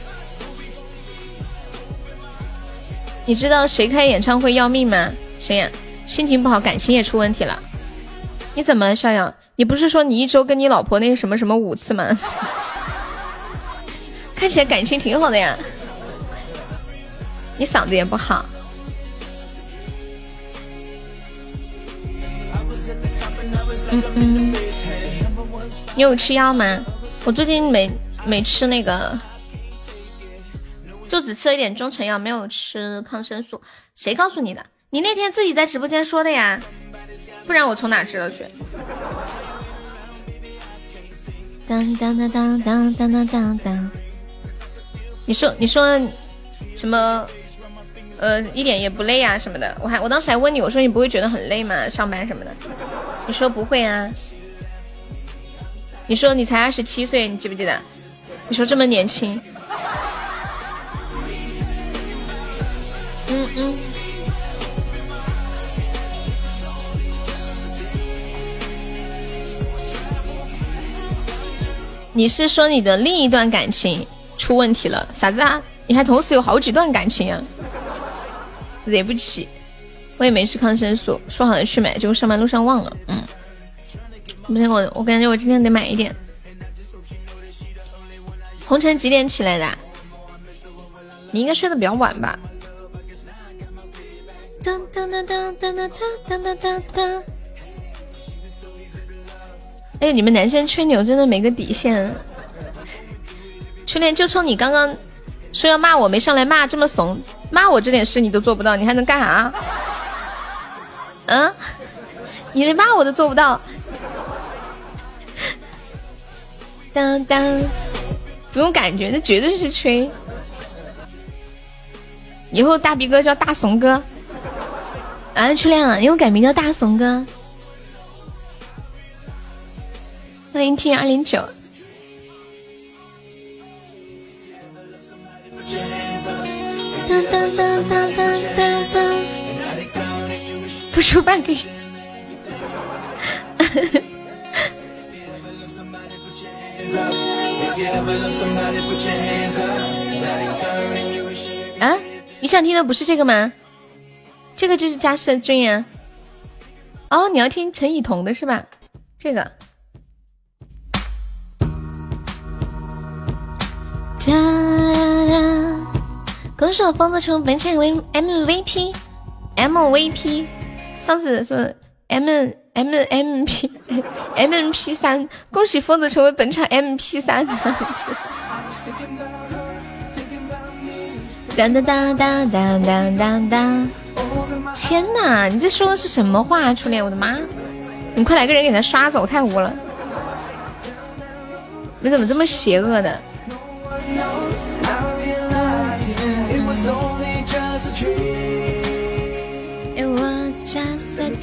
你知道谁开演唱会要命吗？谁呀？心情不好，感情也出问题了。你怎么了，逍遥？你不是说你一周跟你老婆那个什么什么5次吗？看起来感情挺好的呀。你嗓子也不好。你有吃药吗？我最近没吃那个，就只吃了一点中成药，没有吃抗生素。谁告诉你的？你那天自己在直播间说的呀，不然我从哪知道去？当当当当当当当当当。你说什么？一点也不累啊什么的。我当时还问你，我说你不会觉得很累吗？上班什么的。你说不会啊。你说你才27岁，你记不记得？你说这么年轻。你是说你的另一段感情出问题了？啥子啊？你还同时有好几段感情啊？惹不起。我也没吃抗生素，说好了去买，结果上班路上忘了。不行，我感觉我今天得买一点。红尘几点起来的？你应该睡得比较晚吧？当当当当当当当当当当。哎，你们男生吹牛真的没个底线。初恋就冲你刚刚说要骂我，没上来骂，这么怂，骂我这点事你都做不到，你还能干啥？你连骂我都做不到。当当，不用感觉，那绝对是吹。以后大逼哥叫大怂哥。初恋啊，以后改名叫大怂哥。207、209。当当当当当当当。不出半个月。啊，你想听的不是这个吗？这个就是加深尊呀。哦，你要听陈以彤的是吧？这个。恭喜我疯子成本场为 MVP。上次说 MP3，恭喜疯子成为本场 MP3。当当当当当当当当！天哪，你这说的是什么话？初恋，我的妈！你快来个人给他刷走，太污了！你怎么这么邪恶的？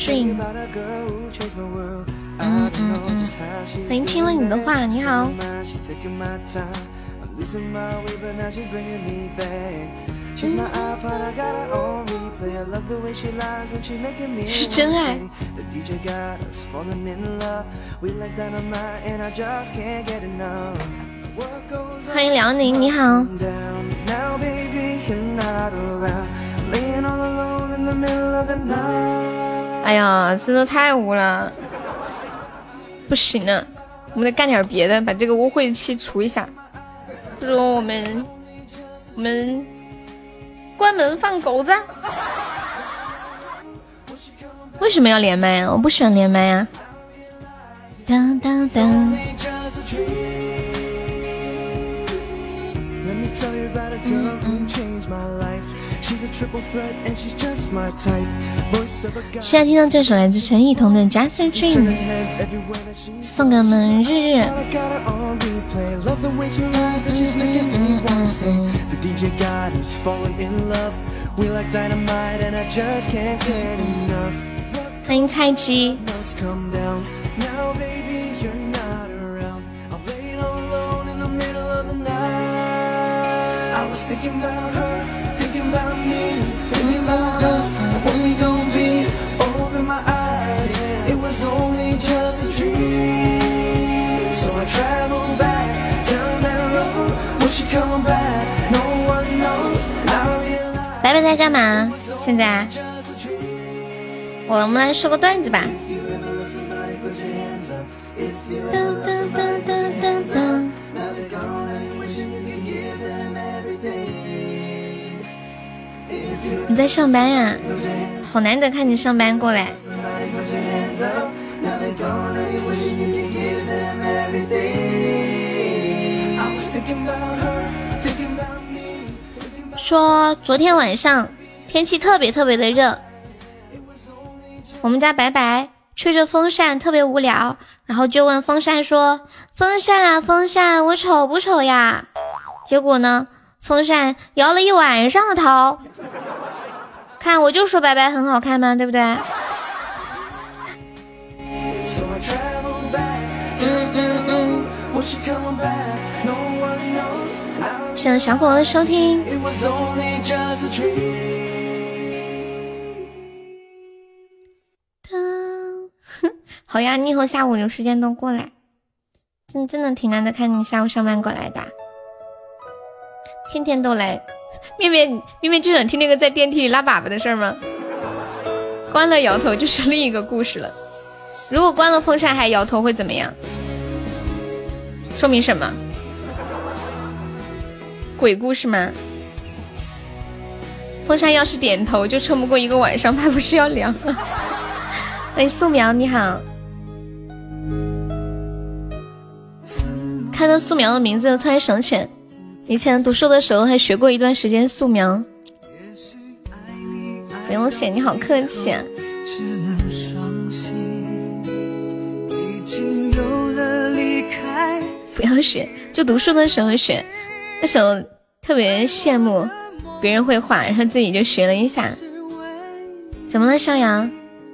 Dream。欢迎听了你的话，你好。是真爱。欢迎辽宁，你好。哎呀，真的太污了，不行了，我们得干点别的，把这个污秽气除一下。不如我们关门放狗子。为什么要连麦啊？我不喜欢连麦啊。当当当。现在听到这首来自陈奕彤的《Just a Dream》，送给我们日日。欢迎菜鸡。Thinking about her, thinking about me, thinking about us, what we gon' be. Open my eyes, it was only just a dream. So I traveled back down that road. Will she come back? No one knows. I realize. 白白在干嘛？现在？我们来说个段子吧。噔噔噔噔噔噔。你在上班呀？好难得看你上班过来。说昨天晚上天气特别的热，我们家白白吹着风扇特别无聊，然后就问风扇说：“风扇啊风扇，我丑不丑呀？”结果呢，风扇摇了一晚上的头。看，我就说白白很好看嘛，对不对？谢谢小狗的收听。好呀，你以后下午有时间都过来，真的挺难得看你下午上班过来的，天天都来。面面就想听那个在电梯里拉粑粑的事吗？关了摇头就是另一个故事了。如果关了风扇还摇头会怎么样？说明什么？鬼故事吗？风扇要是点头就撑不过一个晚上，怕不是要凉。哎，素描你好。看到素描的名字突然想起以前读书的时候还学过一段时间素描。不用谢，你好客气啊。不要学，就读书的时候学，那时候特别羡慕别人会画，然后自己就学了一下。怎么了邵阳？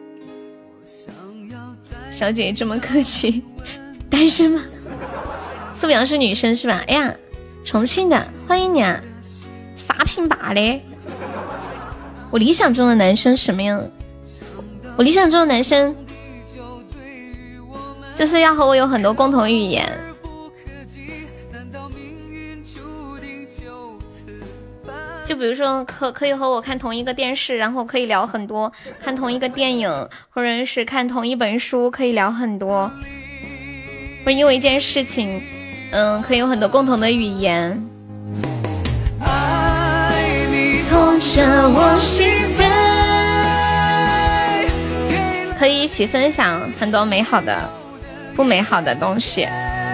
小姐姐这么客气，单身吗？素描是女生是吧？哎呀，重庆的，欢迎你啊！啥品拔嘞？我理想中的男生什么样？我理想中的男生就是要和我有很多共同语言。就比如说可以和我看同一个电视，然后可以聊很多，看同一个电影，或者是看同一本书，可以聊很多，或者因为一件事情可以有很多共同的语言。爱你痛彻我心扉，可以一起分享很多美好的不美好的东西。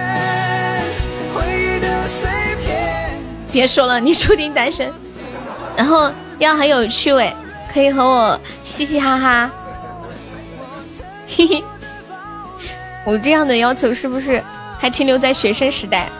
别说了，你注定单身。然后要很有趣味，可以和我嘻嘻哈哈。嘿嘿，我这样的要求是不是还停留在学生时代？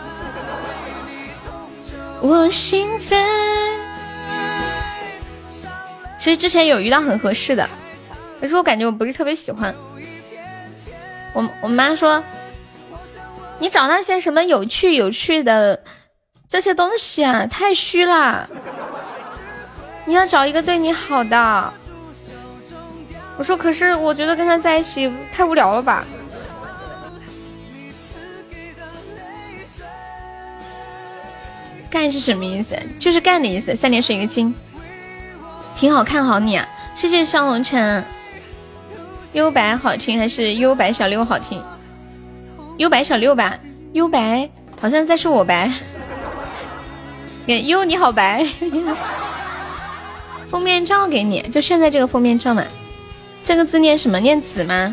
我心扉。其实之前有遇到很合适的， 可是我感觉我不是特别喜欢。我妈说，你找那些什么有趣的这些东西啊，太虚了。你要找一个对你好的。我说，可是我觉得跟他在一起太无聊了吧。干是什么意思？就是干的意思。3点水一个金，挺好，看好你啊！谢谢小红尘。幽白好听还是幽白小六好听？幽白小六吧，幽白好像在说我白。幽你好白。封面照给你，就现在这个封面照嘛。这个字念什么？念子吗？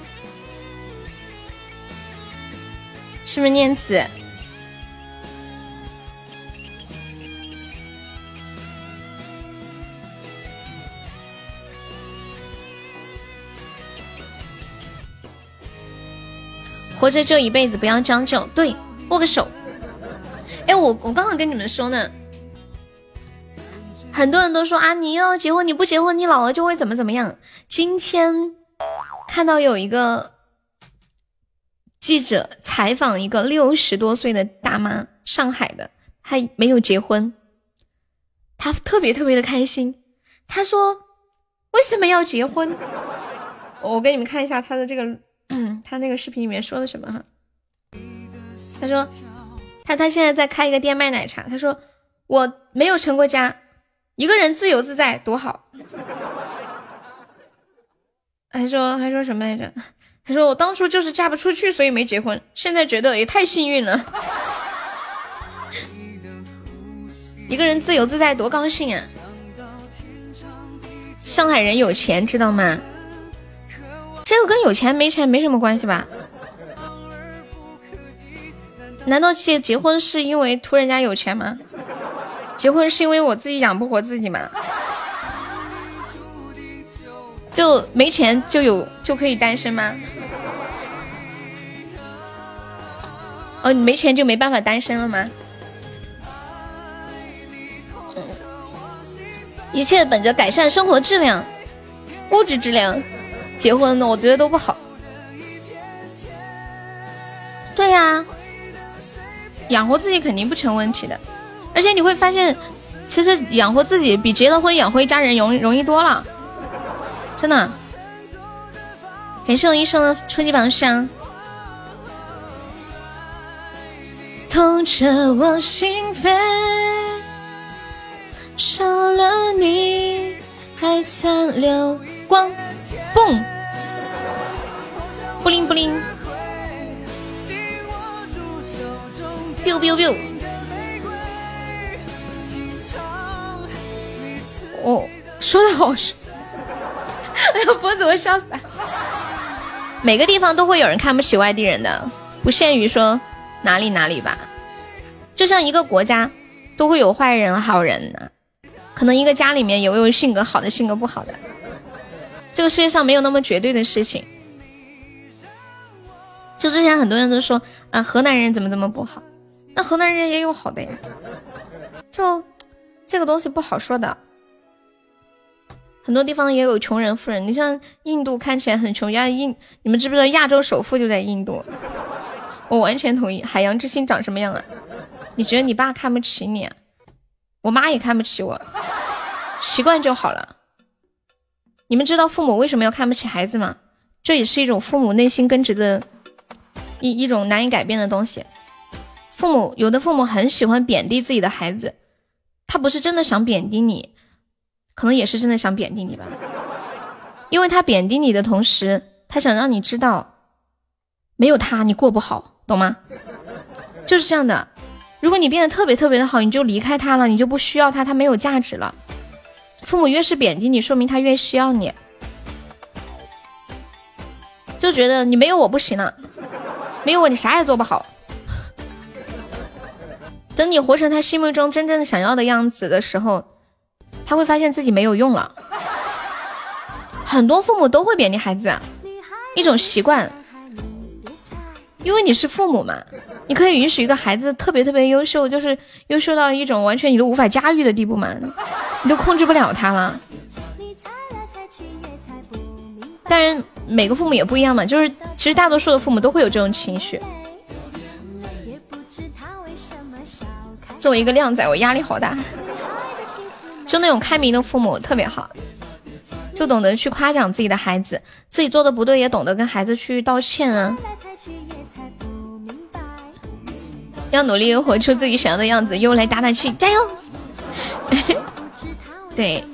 是不是念子？活着就一辈子，不要将就。对，握个手。哎，我刚好跟你们说呢，很多人都说啊，你要结婚，你不结婚，你老了就会怎么样。今天看到有一个记者采访一个60多岁的大妈，上海的，她没有结婚，她特别的开心。她说为什么要结婚？我给你们看一下她的这个。他那个视频里面说的什么哈？他说他现在在开一个店卖奶茶。他说我没有成过家，一个人自由自在多好。还说什么来着？他说我当初就是嫁不出去，所以没结婚，现在觉得也太幸运了。一个人自由自在多高兴啊！上海人有钱知道吗？这个跟有钱没钱没什么关系吧？难道结婚是因为图人家有钱吗？结婚是因为我自己养不活自己吗？就没钱就可以单身吗？哦，你没钱就没办法单身了吗？一切本着改善生活质量、物质质量。结婚的我觉得都不好。对呀，养活自己肯定不成问题的，而且你会发现其实养活自己比结了婚养活一家人容易多了，真的。感谢我医生的初级榜上。痛彻我心扉，少了你还残留光蹦布灵布灵 biu biu biu。 哦，说的好说。哎呦，脖子我笑死了。每个地方都会有人看不起外地人的，不限于说哪里吧。就像一个国家都会有坏人好人呢，可能一个家里面也有性格好的性格不好的，这个世界上没有那么绝对的事情。就之前很多人都说啊，河南人怎么不好，那河南人也有好的呀，就这个东西不好说的。很多地方也有穷人富人，你像印度看起来很穷，你们知不知道亚洲首富就在印度？我完全同意。海洋之心长什么样啊？你觉得你爸看不起你啊？我妈也看不起我，习惯就好了。你们知道父母为什么要看不起孩子吗？这也是一种父母内心根植的一种难以改变的东西。有的父母很喜欢贬低自己的孩子，他不是真的想贬低你，可能也是真的想贬低你吧。因为他贬低你的同时，他想让你知道没有他你过不好，懂吗？就是这样的。如果你变得特别的好，你就离开他了，你就不需要他，他没有价值了。父母越是贬低你，说明他越需要你，就觉得你没有我不行了，没有我你啥也做不好。等你活成他心目中真正想要的样子的时候，他会发现自己没有用了。很多父母都会贬低孩子，一种习惯，因为你是父母嘛，你可以允许一个孩子特别优秀，就是优秀到一种完全你都无法驾驭的地步嘛，你都控制不了他了。 当然每个父母也不一样嘛，就是其实大多数的父母都会有这种情绪。作为一个靓仔，我压力好大。就那种开明的父母特别好，就懂得去夸奖自己的孩子，自己做的不对也懂得跟孩子去道歉啊。要努力活出自己想要的样子，又来打打气，加油！对，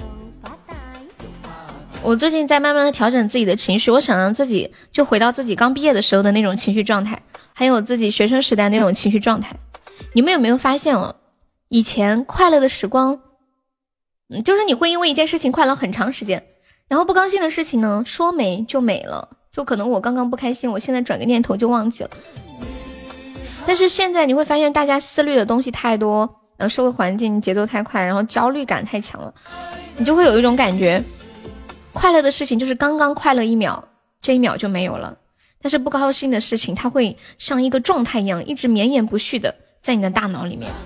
我最近在慢慢的调整自己的情绪，我想让自己就回到自己刚毕业的时候的那种情绪状态，还有自己学生时代那种情绪状态。你们有没有发现哦，以前快乐的时光，就是你会因为一件事情快乐很长时间，然后不高兴的事情呢，说没就没了，就可能我刚刚不开心，我现在转个念头就忘记了。但是现在你会发现大家思虑的东西太多，然后社会环境节奏太快，然后焦虑感太强了，你就会有一种感觉，快乐的事情就是刚刚快乐一秒，这一秒就没有了，但是不高兴的事情它会像一个状态一样一直绵延不续的在你的大脑里面。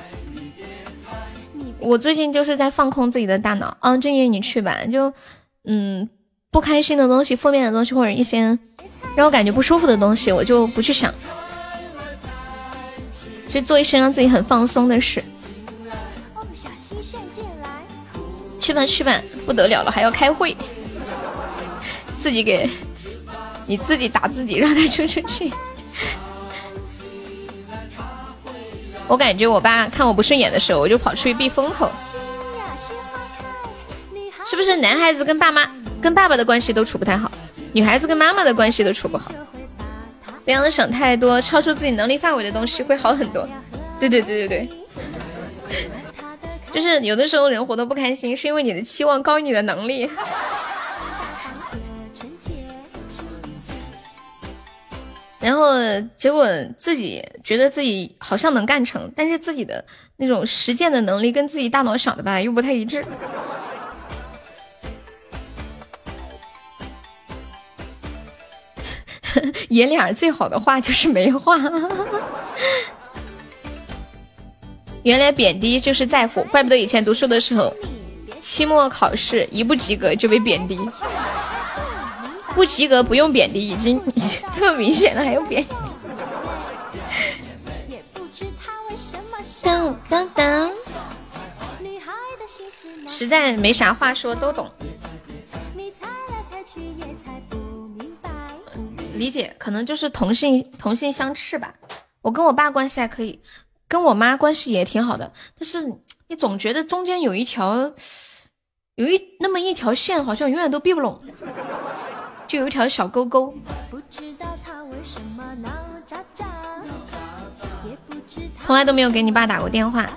我最近就是在放空自己的大脑，正业你去吧，就不开心的东西，负面的东西，或者一些让我感觉不舒服的东西，我就不去想，去做一些让自己很放松的事。去吧去吧，不得了了，还要开会，自己给你自己打自己，让他出去。我感觉我爸看我不顺眼的时候，我就跑出去避风头。是不是男孩子跟爸爸的关系都处不太好，女孩子跟妈妈的关系都处不好？不要想太多，超出自己能力范围的东西会好很多。对，就是有的时候人活得不开心，是因为你的期望高于你的能力。然后结果自己觉得自己好像能干成，但是自己的那种实践的能力跟自己大脑想的吧又不太一致。爷俩最好的话就是没话。原来贬低就是在乎，怪不得以前读书的时候期末考试一不及格就被贬低，不及格不用贬低，已经这么明显了还用贬低。当当当，实在没啥话说，都懂。理解，可能就是同性相斥吧。我跟我爸关系还可以，跟我妈关系也挺好的，但是你总觉得中间有那么一条线，好像永远都闭不拢，就有一条小沟沟。从来都没有给你爸打过电话。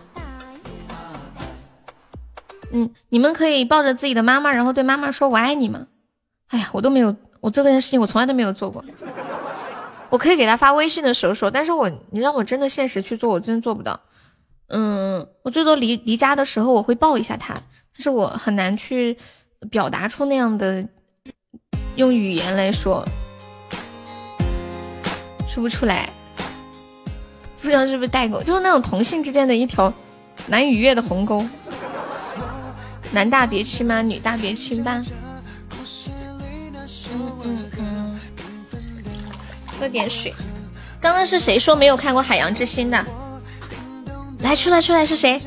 你们可以抱着自己的妈妈，然后对妈妈说我爱你吗？哎呀，我都没有，我这件事情我从来都没有做过。我可以给他发微信的时候说，但是你让我真的现实去做，我真的做不到。我最多离家的时候我会抱一下他，但是我很难去表达出那样的，用语言来说说不出来，不知道是不是代沟，就是那种同性之间的一条难以逾越的鸿沟。男大别亲吗？女大别亲吧。喝点水。刚刚是谁说没有看过《海洋之心》的？来，出来是谁？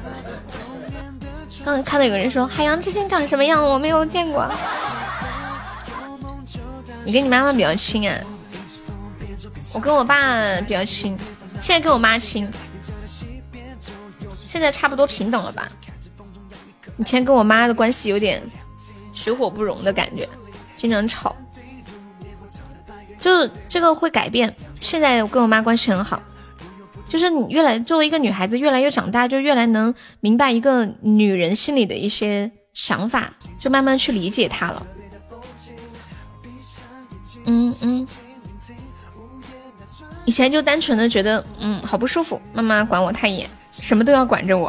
刚刚看到有个人说《海洋之心》长什么样，我没有见过。你跟你妈妈比较亲啊？我跟我爸比较亲，现在跟我妈亲，现在差不多平等了吧？以前跟我妈的关系有点水火不容的感觉，经常吵。就这个会改变，现在我跟我妈关系很好，就是你作为一个女孩子越来越长大，就越来能明白一个女人心里的一些想法，就慢慢去理解她了。以前就单纯的觉得好不舒服，妈妈管我太严，什么都要管着我。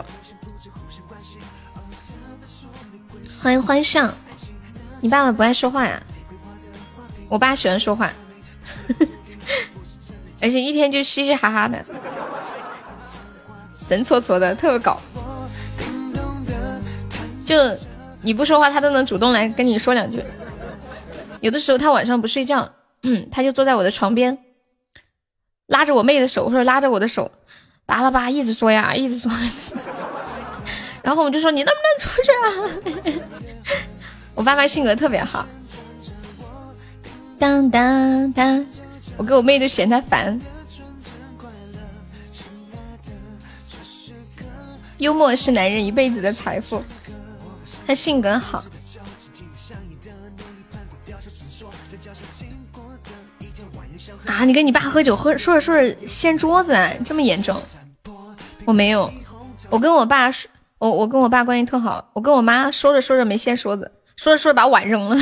欢迎欢笑，你爸爸不爱说话呀？我爸喜欢说话，而且一天就嘻嘻哈哈的，神戳戳的，特别搞。就你不说话，他都能主动来跟你说两句。 有的时候他晚上不睡觉，他就坐在我的床边，拉着我妹的手或者拉着我的手，叭叭叭一直说呀，一直说。然后我就说你能不能出去啊？我爸妈性格特别好。当当当，我跟我妹就嫌他烦。幽默是男人一辈子的财富，他性格好。啊！你跟你爸喝酒说着掀桌子啊，这么严重？我没有，我跟我爸说，我跟我爸关系特好。我跟我妈说着没掀桌子，说着把碗扔了，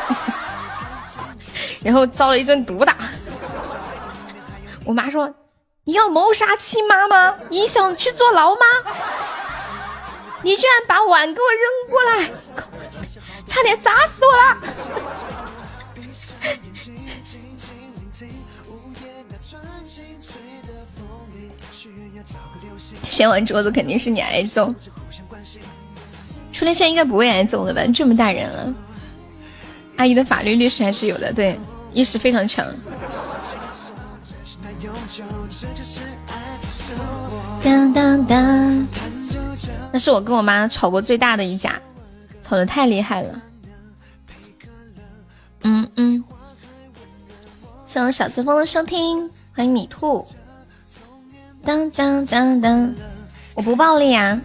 然后遭了一顿毒打。我妈说：“你要谋杀亲妈吗？你想去坐牢吗？你居然把碗给我扔过来，差点砸死我了！”掀完桌子肯定是你挨揍，初恋现在应该不会挨揍的吧？这么大人了，阿姨的法律律师还是有的，对，意识非常强。当当当，那是我跟我妈吵过最大的一架，吵得太厉害了。谢谢小刺风的收听，欢迎米兔。当当当当，我不暴力啊，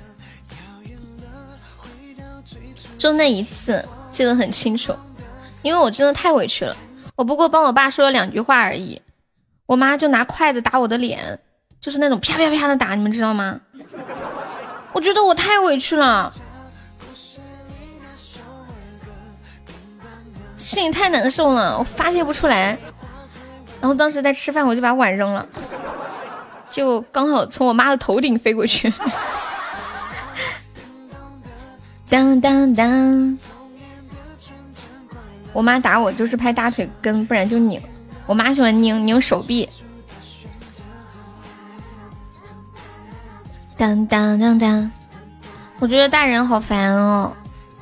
就那一次记得很清楚，因为我真的太委屈了。我不过帮我爸说了2句话而已，我妈就拿筷子打我的脸，就是那种啪啪啪的打，你们知道吗？我觉得我太委屈了，心里太难受了，我发泄不出来。然后当时在吃饭，我就把碗扔了，就刚好从我妈的头顶飞过去。当当当，我妈打我就是拍大腿根，不然就拧。我妈喜欢拧手臂。当当当当，我觉得大人好烦哦。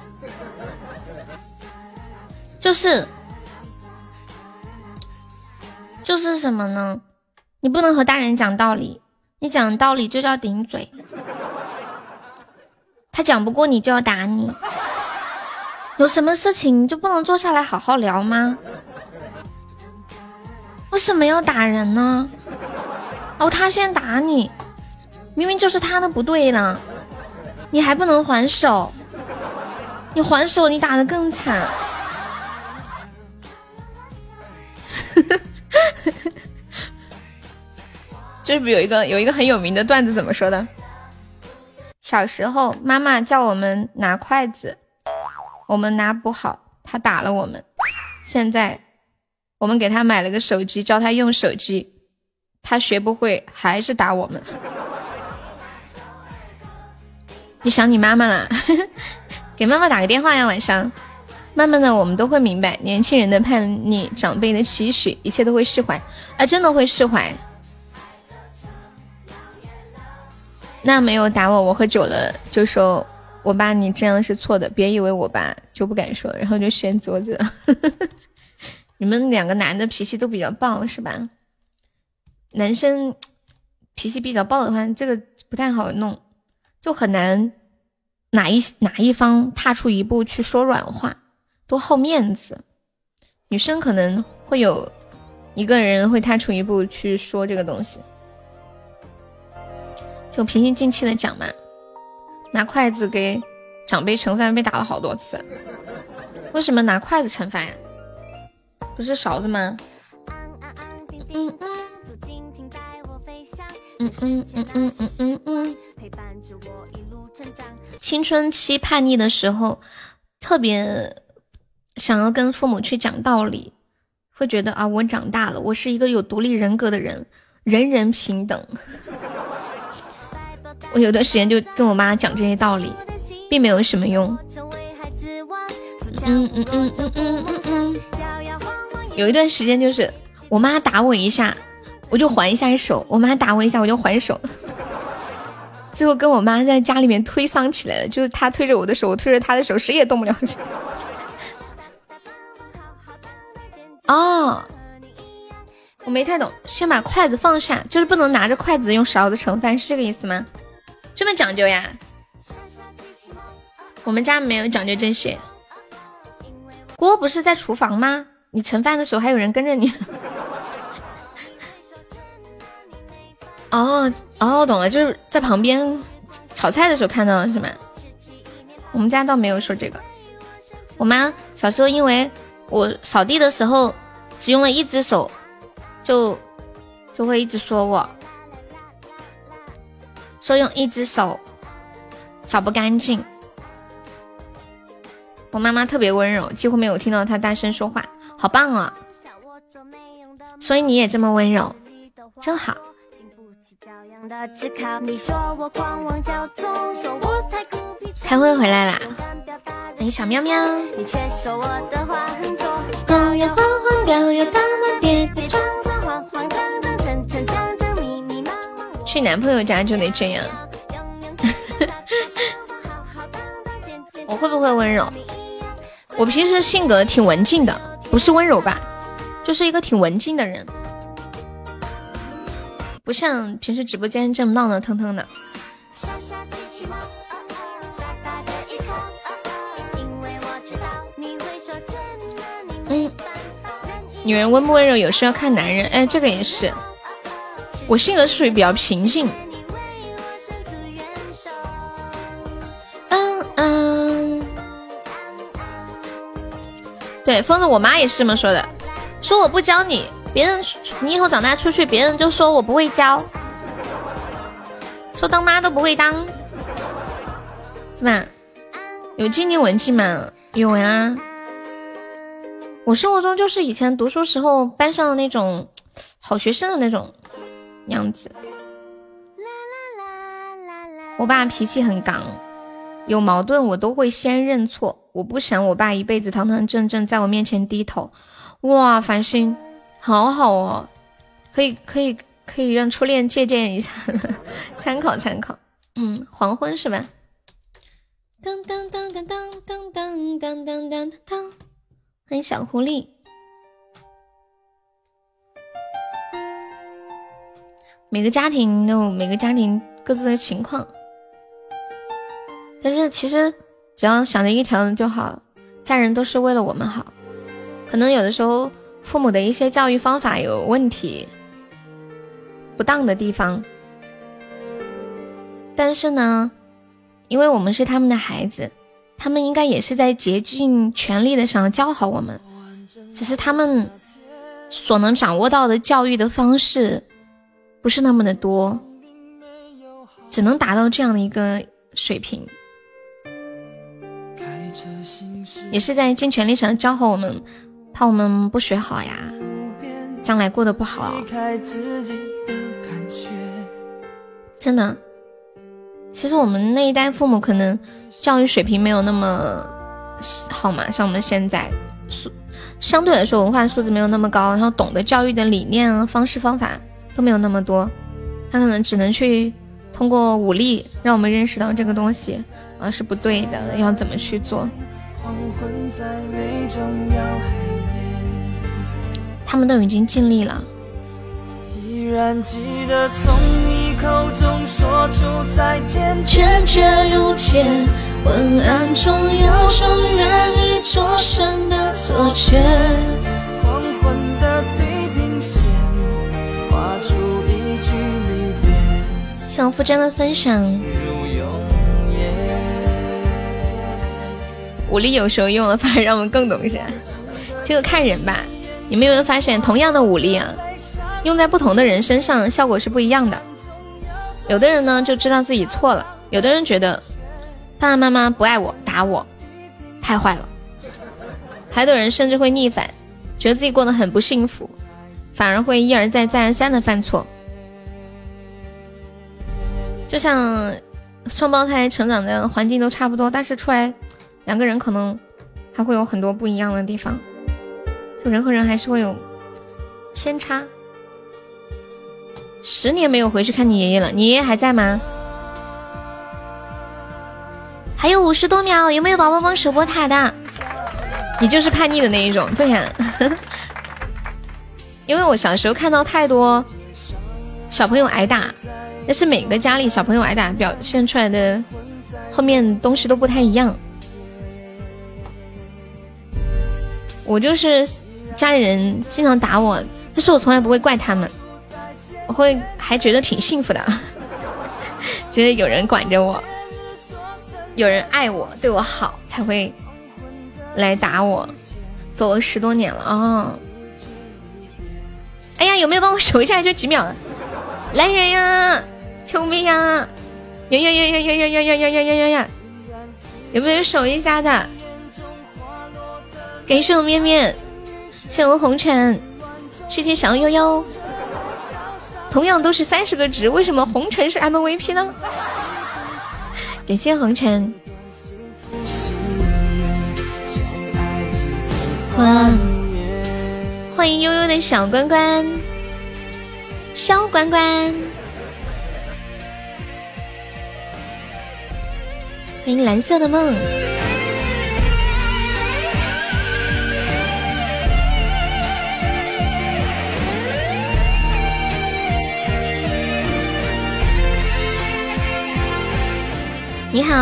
就是什么呢？你不能和大人讲道理，你讲道理就叫顶嘴。他讲不过你就要打你，有什么事情就不能坐下来好好聊吗？为什么要打人呢？哦，他先打你，明明就是他的不对了，你还不能还手，你还手你打得更惨。这不有一个很有名的段子怎么说的？小时候妈妈叫我们拿筷子，我们拿不好，她打了我们。现在我们给她买了个手机，教她用手机，她学不会还是打我们。你想你妈妈啦？给妈妈打个电话呀，晚上。慢慢的我们都会明白，年轻人的叛逆，长辈的期许，一切都会释怀啊，真的会释怀。那没有打我，我喝酒了就说我爸你这样是错的，别以为我爸就不敢说，然后就掀桌子。你们2个男的脾气都比较暴是吧？男生脾气比较暴的话，这个不太好弄，就很难哪一方踏出一步去说软话，多好面子。女生可能会有一个人会踏出一步去说这个东西，就平心静气的讲嘛。拿筷子给长辈盛饭被打了好多次，为什么拿筷子盛饭呀？不是勺子吗？青春期叛逆的时候，特别想要跟父母去讲道理，会觉得啊，我长大了，我是一个有独立人格的人，人人平等。我有段时间就跟我妈讲这些道理，并没有什么用。有一段时间就是我妈打我一下，我就还一下手；我妈打我一下，我就还手。最后跟我妈在家里面推搡起来了，就是她推着我的手，我推着她的手，谁也动不了。 哦，我没太懂，先把筷子放下，就是不能拿着筷子用勺子盛饭，是这个意思吗？这么讲究呀？我们家没有讲究这些。锅不是在厨房吗？你盛饭的时候还有人跟着你。哦，懂了，就是在旁边炒菜的时候看到了是吗？我们家倒没有说这个。我妈小时候因为我扫地的时候只用了一只手，就会一直说我，说用一只手扫不干净。我妈妈特别温柔，几乎没有听到她大声说话，好棒啊！所以你也这么温柔，真好。开会回来啦！哎，小喵喵。高原缓缓飙跃，大浪跌跌撞撞，慌慌张张，层层张张，密密麻麻。去男朋友家就得这样。我会不会温柔？我平时性格挺文静的，不是温柔吧，就是一个挺文静的人，不像平时直播间这么闹闹腾腾的。女人温不温柔有时要看男人，哎，这个也是。我性格是属于比较平静。对，疯子，我妈也是这么说的，说我不教你，别人你以后长大出去，别人就说我不会教，说当妈都不会当，是吧？有静静文静吗？有呀。我生活中就是以前读书时候班上的那种好学生的那种样子。我爸脾气很刚，有矛盾我都会先认错，我不想我爸一辈子堂堂正正在我面前低头。哇，繁星好好哦，可以让初恋借鉴一下参考参考。黄昏是吧？当当当当当当当当当当当，欢迎小狐狸。每个家庭都有每个家庭各自的情况，但是其实只要想着一条就好，家人都是为了我们好。可能有的时候父母的一些教育方法有问题，不当的地方，但是呢，因为我们是他们的孩子，他们应该也是在竭尽全力的想要教好我们，只是他们所能掌握到的教育的方式不是那么的多，只能达到这样的一个水平，也是在尽全力想教好我们，怕我们不学好呀，将来过得不好。真的，其实我们那一代父母可能教育水平没有那么好嘛，像我们现在相对来说文化素质没有那么高，然后懂得教育的理念啊方式方法都没有那么多，他可能只能去通过武力让我们认识到这个东西是不对的，要怎么去做。他们都已经尽力了。依然记得从你口中说出再见，坚决如铁，昏暗中有种人已灼身的错觉。黄昏的地平线画出一句离别。谢我傅真的分享。武力有时候用了反而让我们更懂一些，这个看人吧。你们有没有发现同样的武力啊，用在不同的人身上效果是不一样的。有的人呢就知道自己错了，有的人觉得爸爸妈妈不爱我打我太坏了，还有的人甚至会逆反，觉得自己过得很不幸福，反而会一而再再而三的犯错。就像双胞胎成长的环境都差不多，但是出来两个人可能还会有很多不一样的地方，就人和人还是会有偏差。10年没有回去看你爷爷了，你爷爷还在吗？还有50多秒，有没有宝宝帮守波塔的？你就是叛逆的那一种，对呀。 因为我小时候看到太多小朋友挨打，但是每个家里小朋友挨打表现出来的后面东西都不太一样。我就是家里人经常打我，但是我从来不会怪他们，我会还觉得挺幸福的，觉得有人管着我，有人爱我，对我好，才会来打我。走了10多年了啊！哎呀，有没有帮我守一下？就几秒了，来人呀！救命呀！呀！有没有守一下的？感谢我面面，谢我红尘，谢谢小悠悠。同样都是30个值，为什么红尘是 MVP 呢？感谢红尘。欢迎悠悠的小关关，小关关，欢迎蓝色的梦。你好，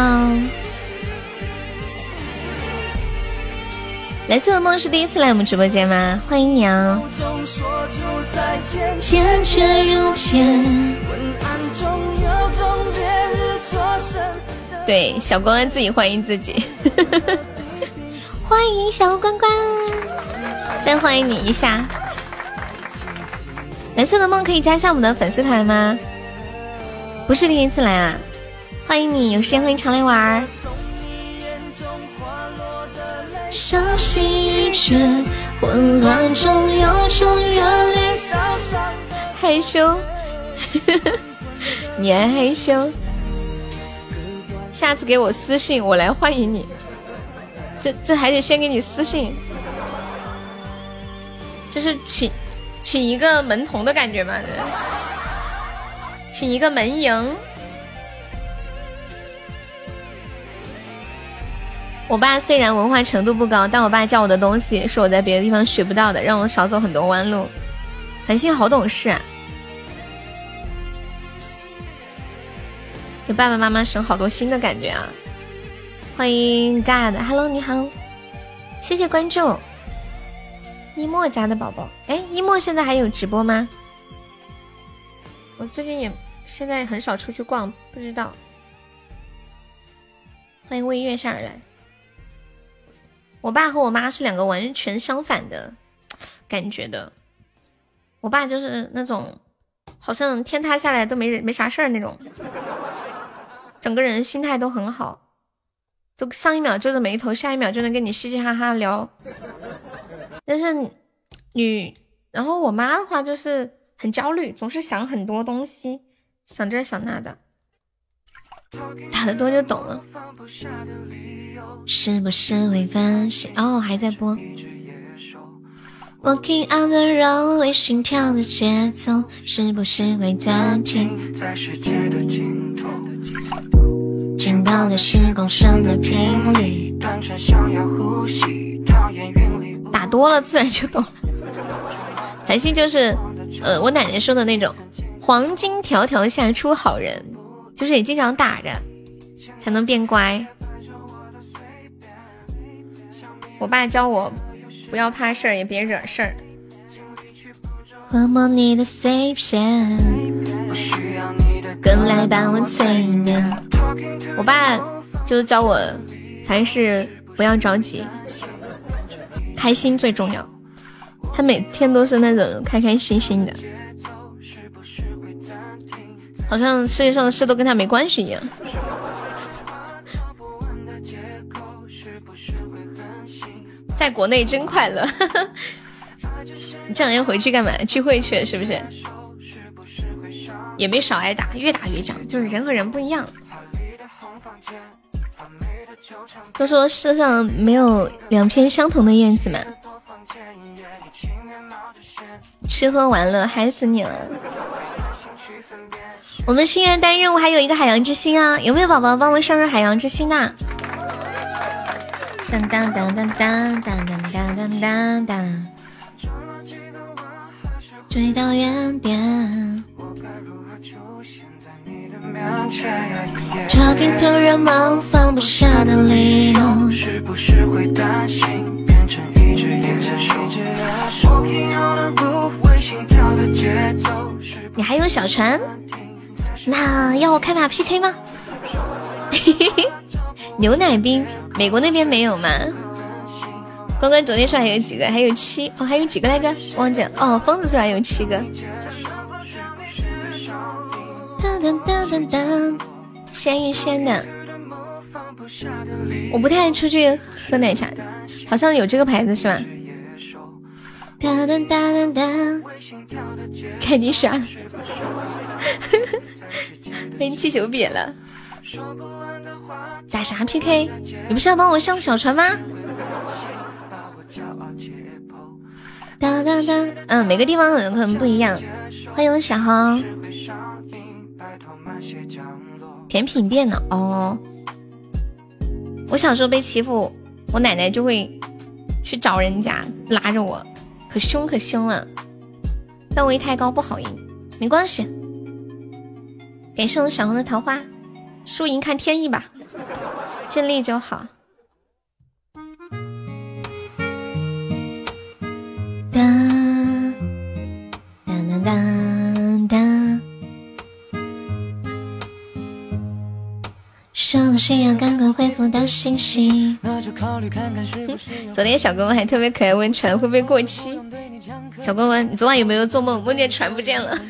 蓝色的梦是第一次来我们直播间吗？欢迎你啊！坚决如前。对，小关关自己欢迎自己。欢迎小关关，再欢迎你一下。蓝色的梦可以加下我们的粉丝团吗？不是第一次来啊。欢迎你，有时间欢迎常来玩。伤心欲绝，混乱中有种热烈，害羞，你还害羞？下次给我私信，我来欢迎你。这还得先给你私信，就是请一个门童的感觉嘛，请一个门迎。我爸虽然文化程度不高，但我爸教我的东西是我在别的地方学不到的，让我少走很多弯路。繁星好懂事啊，给爸爸妈妈省好多心的感觉啊。欢迎 God，Hello 你好，谢谢关注。一墨家的宝宝，哎，一墨现在还有直播吗？我最近现在很少出去逛，不知道。欢迎为月下而来。我爸和我妈是两个完全相反的感觉的。我爸就是那种好像天塌下来都没啥事儿那种，整个人心态都很好，就上一秒皱着眉头，下一秒就能跟你嘻嘻哈哈聊。但是然后我妈的话就是很焦虑，总是想很多东西，想这想那的。打得多就懂了，是不是会分析？哦，还在播。Walking on the road， 为心跳的节奏，是不是会暂停？在世界的尽头，紧抱的是共生的频率，单纯想要呼吸，讨厌云里。打多了自然就懂了。繁星就是我奶奶说的那种黄金条条下出好人。就是也经常打着才能变乖。我爸教我不要怕事儿，也别惹事儿。我摸你的碎片，跟来伴我催眠。我爸就教我凡事不要着急，开心最重要。他每天都是那种开开心心的，好像世界上的事都跟他没关系一样。在国内真快乐。你这两天回去干嘛？聚会去了是不是？也没少挨打，越打越强，就是人和人不一样。都说世上没有两片相同的叶子嘛。吃喝玩乐嗨死你了。我们心愿单任务还有一个海洋之心啊，有没有宝宝帮我上上海洋之心呢？当当当当当当当当当当。 追到原点。找遍突然忙放不下的理由，是不是会担心变成一只眼下手？你还有小船？那要我开把 PK 吗？牛奶冰，美国那边没有吗？关关昨天说还有几个，还有7哦，还有几个来着？忘记了哦，疯子说还有7个。当当当当当，鲜芋仙的。我不太爱出去喝奶茶，好像有这个牌子是吧？当当当当当，凯迪莎，被气球瘪了。打啥 PK？ 你不是要帮我上小船吗？当当当，每个地方可能不一样。欢迎小豪。甜品店呢？哦，我小时候被欺负，我奶奶就会去找人家拉着我，可凶了。段位太高不好赢，没关系。感谢我小红的桃花，输赢看天意吧，尽力就好。当当当当当，收了需要赶快回复的信息。昨天小公公还特别可爱，问船会不会过期。小公公，你昨晚有没有做梦，梦见船不见了？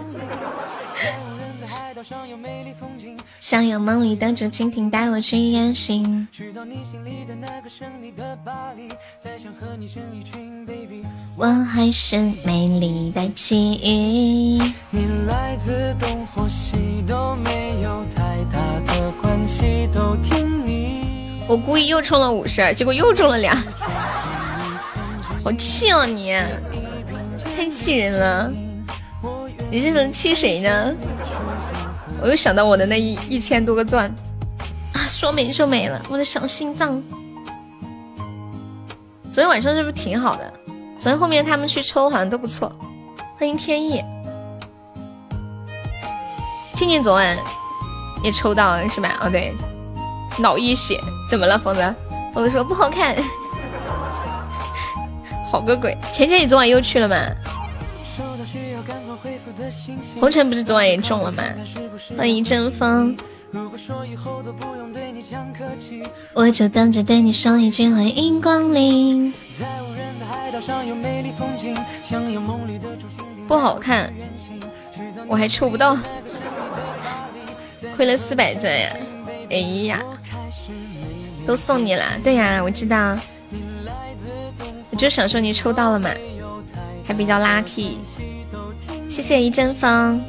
想有梦里的竹蜻蜓带我去远行，我还是美丽的奇遇。你来自东或西都没有太大的关系，都听你。我故意又充了50，结果又中了2，好气哦你，太气人了！你是能气谁呢？我又想到我的那1000多个钻啊，说没就没了，我的小心脏。昨天晚上是不是挺好的？昨天后面他们去抽好像都不错。欢迎天意，静静昨晚也抽到了是吧？哦对，脑溢血，怎么了疯子？疯子说不好看，好个鬼！钱钱你昨晚又去了吗？红尘不是昨晚也中了吗？欢迎阵风，我就等着对你说一句欢迎光临。不好看，我还抽不到，亏了400钻呀！哎呀，都送你了，对呀，我知道，我就想说你抽到了嘛，还比较 lucky。谢谢一阵风。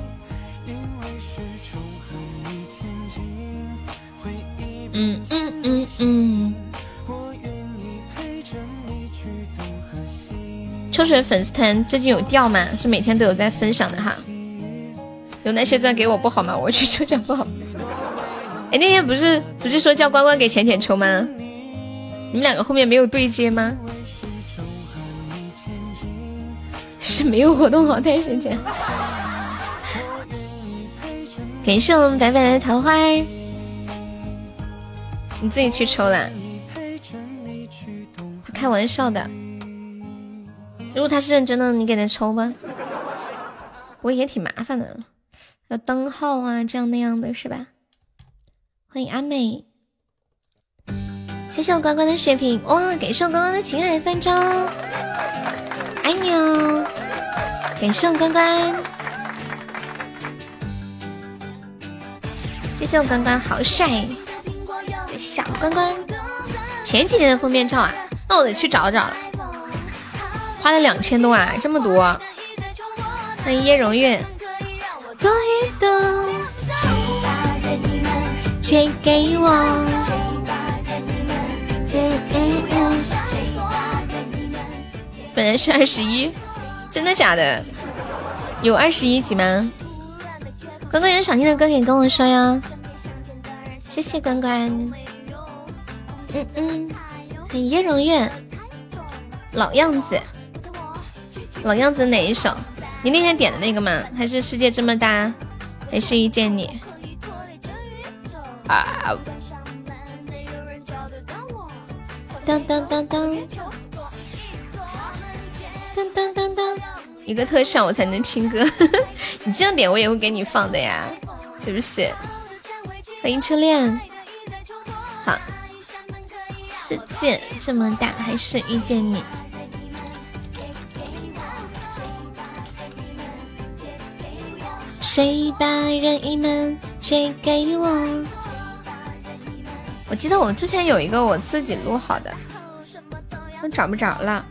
秋水粉丝团最近有掉吗？是每天都有在分享的哈。有那些钻给我不好吗？我去抽奖不好。哎，那天不是说叫关关给浅浅抽吗？你们两个后面没有对接吗？是没有活动好太闲钱。感谢我们白白的桃花儿，你自己去抽啦。他开玩笑的，如果他是认真的，你给他抽吧。不过也挺麻烦的，要灯号啊，这样那样的是吧？欢迎阿美，谢谢我关关的血瓶，哇！感谢我关关的情海翻章，爱你哦！感谢我关关，谢谢我关关，好帅，小关关。前几天的封面照啊，那我得去找找了。花了2000多啊，这么多。欢迎叶荣月，多一朵，借给我。本来是21，真的假的？有21级吗？关关有想听的歌可以跟我说呀。谢谢关关。很叶荣月，老样子。 老样子哪一首？你那天点的那个吗？还是世界这么大，还是遇见你？啊！当当当当，当当当当，一个特效我才能听歌。你这样点我也会给你放的呀，是不是？欢迎初恋。好，世界这么大，还是遇见你。谁把任意门借给我？我记得我之前有一个我自己录好的，我找不着了。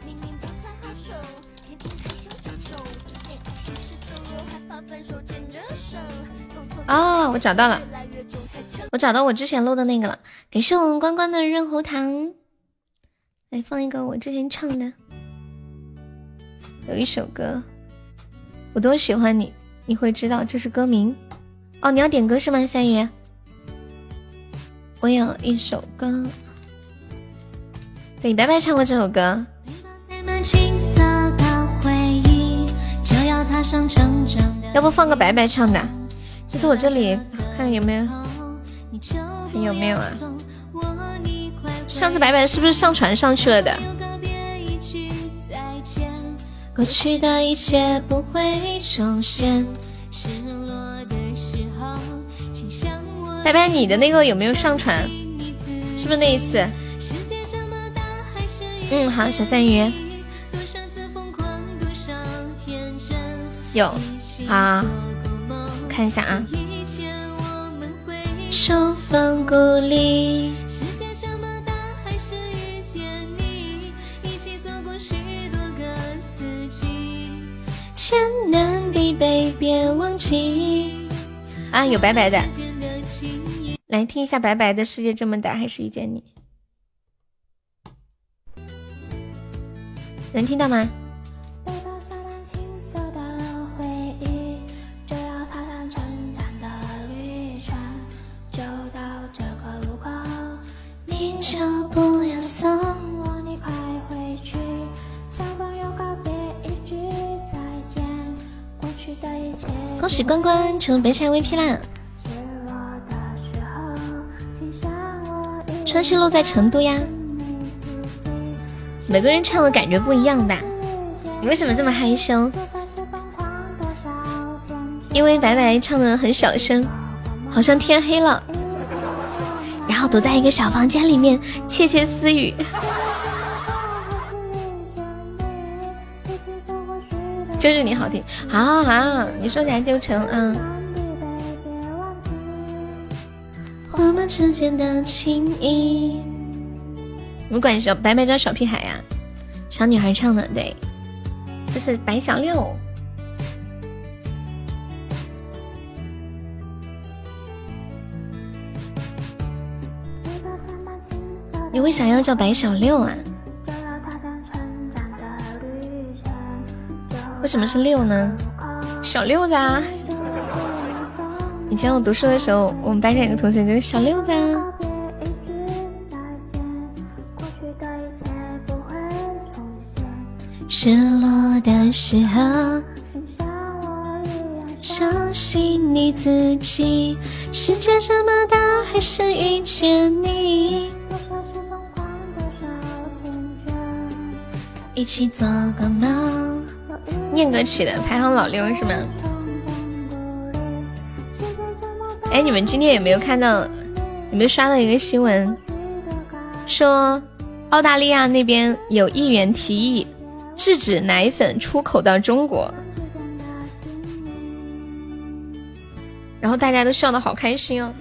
哦，我找到了，我找到我之前录的那个了。感谢我们关关的润喉糖，来放一个我之前唱的，有一首歌，我多喜欢你，你会知道这是歌名。哦，你要点歌是吗，三鱼？我有一首歌，对，白白唱过这首歌。要不放个白白唱的？就是我这里看有没有，还有没有啊？上次白白是不是上传上去了的？过去的一切不会重现。白白，你的那个有没有上传？是不是那一次？嗯，好，小三鱼有啊，看一下啊。手放鼓励，千难必备，别忘记啊！有白白的。来听一下白白的世界这么大，还是遇见你，能听到吗？你就不要送我，你快回去，向朋友告别一句再见，过去的一切。恭喜关关成北山 VP 啦！川西路在成都呀，每个人唱的感觉不一样吧？你为什么这么害羞？因为白白唱的很小声，好像天黑了，然后躲在一个小房间里面窃窃私语。就是你好听，好好，你说起来就成啊。我们之间的情谊，我们管小白白叫小屁孩呀，小女孩唱的，对，这是白小六。你为啥要叫白小六啊？为什么是六呢？小六子啊！以前我读书的时候，我们班上有个同学就是小六子啊。失落的时候，相信你自己，世界这么大，还是遇见你，一起做个梦。念歌曲的排行老六是吗？哎，你们今天有没有看到，有没有刷到一个新闻，说澳大利亚那边有议员提议制止奶粉出口到中国，然后大家都笑得好开心哦，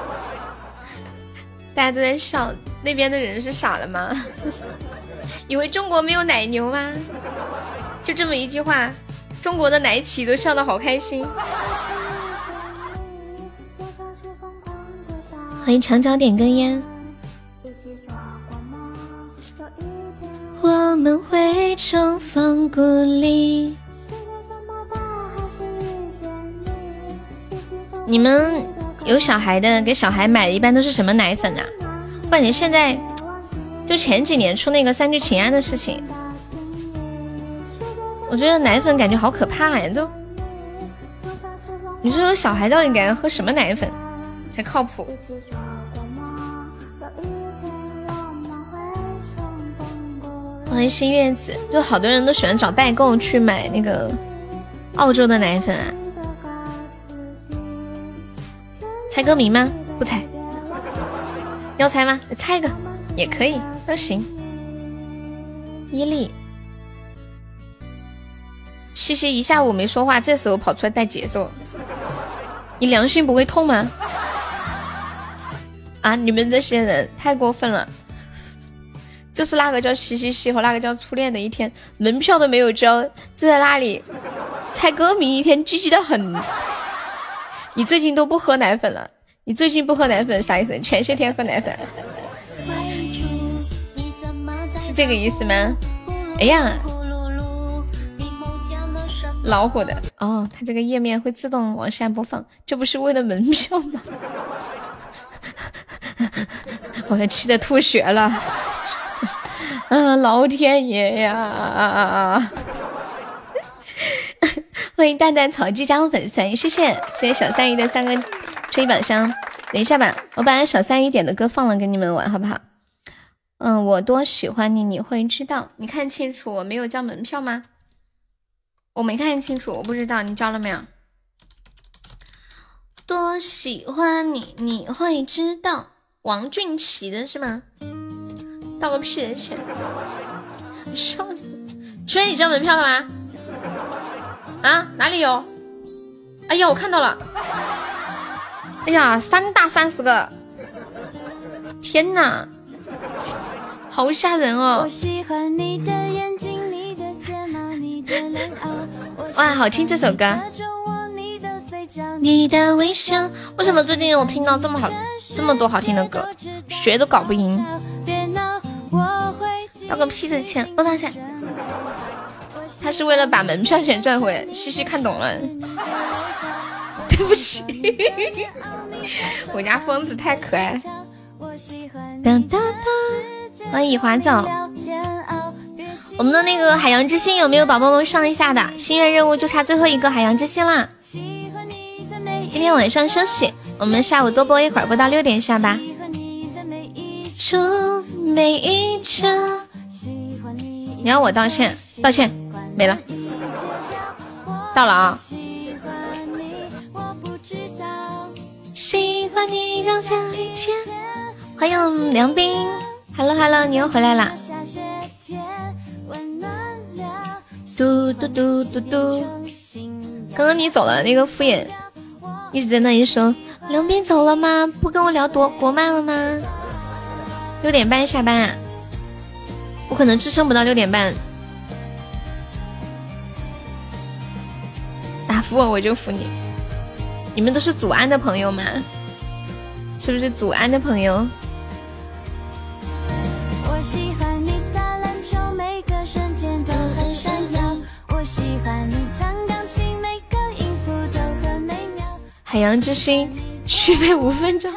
大家都在笑，那边的人是傻了吗？以为中国没有奶牛吗？就这么一句话，中国的奶企都笑得好开心。欢迎长脚点根烟。我们会重逢故里。你们有小孩的，给小孩买的一般都是什么奶粉啊？我感觉现在就前几年出那个3聚氰胺的事情， 我觉得奶粉感觉好可怕呀，都。你说小孩到底该喝什么奶粉才靠谱？欢迎新月子，就好多人都喜欢找代购去买那个澳洲的奶粉啊。猜歌名吗？不猜。要猜吗？猜一个也可以，都行。伊利，西西一下午没说话，这时候跑出来带节奏，你良心不会痛吗？啊，你们这些人太过分了！就是那个叫西西西和那个叫初恋的一天，门票都没有交，就在那里猜歌名，一天积极的很。你最近都不喝奶粉了？你最近不喝奶粉啥意思？前些天喝奶粉，是这个意思吗？哎呀，老虎的哦，它这个页面会自动往下播放，这不是为了门票吗？我要气得吐血了。老天爷呀！欢迎淡淡草鸡加粉丝，谢谢小三鱼的3个吹宝箱。等一下吧，我把小三鱼点的歌放了给你们玩好不好？我多喜欢你，你会知道。你看清楚我没有交门票吗？我没看清楚，我不知道你交了没有。多喜欢你，你会知道。王俊奇的是吗？道个屁的歉，笑死！春你交门票了吗？啊，哪里有？哎呀，我看到了！哎呀，3大30个！天哪，好吓人哦！哇，好听这首歌。你的微笑，为什么最近我听到这么多好听的歌，学都搞不赢？道个屁的歉，我道歉。他是为了把门票钱赚回来，西西看懂了。对不起，我家疯子太可爱。当当当，欢迎华早。我们的那个海洋之心有没有宝宝们上一下的？心愿任务就差最后一个海洋之心啦。今天晚上休息，我们下午多播一会儿，播到6点下吧。出每一程，你要我道歉？道歉没了，到了啊！喜欢你让下一切。欢迎梁斌 ，Hello， 你又回来啦！嘟嘟嘟嘟嘟，刚刚你走了，那个敷衍一直在那里说梁斌走了吗？不跟我聊国漫了吗？6点半下班啊，我可能支撑不到6点半。打服我就服你，你们都是祖安的朋友吗？是不是祖安的朋友？我喜欢你打篮球，每个瞬间都很闪耀。我喜欢你弹钢琴，每个音符都很美妙。海洋之心续费5分钟。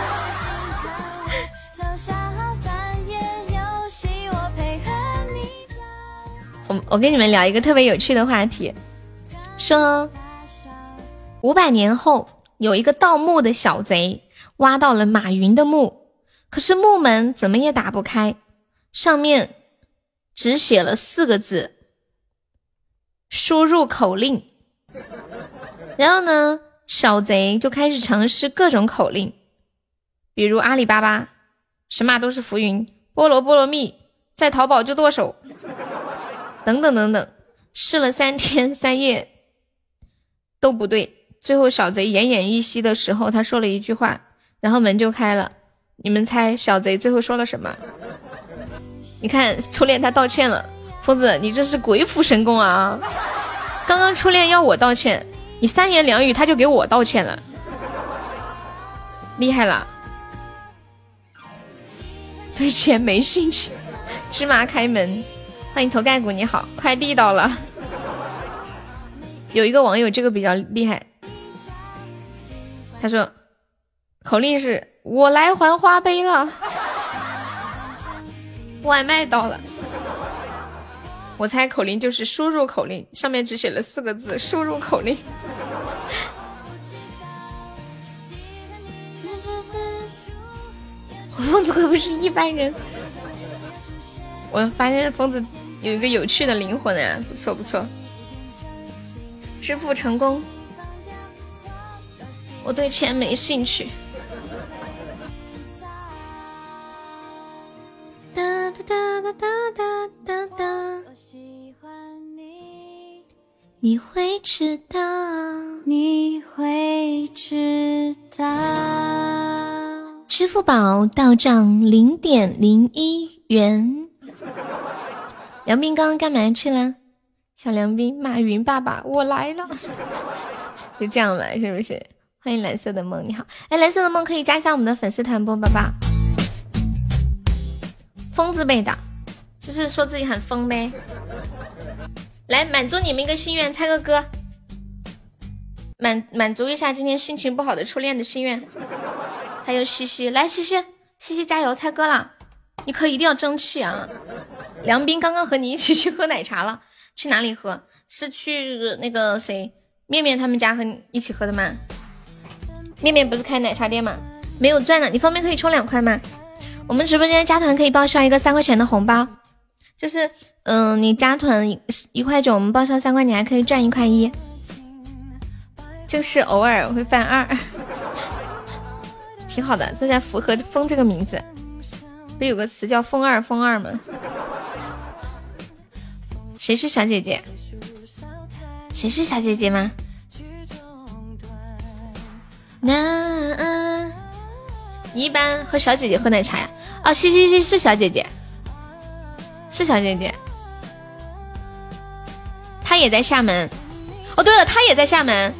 我跟你们聊一个特别有趣的话题，说500年后有一个盗墓的小贼挖到了马云的墓，可是墓门怎么也打不开，上面只写了4个字，输入口令。然后呢，小贼就开始尝试各种口令，比如阿里巴巴神马都是浮云，菠萝蜜，在淘宝就剁手，等等等等，试了3天3夜都不对。最后小贼奄奄一息的时候，他说了一句话，然后门就开了。你们猜小贼最后说了什么？你看初恋他道歉了，疯子你这是鬼斧神工啊！刚刚初恋要我道歉，你3言2语他就给我道歉了，厉害了。对钱没兴趣，芝麻开门。欢迎头盖骨，你好，快递到了。有一个网友这个比较厉害，他说口令是我来还花呗了，外卖到了。 我猜口令就是输入口令，上面只写了4个字：输入口令。疯子可不是一般人。我发现疯子有一个有趣的灵魂啊，不错不错。支付成功。我对钱没兴趣。哒哒哒哒哒哒哒。你会知道，你会知道。支付宝到账0.01元。梁斌刚刚干嘛去了？小梁斌，马云爸爸，我来了。就这样吧，是不是？欢迎蓝色的梦，你好。哎，蓝色的梦可以加一下我们的粉丝团不，爸爸？疯字辈的，就是说自己很疯呗。来满足你们一个心愿，猜个歌，满足一下今天心情不好的初恋的心愿。还有西西，来西西加油，猜歌了，你可一定要争气啊！梁斌刚刚和你一起去喝奶茶了，去哪里喝？是去那个谁面面他们家和你一起喝的吗？面面不是开奶茶店吗？没有赚了，你方便可以充2块吗？我们直播间加团可以报销一个3块钱的红包，就是你加团1块9，我们报销3块，你还可以赚1块1，就是偶尔会犯2，挺好的，这才符合疯这个名字。不有个词叫疯二吗？谁是小姐姐？谁是小姐姐吗？那你一般和小姐姐喝奶茶呀？哦，西是小姐姐，是小姐姐，她也在厦门。哦，对了，她也在厦门。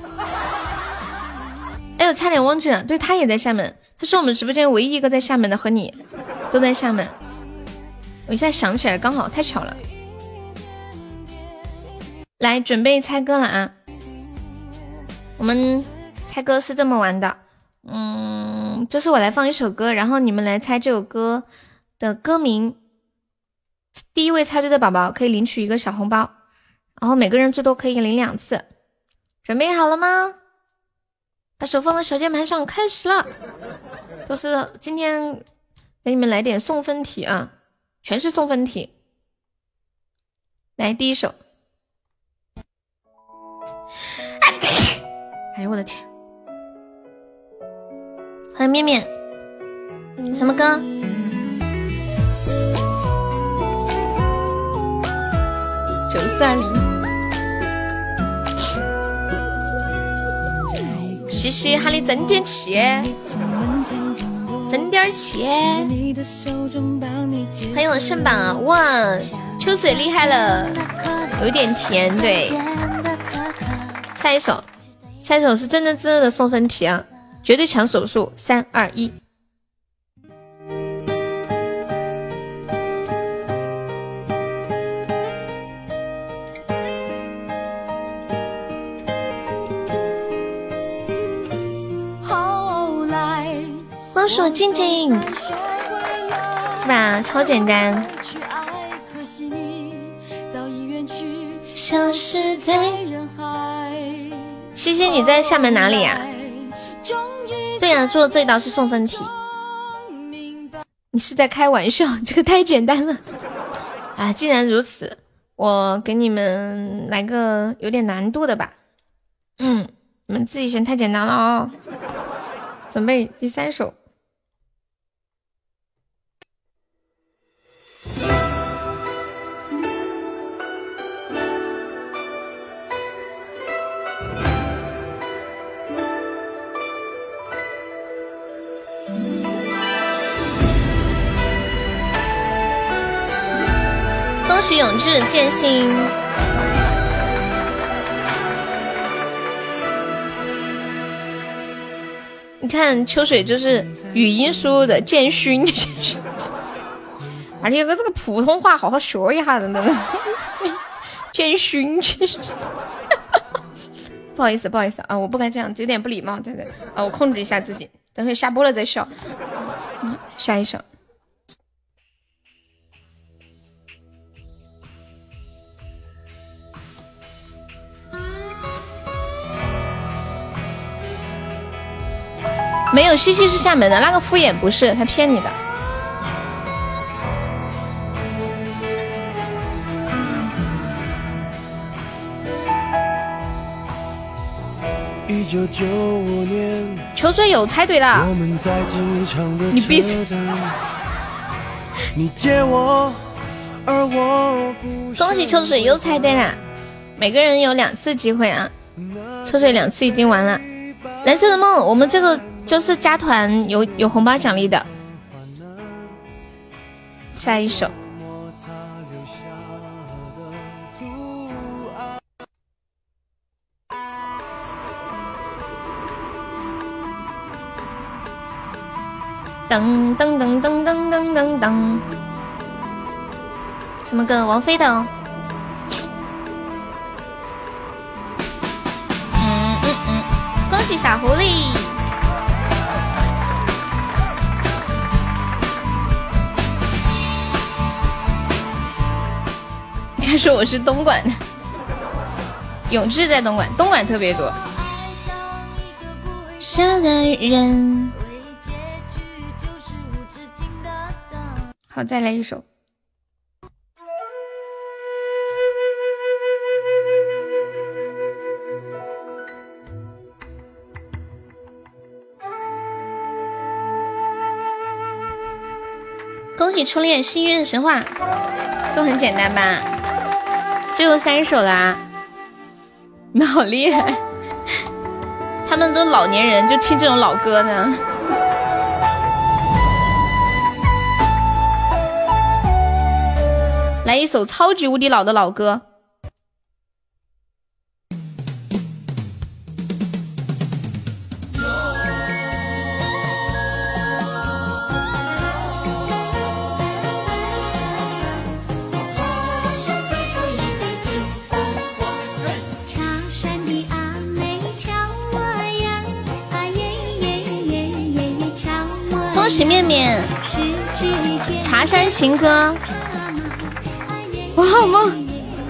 哎呦，差点忘记了，对，她也在厦门。她是我们直播间唯一一个在厦门的，和你都在厦门。我一下想起来，刚好太巧了。来，准备猜歌了啊！我们猜歌是这么玩的，就是我来放一首歌，然后你们来猜这首歌的歌名。第一位猜对的宝宝可以领取一个小红包，然后每个人最多可以领2次。准备好了吗？把手放在小键盘上，开始了。都是今天给你们来点送分题啊，全是送分题。来，第一首。哎呦我的天！欢迎面面，什么歌？9420。西西，喊你争点气，争点气。欢迎我圣榜啊！哇，秋水厉害了，有点甜，对。下一首是真真正正的送分题啊，绝对抢手速！3、2、1。光说静静，是吧？超简单。消失在人海。西西，你在厦门哪里呀？对呀，做的这道是送分题。你是在开玩笑？这个太简单了。啊，既然如此，我给你们来个有点难度的吧。你们自己嫌太简单了哦。准备第3首。恭喜永志建新。你看秋水就是语音输入的建勋，而且这个普通话好好学一下的呢。建勋，不好意思啊，我不该这样，有点不礼貌，对啊，我控制一下自己，等会下播了再笑。下一首。 没有，西西是厦门的，那个敷衍不是，他骗你的。 1995年， 秋水又猜对了， 我们在机场的你闭嘴。 你接我，而我不。 恭喜秋水又猜对了，每个人有2次机会啊，秋水2次已经完了。蓝色的梦，我们这个就是加团有红包奖励的。下一首。噔噔噔噔噔噔噔噔，什么歌？王菲的哦。恭喜小狐狸！你还说我是东莞的，永志在东莞，东莞特别多。傻的人。好，再来一首。恭喜初恋心愿神话，都很简单吧？最后3首啦，你们好厉害！他们都老年人，就听这种老歌呢。来一首超级无敌老的老歌。恭喜面面，茶山情歌。我好梦，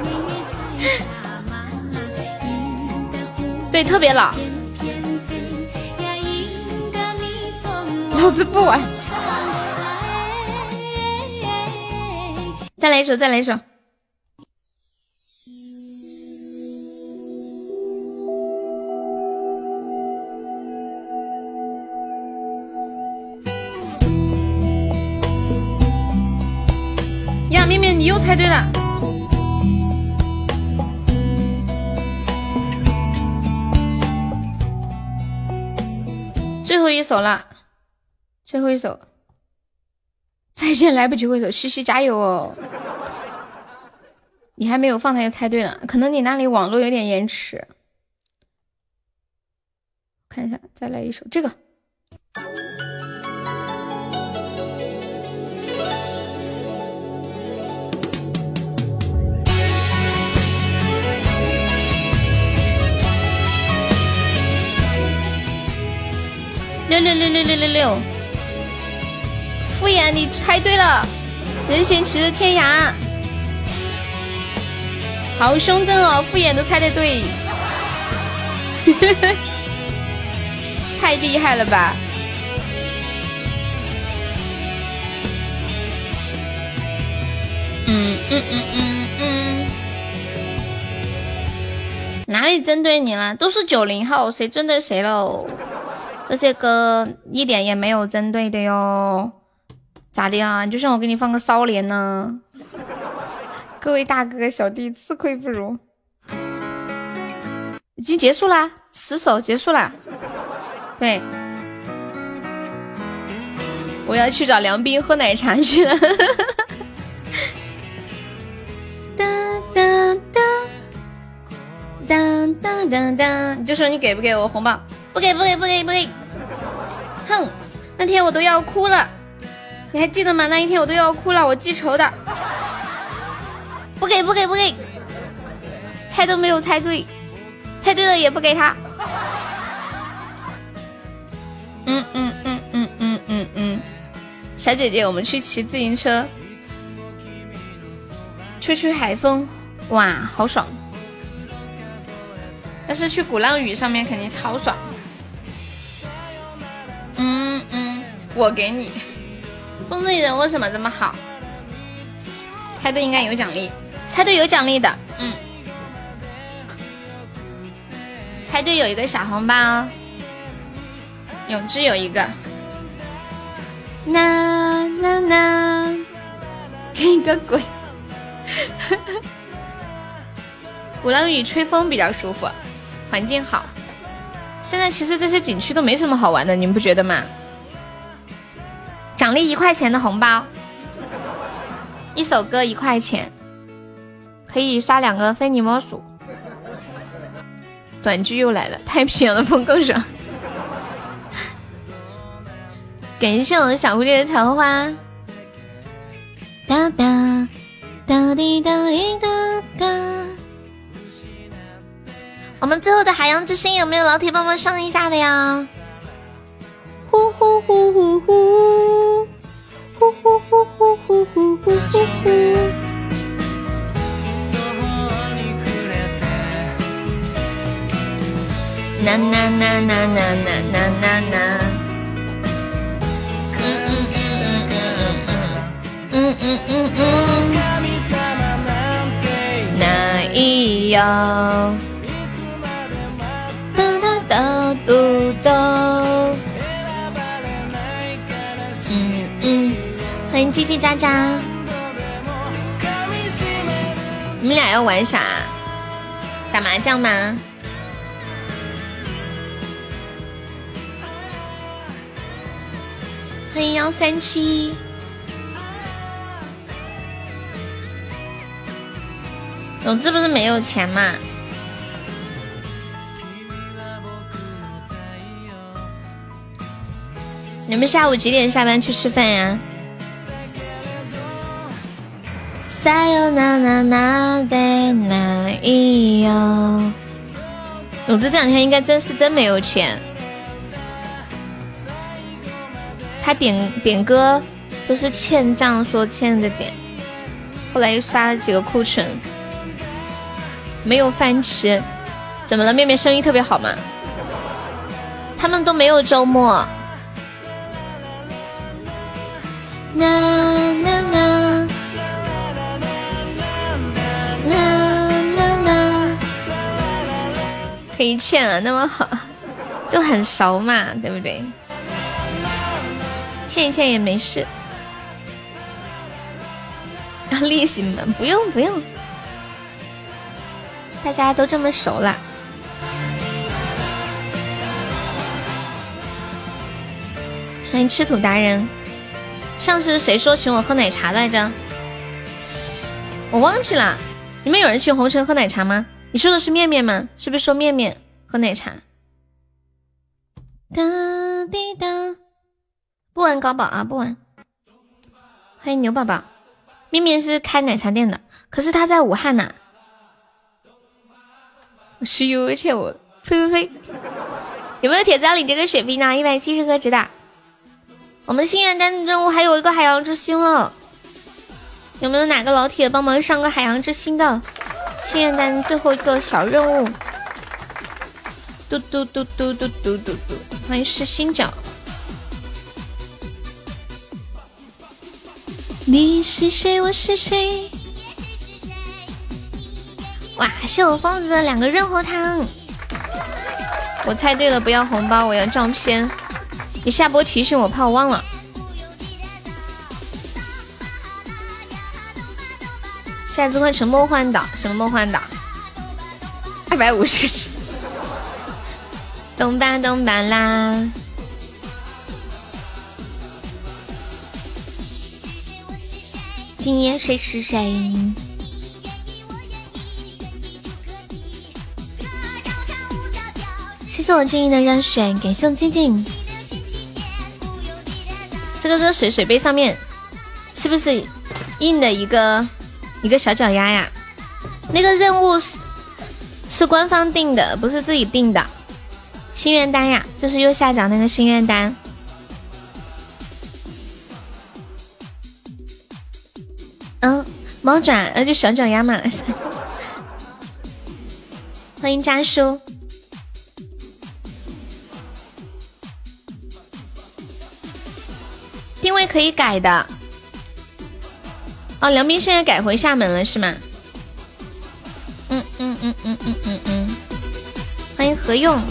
对，特别老。老子不玩。再来一首，再来一首。呀，面面，你又猜对了。最后一首了，最后一首。再见来不及挥手，西西加油哦！你还没有放，他就猜对了，可能你那里网络有点延迟。看一下，再来一首这个。6666666，敷衍你猜对了，人闲骑着天涯，好凶正哦，敷衍都猜得对，太厉害了吧！哪里针对你了？都是90后，谁针对谁喽？这些歌一点也没有针对的哟，咋的啊？你就让我给你放个骚莲呢？各位大哥小弟，吃亏不如。已经结束啦，10首结束啦。对，我要去找梁斌喝奶茶去了。哒哒哒哒哒哒哒，你就说你给不给我红包？不给不给不给不给！哼，那天我都要哭了，你还记得吗？那一天我都要哭了，我记仇的。不给不给不给，猜都没有猜对，猜对了也不给他。小姐姐，我们去骑自行车，吹吹海风，哇，好爽！要是去鼓浪屿上面肯定超爽。 我给你。疯子里人为什么这么好？猜对应该有奖励，猜对有奖励的，猜对有一个小红包哦。永志有一个，那，给你个鬼！鼓浪屿吹风比较舒服，环境好。现在其实这些景区都没什么好玩的，你们不觉得吗？奖励1块钱的红包，一首歌1块钱，可以刷2个非你莫属。短剧又来了，太平洋的风更爽。感谢我的小蝴蝶的桃花。哒哒哒滴哒滴哒哒。我们最后的海洋之心有没有老铁帮忙上一下的呀？呼呼呼呼呼呼呼呼呼呼呼呼呼。na na na na na na na na na。ないよ。哒哒哒嘟嘟。欢迎叽叽喳喳。你们俩要玩啥？打麻将吗？欢迎137。永志不是没有钱吗？你们下午几点下班去吃饭呀？さよならでないよ。永志这两天应该真没有钱。他点歌都是欠账，说欠着点，后来又刷了几个库存，没有饭吃。怎么了？面面生意特别好吗？他们都没有周末。可以欠啊，那么好，就很熟嘛，对不对？欠一欠也没事。利息吗？不用，大家都这么熟了。欢迎吃土达人。上次谁说请我喝奶茶来着？我忘记了。你们有人请红尘喝奶茶吗？你说的是面面吗？是不是说面面喝奶茶？哒滴哒。不玩高宝啊，不玩。欢迎牛宝宝。面面是开奶茶店的，可是他在武汉呢。我是优欠我呸，有没有铁子要领这个血币呢？170颗值的。我们心愿单任务还有一个海洋之心了，有没有哪个老铁帮忙上个海洋之心的？心愿单最后一个小任务。嘟嘟嘟嘟嘟嘟嘟嘟，欢迎是心角。你是谁？我是谁？哇，是我疯子的2个润喉糖。我猜对了，不要红包，我要照片。你下播提醒我，怕我忘了。下次换成梦幻岛，什么梦幻岛？250个值。咚吧咚吧啦！今夜谁是谁？谢谢我静音的热水，感谢我静静。这个热水水杯上面是不是印的一个小脚丫呀？那个任务是官方定的，不是自己定的。心愿单呀，就是右下角那个心愿单。猫爪就小脚丫嘛。欢迎家叔。 定位可以改的。哦，梁斌现在改回厦门了是吗？欢迎何用。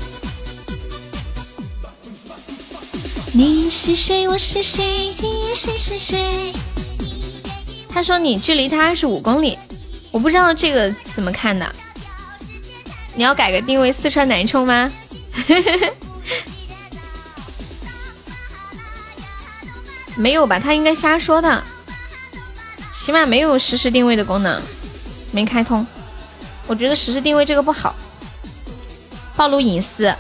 你是谁？我是谁？你是谁？他说你距离他25公里，我不知道这个怎么看的。你要改个定位四川南充吗？没有吧，他应该瞎说的，起码没有实时定位的功能，没开通。我觉得实时定位这个不好，暴露隐私。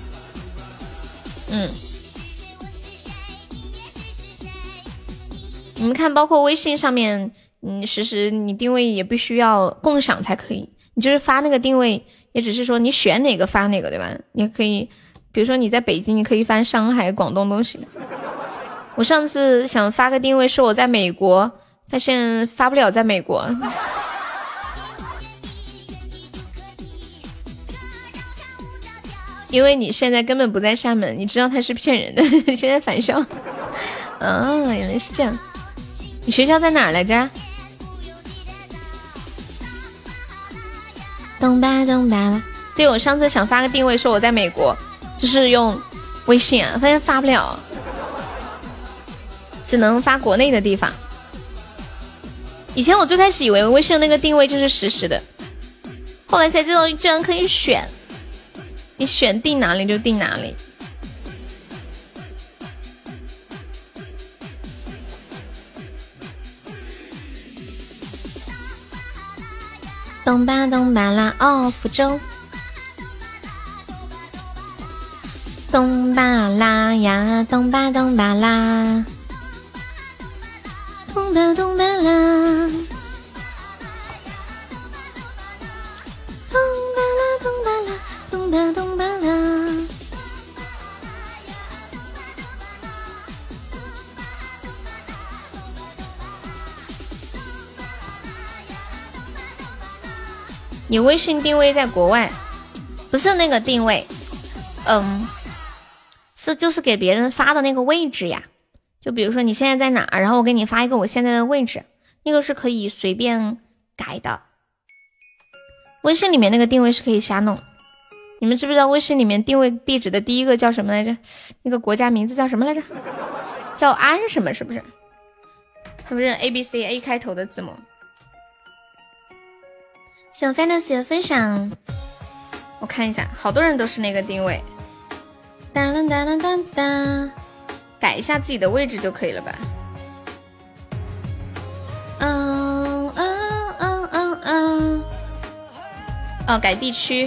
你们看，包括微信上面，实时你定位也必须要共享才可以。你就是发那个定位，也只是说你选哪个发哪个，对吧？你可以，比如说你在北京，你可以发上海、广东都行。我上次想发个定位，说我在美国，发现发不了在美国。因为你现在根本不在厦门，你知道他是骗人的，现在反校。原来是这样。你学校在哪儿来着？咚吧咚吧了。对，我上次想发个定位，说我在美国，就是用微信啊，发现发不了，只能发国内的地方。以前我最开始以为微信那个定位就是实时的，后来才知道居然可以选，你选定哪里就定哪里。咚吧咚吧啦，哦，福州。咚吧啦呀，咚吧咚吧啦，咚吧咚吧啦，咚吧啦咚吧啦，咚吧咚吧啦。你微信定位在国外，不是那个定位，就是给别人发的那个位置呀。就比如说你现在在哪儿，然后我给你发一个我现在的位置，那个是可以随便改的。微信里面那个定位是可以瞎弄。你们知不知道微信里面定位地址的第一个叫什么来着？那个国家名字叫什么来着？叫安什么？是不是？是不是 ABC A 开头的字母？小 Fantasy 的分享，我看一下，好多人都是那个定位。哒啦哒啦哒哒，改一下自己的位置就可以了吧？改地区。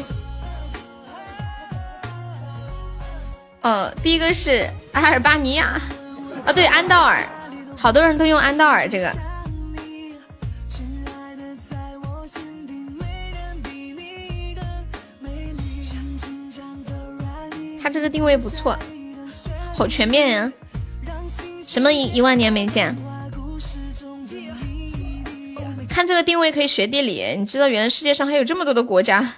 第一个是阿尔巴尼亚，对，安道尔，好多人都用安道尔这个。他这个定位不错，好全面呀！什么1万年没见？看这个定位可以学地理，你知道原来世界上还有这么多的国家。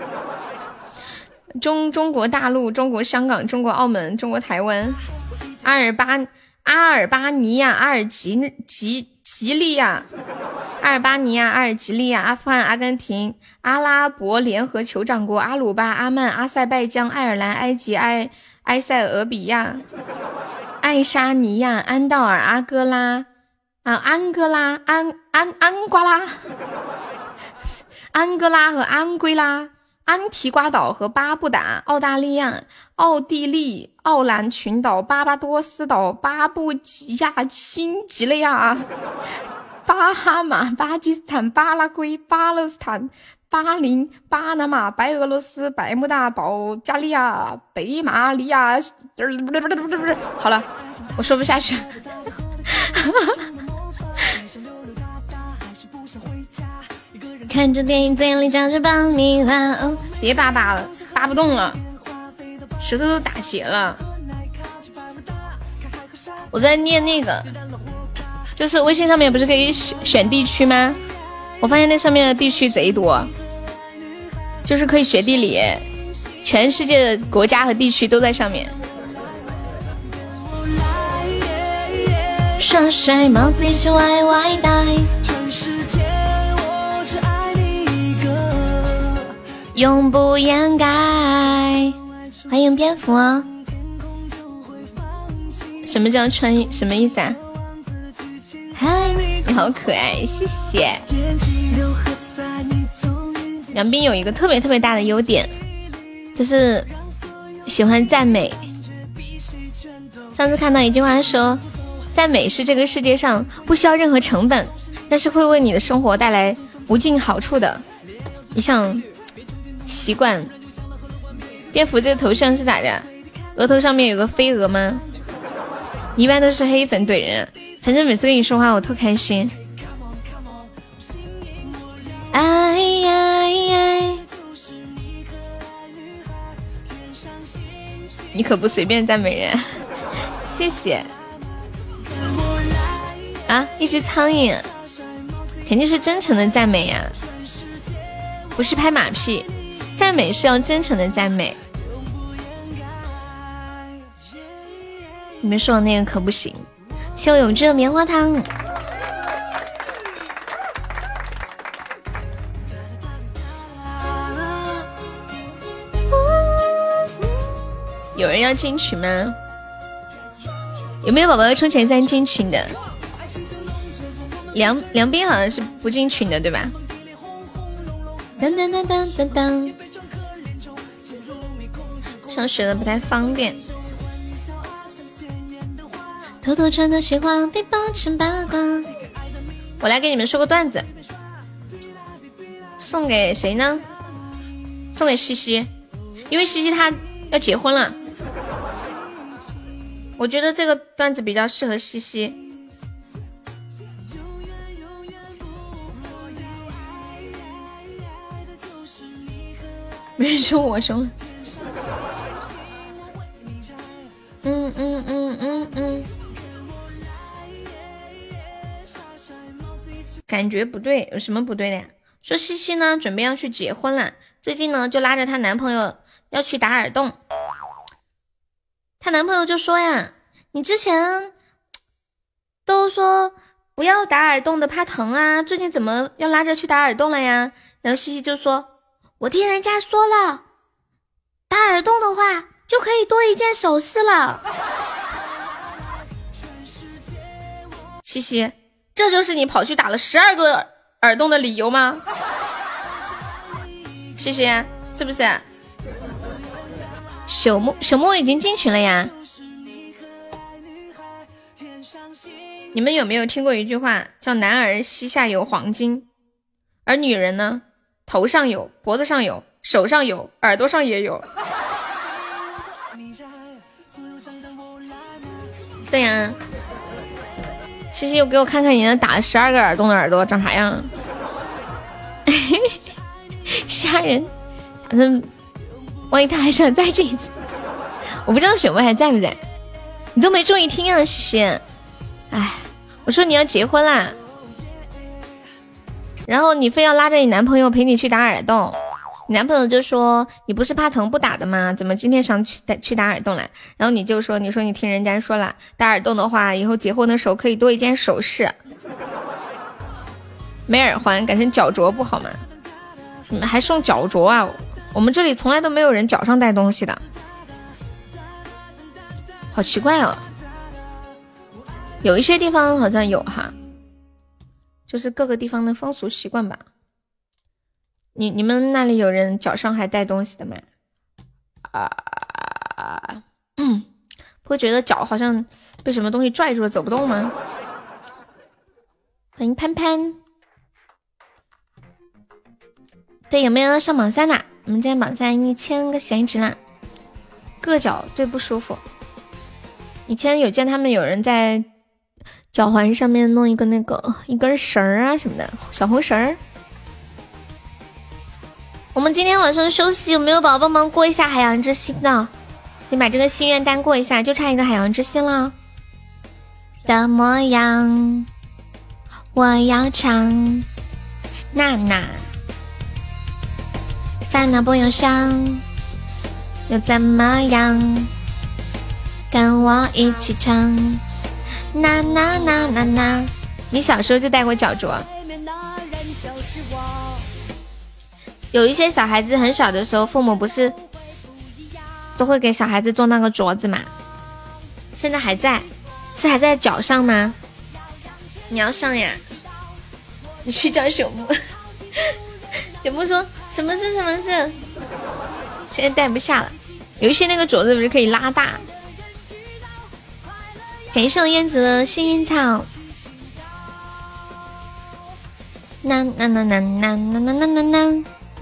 中国大陆、中国香港、中国澳门、中国台湾、阿尔巴尼亚、阿尔及利亚、阿尔巴尼亚、阿尔及利亚、阿富汗、阿根廷、阿拉伯联合酋长国、阿鲁巴、阿曼、阿塞拜疆、爱尔兰、埃及、埃塞俄比亚、爱沙尼亚、安道尔、安哥拉、安哥拉、安瓜拉、安哥拉和安圭拉、安提瓜岛和巴布达、澳大利亚、奥地利、奥兰群岛、巴巴多斯岛、巴布吉亚、新几内亚、巴哈马、巴基斯坦、巴拉圭、巴勒斯坦、巴林、巴拿马、白俄罗斯、百慕大、保加利亚、北马里亚。好了，我说不下去。看着电影嘴里嚼着爆米花，别扒了，扒不动了，舌头都打结了。我在念那个，就是微信上面不是可以选地区吗？我发现那上面的地区贼多，就是可以学地理，全世界的国家和地区都在上面。 装睡，帽子一直歪歪戴。 全世界我只爱你一个， 永不掩盖。欢迎蝙蝠哦。什么叫穿越？什么意思啊？嗨，你好可爱，谢谢。杨斌有一个特别特别大的优点，就是喜欢赞美。上次看到一句话说，赞美是这个世界上不需要任何成本，但是会为你的生活带来无尽好处的一项习惯。蝙蝠这个头像是咋的？额头上面有个飞蛾吗？一般都是黑粉怼人，反正每次跟你说话我特开心。哎呀呀，你可不随便赞美人。谢谢啊！一只苍蝇肯定是真诚的赞美呀，不是拍马屁，赞美是要真诚的赞美。你们说的那个可不行。秀永志的棉花糖，有人要进群吗？有没有宝宝要充钱3进群的？梁斌好像是不进群的，对吧？当当当当当当，上学的不太方便。偷偷穿的喜欢被包成八卦。我来给你们说个段子，送给谁呢？送给西西，因为西西她要结婚了。我觉得这个段子比较适合西西。没人说我凶了。感觉不对，有什么不对的呀？说西西呢准备要去结婚了，最近呢就拉着她男朋友要去打耳洞。她男朋友就说呀，你之前都说不要打耳洞的怕疼啊，最近怎么要拉着去打耳洞了呀？然后西西就说，我听人家说了，打耳洞的话就可以多一件首饰了。西西，这就是你跑去打了12个耳洞的理由吗？西西，是不是？朽木已经进群了呀。你们有没有听过一句话叫男儿膝下有黄金，而女人呢，头上有，脖子上有，手上有，耳朵上也有。对呀，西西又给我看看你那打了12个耳洞的耳朵长啥样。吓人。反正万一他还想再这一次，我不知道雪妹还在不在，你都没注意听啊，西西。哎，我说你要结婚啦，然后你非要拉着你男朋友陪你去打耳洞，你男朋友就说你不是怕疼不打的吗？怎么今天想去打耳洞了？然后你就说，你说你听人家说了，打耳洞的话以后结婚的时候可以多一件首饰，没耳环改成脚镯不好吗？你们还送脚镯啊？我们这里从来都没有人脚上带东西的，好奇怪哦。有一些地方好像有哈，就是各个地方的风俗习惯吧。你们那里有人脚上还带东西的吗？不会觉得脚好像被什么东西拽住了走不动吗？欢迎潘潘。对，有没有要上榜3的？我们今天榜31000个闲值啦。硌脚最不舒服。以前有见他们有人在脚环上面弄一个一根绳啊什么的，小红绳儿。我们今天晚上休息，有没有宝宝帮忙过一下海洋之心的？你把这个心愿单过一下，就差一个海洋之心了。的模样我要唱，娜娜烦恼不忧伤又怎么样，跟我一起唱， 呐呐呐呐呐，你小时候就戴过脚镯？有一些小孩子很小的时候，父母不是都会给小孩子做那个镯子嘛？现在还在，是还在脚上吗？你要上呀？你去叫朽木。朽木说什么事？现在戴不下了。有一些那个镯子不是可以拉大。感谢燕子的幸运草。呐呐呐呐呐呐呐呐呐呐。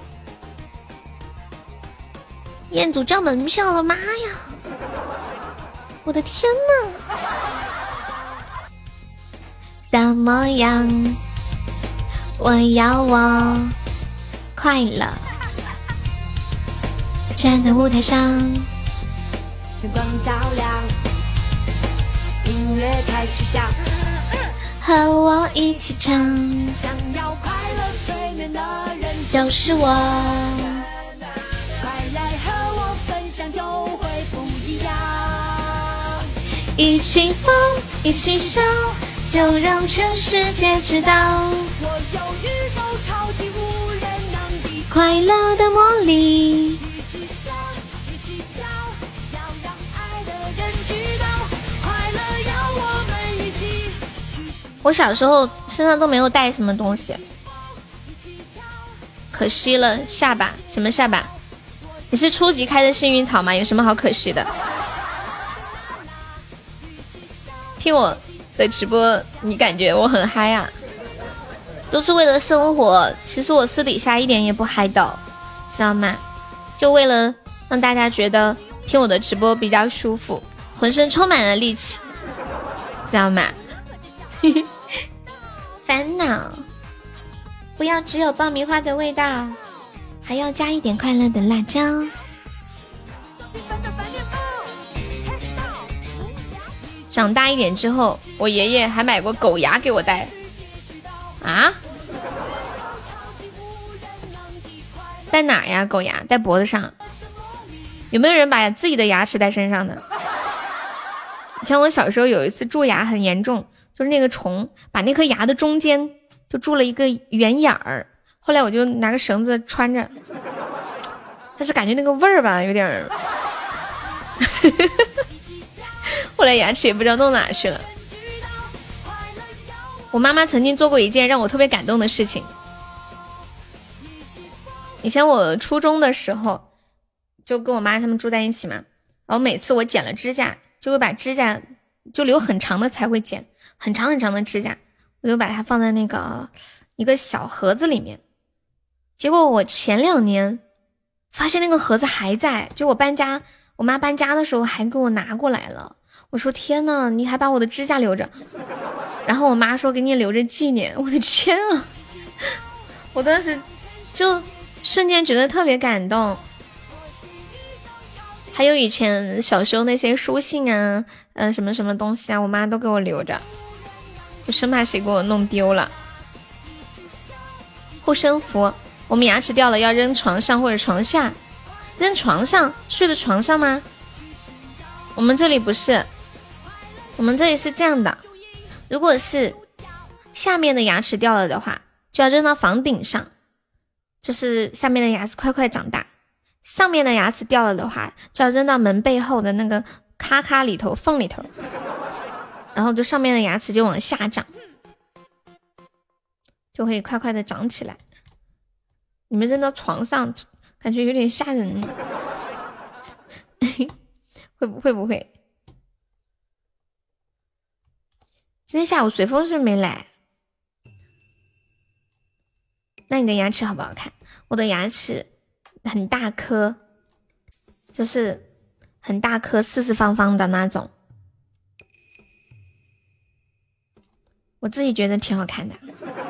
彦祖交门票了，妈呀！我的天哪！的模样，我要我快乐。站在舞台上，灯光照亮，音乐开始响，和我一起唱。想要快乐催眠的人就是我。一起疯，一起笑，就让全世界知道，我有宇宙超级无人能敌快乐的魔力。一起笑，一起跳，要让爱的人知道，快乐要我们一起。我小时候身上都没有带什么东西，可惜了。下巴？什么下巴？你是初级开的幸运草吗？有什么好可惜的？听我的直播，你感觉我很嗨啊？都是为了生活。其实我私底下一点也不嗨的，知道吗？就为了让大家觉得听我的直播比较舒服，浑身充满了力气，知道吗？烦恼，不要只有爆米花的味道，还要加一点快乐的辣椒。长大一点之后，我爷爷还买过狗牙给我戴。啊？戴哪呀？狗牙戴脖子上？有没有人把自己的牙齿戴身上的？以前我小时候有一次蛀牙很严重，就是那个虫把那颗牙的中间就蛀了一个圆眼儿，后来我就拿个绳子穿着，但是感觉那个味儿吧有点儿后来牙齿也不知道弄哪去了。我妈妈曾经做过一件让我特别感动的事情。以前我初中的时候就跟我妈他们住在一起嘛，然后每次我剪了指甲就会把指甲就留很长的才会剪，很长很长的指甲我就把它放在那个一个小盒子里面。结果我前2年发现那个盒子还在，就我搬家，我妈搬家的时候还给我拿过来了。我说天哪，你还把我的指甲留着。然后我妈说给你留着纪念。我的天啊，我当时就瞬间觉得特别感动。还有以前小时候那些书信啊，什么什么东西啊，我妈都给我留着，就生怕谁给我弄丢了。护身符，我们牙齿掉了要扔床上或者床下。扔床上？睡的床上吗？我们这里不是，我们这里是这样的，如果是下面的牙齿掉了的话，就要扔到房顶上，就是下面的牙齿快快长大。上面的牙齿掉了的话，就要扔到门背后的那个咔咔里头缝里头，然后就上面的牙齿就往下长，就会快快的长起来。你们扔到床上感觉有点吓人会不会？今天下午随风是不是没来？那你的牙齿好不好看？我的牙齿很大颗，就是很大颗四四方方的那种，我自己觉得挺好看的。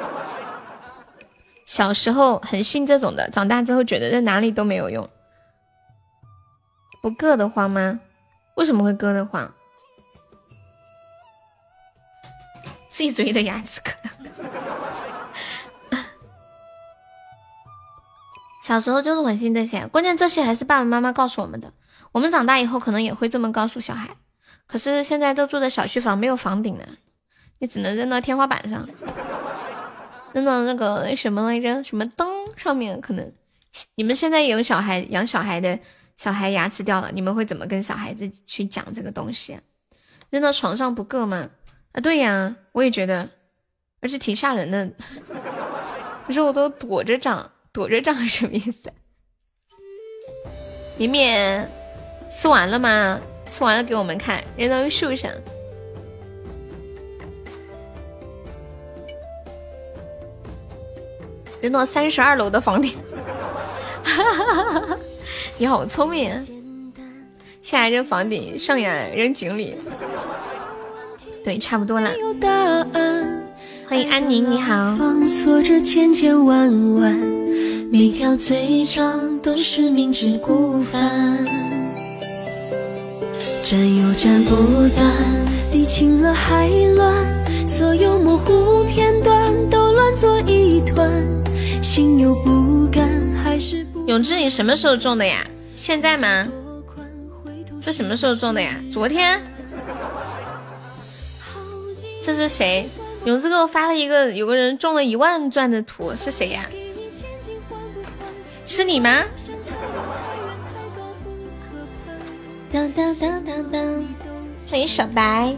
小时候很信这种的，长大之后觉得这哪里都没有用。不硌得慌吗？为什么会硌得慌？自己嘴里的牙齿硌。小时候就是很信这些，关键这些还是爸爸妈妈告诉我们的，我们长大以后可能也会这么告诉小孩， 可是现在都住的小区房，没有房顶的，你只能扔到天花板上，扔到那个什么来着，什么灯上面。可能你们现在有养小孩的小孩牙齿掉了，你们会怎么跟小孩子去讲这个东西？扔到床上不够吗？啊，对呀，我也觉得，而且挺吓人的。肉都躲着长什么意思？绵绵吃完了吗？吃完了给我们看，扔到树上。扔到32楼的房顶。你好聪明啊！下来扔房顶，上呀扔井里。对，差不多了。欢迎安宁，你好。 放锁着千千万万，每条罪状都是明知故犯，转又转不断，理清了还乱，所有模糊片段都乱作一团，心有不甘还是不。 永志，你什么时候种的呀？现在吗？这什么时候种的呀？昨天？这是谁？永志给我发了一个有个人中了1万钻的图，是谁呀？是你吗？ 当当当当当， 欢迎小白。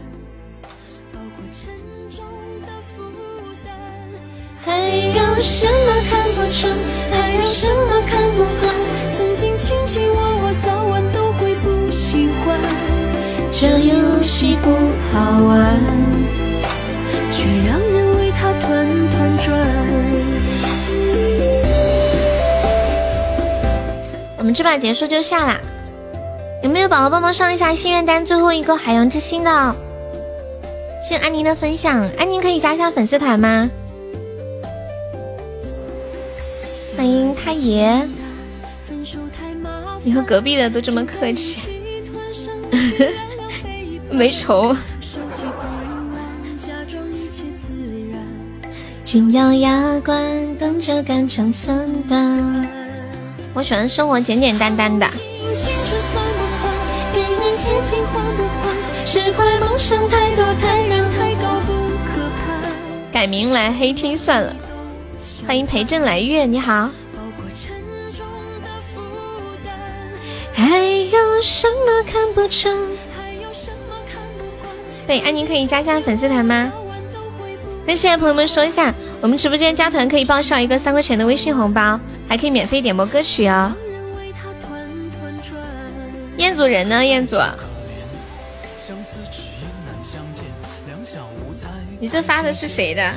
还有什么看不穿，还有什么看不惯，曾经卿卿我我，早晚都会不喜欢，这游戏不好玩，却让人为它团团转。 我们这把结束就下啦，有没有宝宝帮忙上一下心愿单？最后一个海洋之心的，谢谢安宁的分享。安宁可以加一下粉丝团吗？欢迎他爷，你和隔壁的都这么客气。没仇。 紧咬牙关，等着赶场存档。 我喜欢生活简简单单的。改名来黑听算了。欢迎陪朕来月，你好。 还有什么看不成？ 对，安宁可以加下粉丝团吗？跟现在朋友们说一下，我们直播间加团可以报销一个3块钱的微信红包，还可以免费点播歌曲哦。彦祖人呢？彦祖，你这发的是谁的？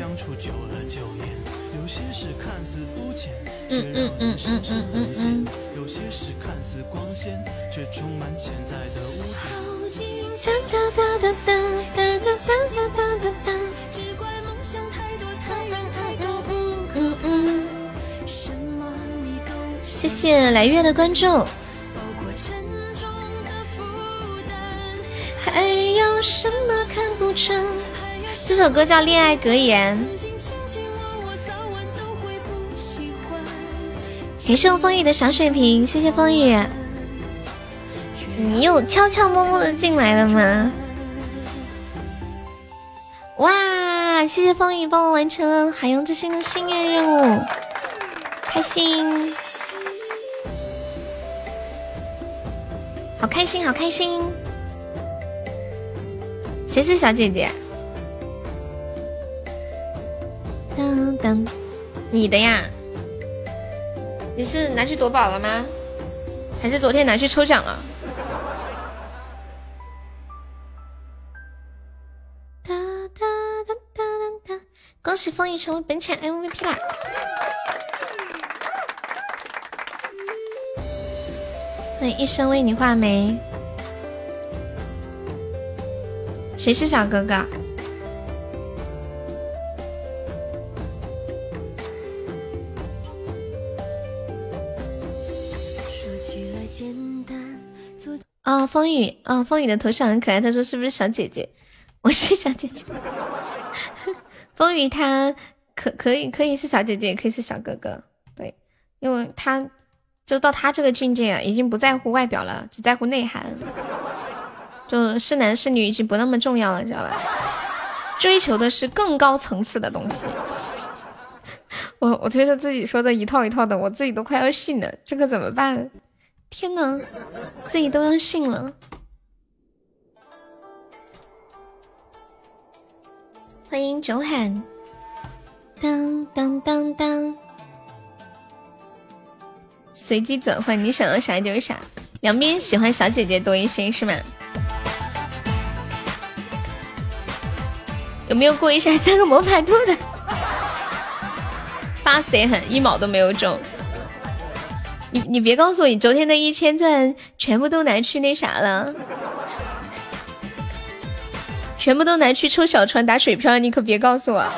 谢谢来月的关注。 还有什么看不成？ 这首歌叫《恋爱格言》。感谢我风雨的小水瓶，谢谢风雨。你又悄悄摸摸的进来了吗？哇，谢谢风雨帮我完成了海洋之心的心愿任务，开心，好开心，好开心。谁是小姐姐？当当，你的呀？你是拿去夺宝了吗？还是昨天拿去抽奖了？哒哒哒哒哒哒！恭喜风雨成为本场 MVP 啦！欢迎一生为你画眉。谁是小哥哥？哦，风雨，哦，风雨的头像很可爱。他说是不是小姐姐？我是小姐姐。风雨他可以是小姐姐，也可以是小哥哥。对，因为他就到他这个境界啊，已经不在乎外表了，只在乎内涵。 就是男是女已经不那么重要了，知道吧？追求的是更高层次的东西。我觉得自己说的一套一套的，我自己都快要信了，这可怎么办？天哪，自己都要信了。欢迎九喊，当当当当，随机转换，你想要啥就是啥。两边喜欢小姐姐多一些是吗？有没有过一下3个魔法兔的？发死也狠，1毛都没有中。你别告诉我，你昨天的1000钻全部都拿去那啥了，全部都拿去抽小船打水漂，你可别告诉我。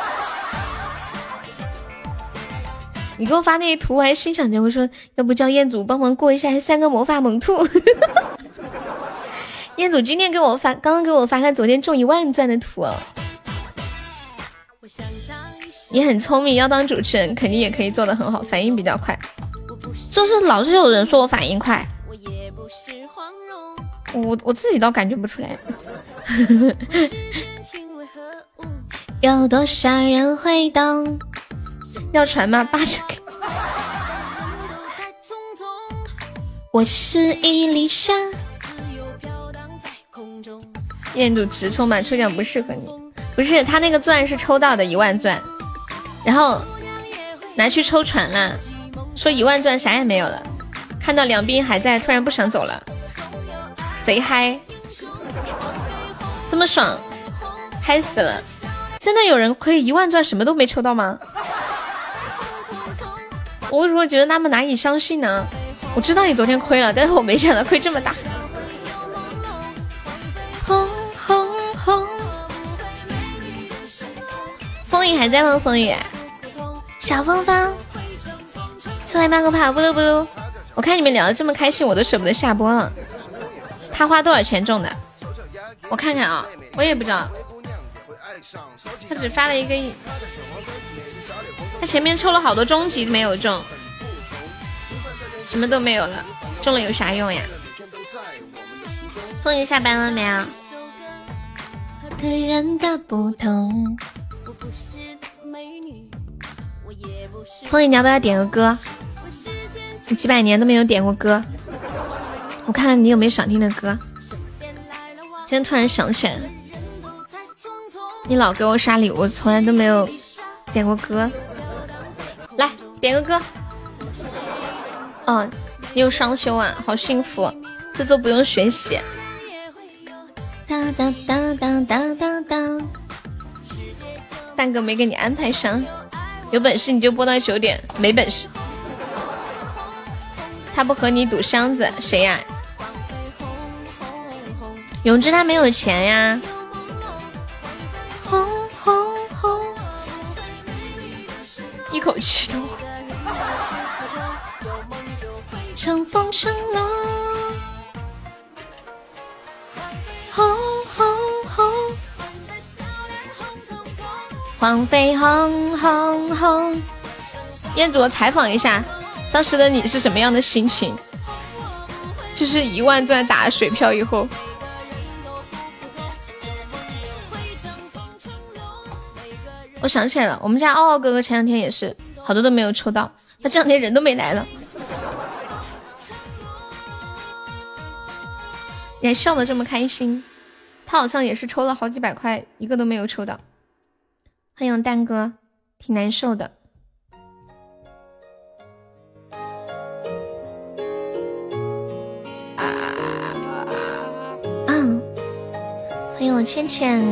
你给我发那些图，我还心想着，我说要不叫彦祖帮忙过一下3个魔法猛兔。彦祖今天给我发，刚刚给我发他昨天中1万钻的图哦。你很聪明，要当主持人肯定也可以做得很好，反应比较快。就是老是有人说我反应快，我自己倒感觉不出来。有多少人会懂？要传吗？8成。我是一粒沙。彦祖直冲吧，抽奖不适合你。不是，他那个钻是抽到的1万钻，然后拿去抽船了，说1万钻啥也没有了。看到梁斌还在，突然不想走了，贼嗨，这么爽，嗨死了！真的有人可以1万钻什么都没抽到吗？我为什么觉得那么难以相信呢？我知道你昨天亏了，但是我没想到亏这么大。轰轰轰！风雨还在吗？风雨，小芳芳，出来慢个跑，不噜不噜。我看你们聊得这么开心，我都舍不得下播了。他花多少钱中的？我看看啊，我也不知道。他只发了一个，他前面抽了好多终极没有中，什么都没有了，中了有啥用呀？风雨下班了没有？对人的不同。风雨，你要不要点个歌？你几百年都没有点过歌，我看看你有没有想听的歌。今天突然想起来了，你老给我刷礼物，从来都没有点过歌。来点个歌。哦，你有双休啊，好幸福，这周不用学习。哒哒哒哒哒哒哒。蛋哥没给你安排上，有本事你就播到9点，没本事。他不和你赌箱子，谁呀？永志他没有钱呀。轰轰轰！一口气都乘风乘浪，轰轰轰！黄飞轰轰轰！彦祖，采访一下，当时的你是什么样的心情？就是1万钻打水漂以后。我想起来了，我们家傲傲哥哥前2天也是好多都没有抽到，他这2天人都没来了。你还笑得这么开心，他好像也是抽了好几百块，一个都没有抽到。欢迎蛋哥，挺难受的。欢迎我倩倩。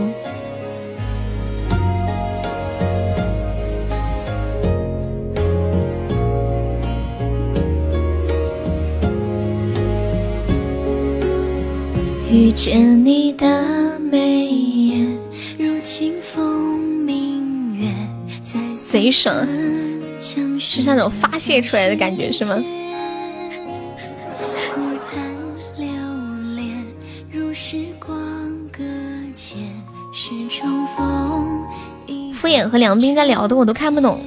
遇见你的眉眼，如清风明月，贼爽，是那种发泄出来的感觉是吗？敷衍和梁斌在聊的我都看不懂。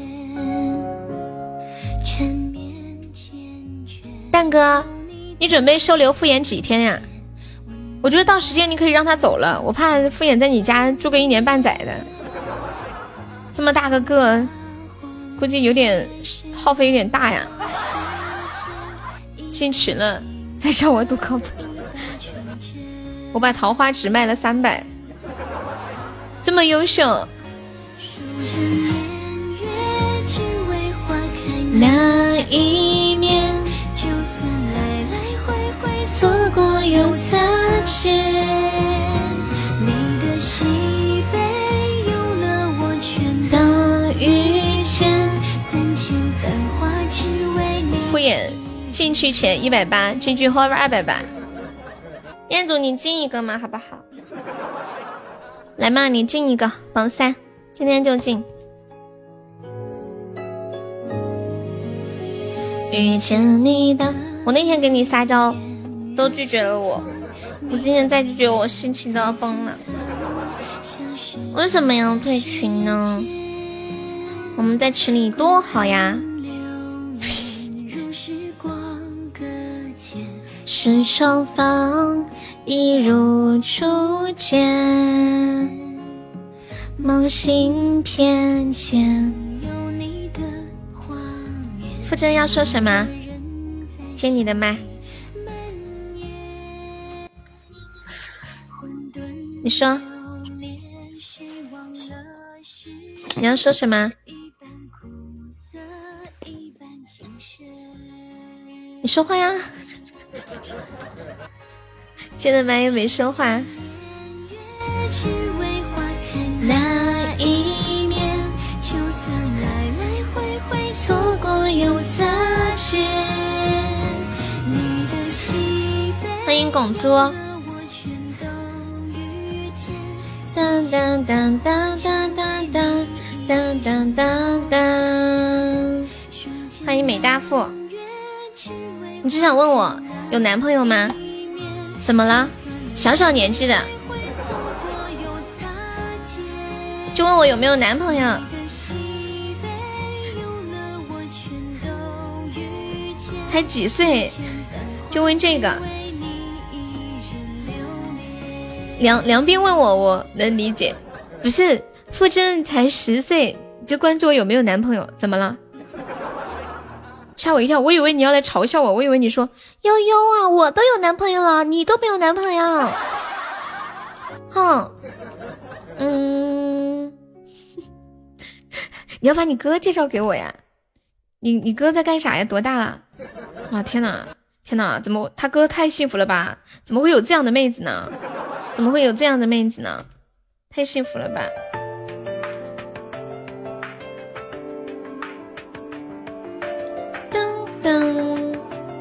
蛋哥，你准备收留敷衍几天呀？ 我觉得到时间你可以让他走了，我怕敷衍在你家住个1年半载的，这么大个，估计有点耗费有点大呀。进群了，再让我读靠谱。我把桃花纸卖了300，这么优秀。那一面，就算来来回回错过又擦肩，你的喜悲有了我全都遇见，3000繁华只为你。敷衍进去前180，进去后280。彦祖，你进一个嘛，好不好？来嘛，你进一个榜3，今天就进。遇见你的，我那天给你撒娇都拒绝了我，你今天再拒绝我，心情都要疯了。为什么要退群呢？我们在群里多好呀。是双方一如初见，梦醒偏见。傅真要说什么？接你的麦。你说，你要说什么？你说话呀！接的麦又没说话。那一面，就算来来回回错过又擦肩。欢迎拱猪。当当当当当当当当当当当。欢迎美大富。你只想问我有男朋友吗？怎么了？小小年纪的就问我有没有男朋友？才几岁就问这个？梁斌问我，我能理解。不是，傅真才10岁就关注我有没有男朋友，怎么了？吓我一跳，我以为你要来嘲笑我，我以为你说悠悠啊，我都有男朋友了，你都没有男朋友。哼，你要把你哥介绍给我呀？你哥在干啥呀？多大了？哇，天哪，天哪，怎么他哥太幸福了吧？怎么会有这样的妹子呢？怎么会有这样的妹子呢？太幸福了吧！噔，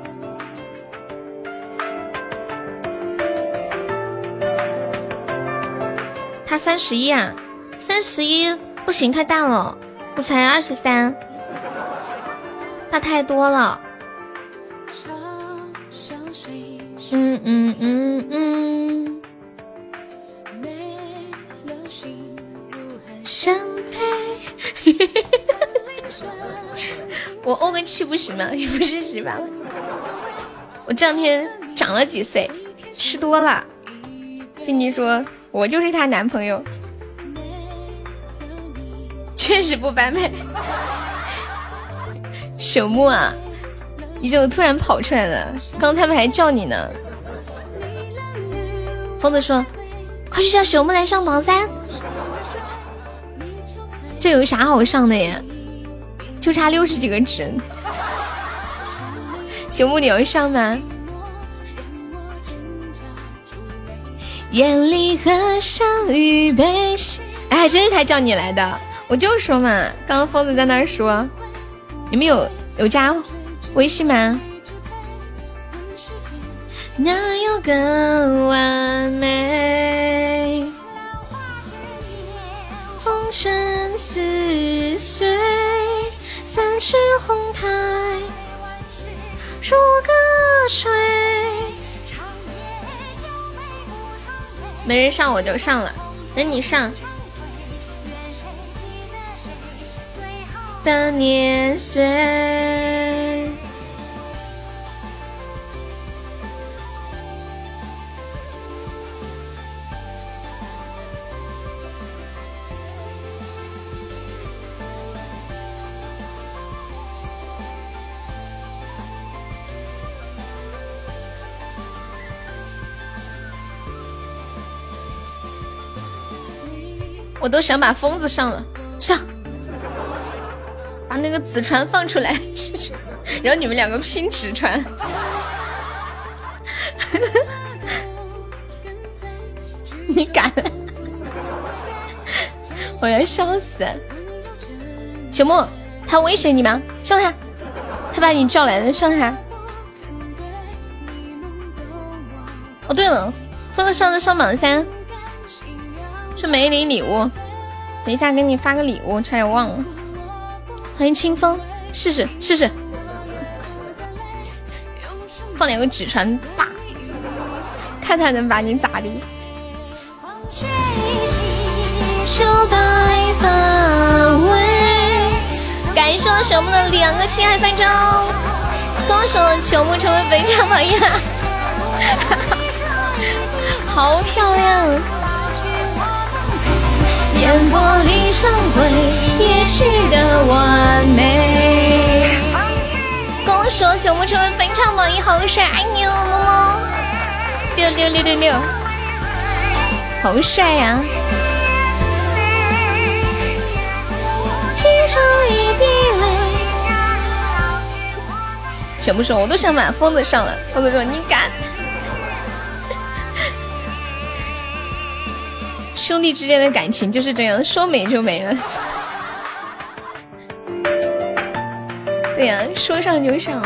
他31啊，31不行，太大了，我才23，大太多了。相配。我欧个气不行吗？也不是是吧？我这两天长了几岁，吃多了。静静说我就是她男朋友，确实不般配。朽木啊，你怎么突然跑出来了？刚他们还叫你呢。疯子说快去叫朽木来上榜3，这有啥好上的呀？就差60几个值。朽木你要上吗？眼里合上预备心，哎，还真是他叫你来的。我就说嘛，刚刚疯子在那儿说，你们有加微信吗？哪有更完美？风尘似水，3尺红台如歌水。没人上我就上了，那你上。的年岁， 我都想把疯子上了，上，把那个纸船放出来，然后你们两个拼纸船。你敢？我要笑死！小莫，他威胁你吗？上他！他把你叫来了，上他！哦，对了，疯子上的上榜3，是没领礼物，等一下给你发个礼物，差点忘了。欢迎清风，试试，放2个纸船吧，看他能把你咋的。感谢我小木的2个7海翻舟，恭喜我小木成为本场榜一，好漂亮！烟波里相会，也许的完美。恭喜我小木成为本场榜一，好帅，爱你哦，么么！666666，好帅呀！小木说我都想把疯子上了，疯子说你敢？兄弟之间的感情就是这样，说没就没了。对呀，说上就上。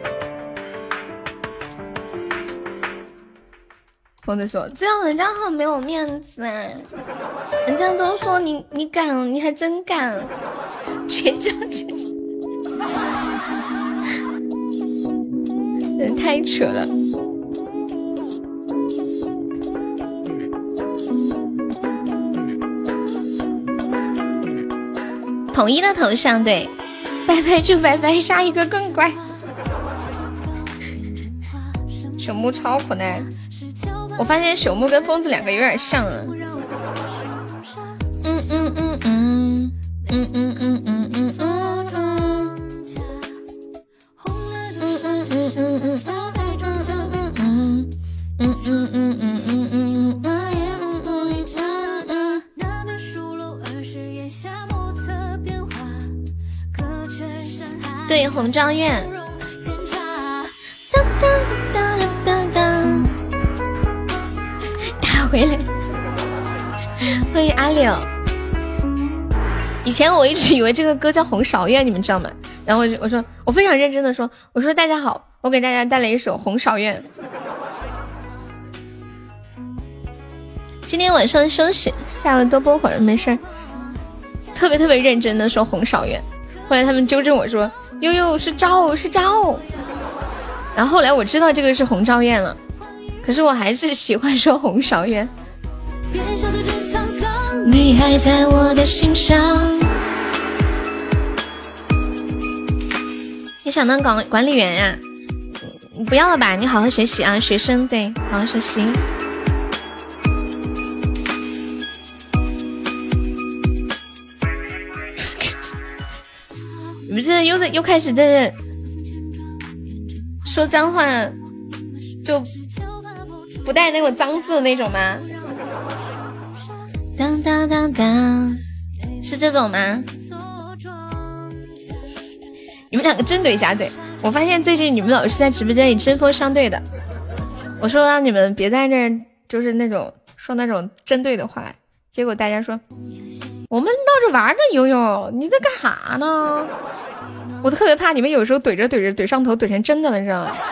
疯子说这样人家很没有面子啊，人家都说你敢，你还真敢，全家人太扯了。统一的头像，对，拜拜就拜拜，下一个更乖。朽木超可爱，我发现朽木跟疯子2个有点像啊。对，红昭院。打回来，欢迎阿柳。以前我一直以为这个歌叫红芍月，你们知道吗？然后我说，我非常认真的说，我说大家好，我给大家带来一首红芍月。今天晚上休息，下午多播会儿，没事。特别认真的说红芍月，后来他们纠正我说，悠悠是招。然后后来我知道这个是红昭院了，可是我还是喜欢说红芍月。你还在我的心上。你想当管理员呀？你不要了吧，你好好学习啊，学生，对，好好学习。你们这又开始在说脏话，就不带那种脏字的那种吗？当当当当，是这种吗？你们2个真对家对，我发现最近你们老是在直播间里针锋相对的。我说让你们别在那儿就是那种说那种针对的话，结果大家说我们闹着玩呢，悠悠你在干啥呢？我特别怕你们有时候怼着怼上头怼成真的了，知道吗？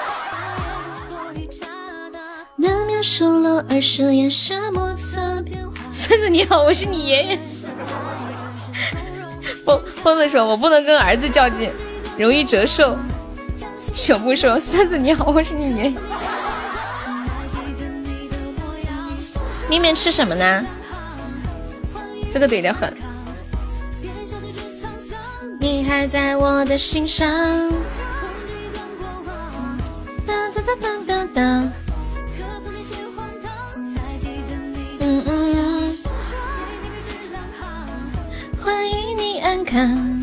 孙子你好，我是你爷爷。疯子说我不能跟儿子较劲，容易折寿。朽木说孙子你好，我是你爷爷。面面吃什么呢？这个怼得很。你还在我的心上。欢迎你安康。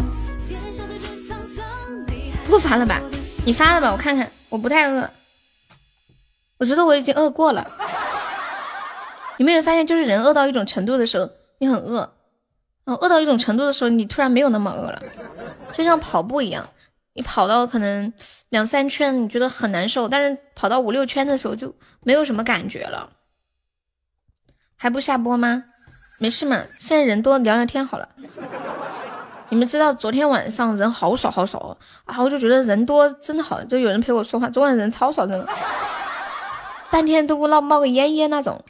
不发了吧？你发了吧？我看看，我不太饿。我觉得我已经饿过了。你没有发现，就是人饿到一种程度的时候，你很饿， 饿到一种程度的时候，你突然没有那么饿了，就像跑步一样，你跑到可能2、3圈你觉得很难受，但是跑到5、6圈的时候就没有什么感觉了。还不下播吗？没事嘛，现在人多聊聊天好了。你们知道昨天晚上人好少好少啊，我就觉得人多真的好，就有人陪我说话。昨晚人超少，真的，半天都不冒个烟那种。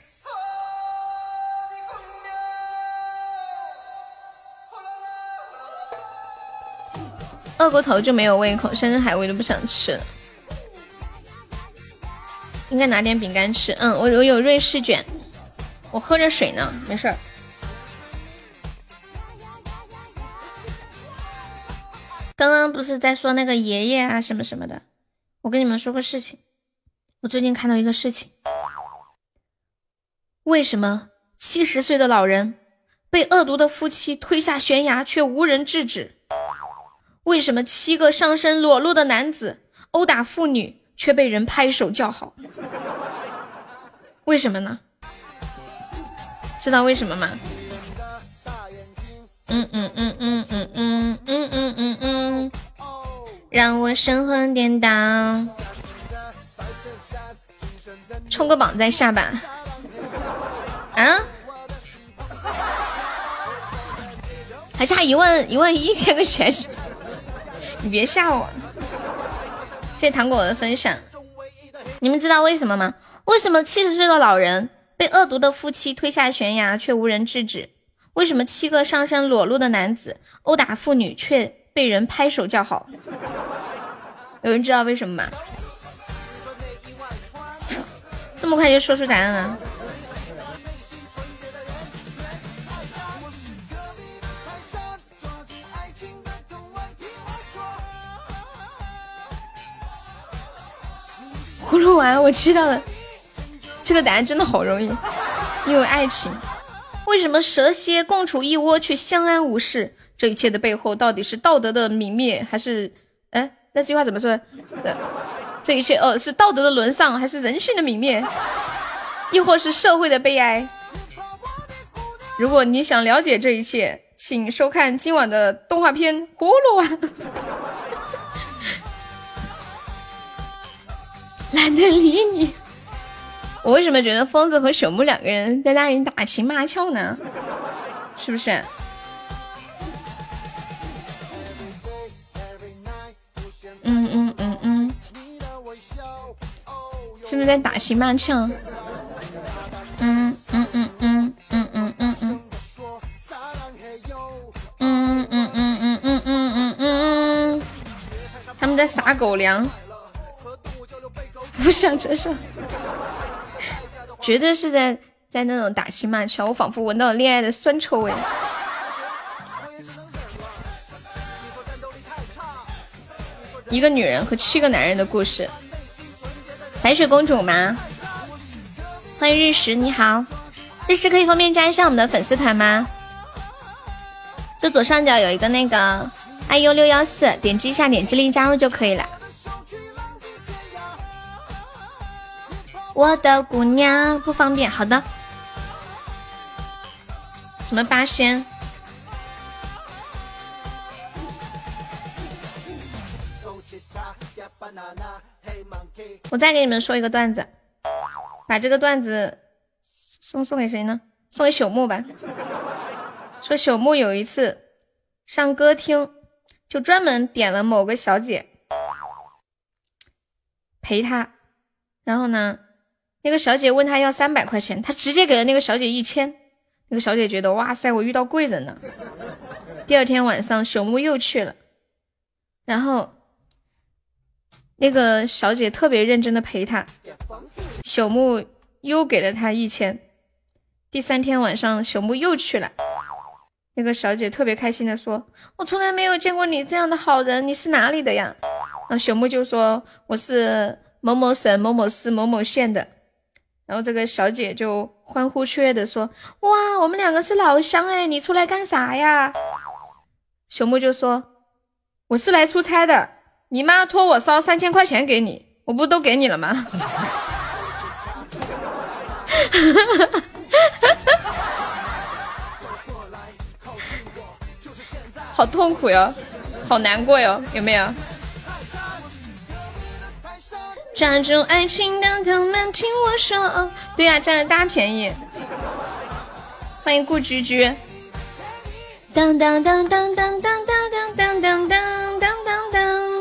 饿过头就没有胃口，山珍海味都不想吃了。应该拿点饼干吃。我有瑞士卷，我喝着水呢，没事儿。刚刚不是在说那个爷爷啊什么什么的，我跟你们说个事情。我最近看到一个事情，为什么70岁的老人被恶毒的夫妻推下悬崖却无人制止？为什么7个上身裸露的男子殴打妇女却被人拍手叫好？为什么呢？知道为什么吗？让我神魂颠倒，冲个榜再下吧。啊？还差11000个钱，你别吓我。谢谢糖果的分享。你们知道为什么吗？为什么70岁的老人被恶毒的夫妻推下悬崖却无人制止？为什么7个上身裸露的男子殴打妇女却被人拍手叫好？有人知道为什么吗？这么快就说出答案了？葫芦娃，我知道了，这个答案真的好容易，因为爱情。为什么蛇蝎共处一窝却相安无事？这一切的背后到底是道德的泯灭，还是那句话怎么说？这一切是道德的沦丧，还是人性的泯灭，亦或是社会的悲哀？如果你想了解这一切，请收看今晚的动画片《葫芦娃》。懒得理你。我为什么觉得疯子和朽木2个人在那里打情骂俏呢？是不是？是不是在打情骂俏？他们在撒狗粮。不想承受，绝对是在那种打情骂俏，我仿佛闻到了恋爱的酸臭味。一个女人和7个男人的故事。白雪公主吗？欢迎日食，你好，日食可以方便加一下我们的粉丝团吗？就左上角有一个那个IU614，点击一下，点击立即加入就可以了。我的姑娘不方便，好的。什么八仙？我再给你们说一个段子，把这个段子送给谁呢？送给朽木吧。说朽木有一次上歌厅，就专门点了某个小姐陪他，然后呢那个小姐问他要300块钱，他直接给了那个小姐1000。那个小姐觉得哇塞，我遇到贵人了。第二天晚上朽木又去了，然后那个小姐特别认真的陪他，朽木又给了他1000。第3天晚上朽木又去了，那个小姐特别开心的说，我从来没有见过你这样的好人，你是哪里的呀？然后朽木就说，我是某某省某某市某某县的。然后这个小姐就欢呼雀跃的说，哇，我们2个是老乡哎，你出来干啥呀？朽木就说，我是来出差的，你妈托我捎3000块钱给你，我不都给你了吗？ 好痛苦哟，好难过哟，有没有？ 抓住爱情的藤蔓，听我说。对呀、占了大便宜。欢迎顾居居。当当当当当当当当当当当当当。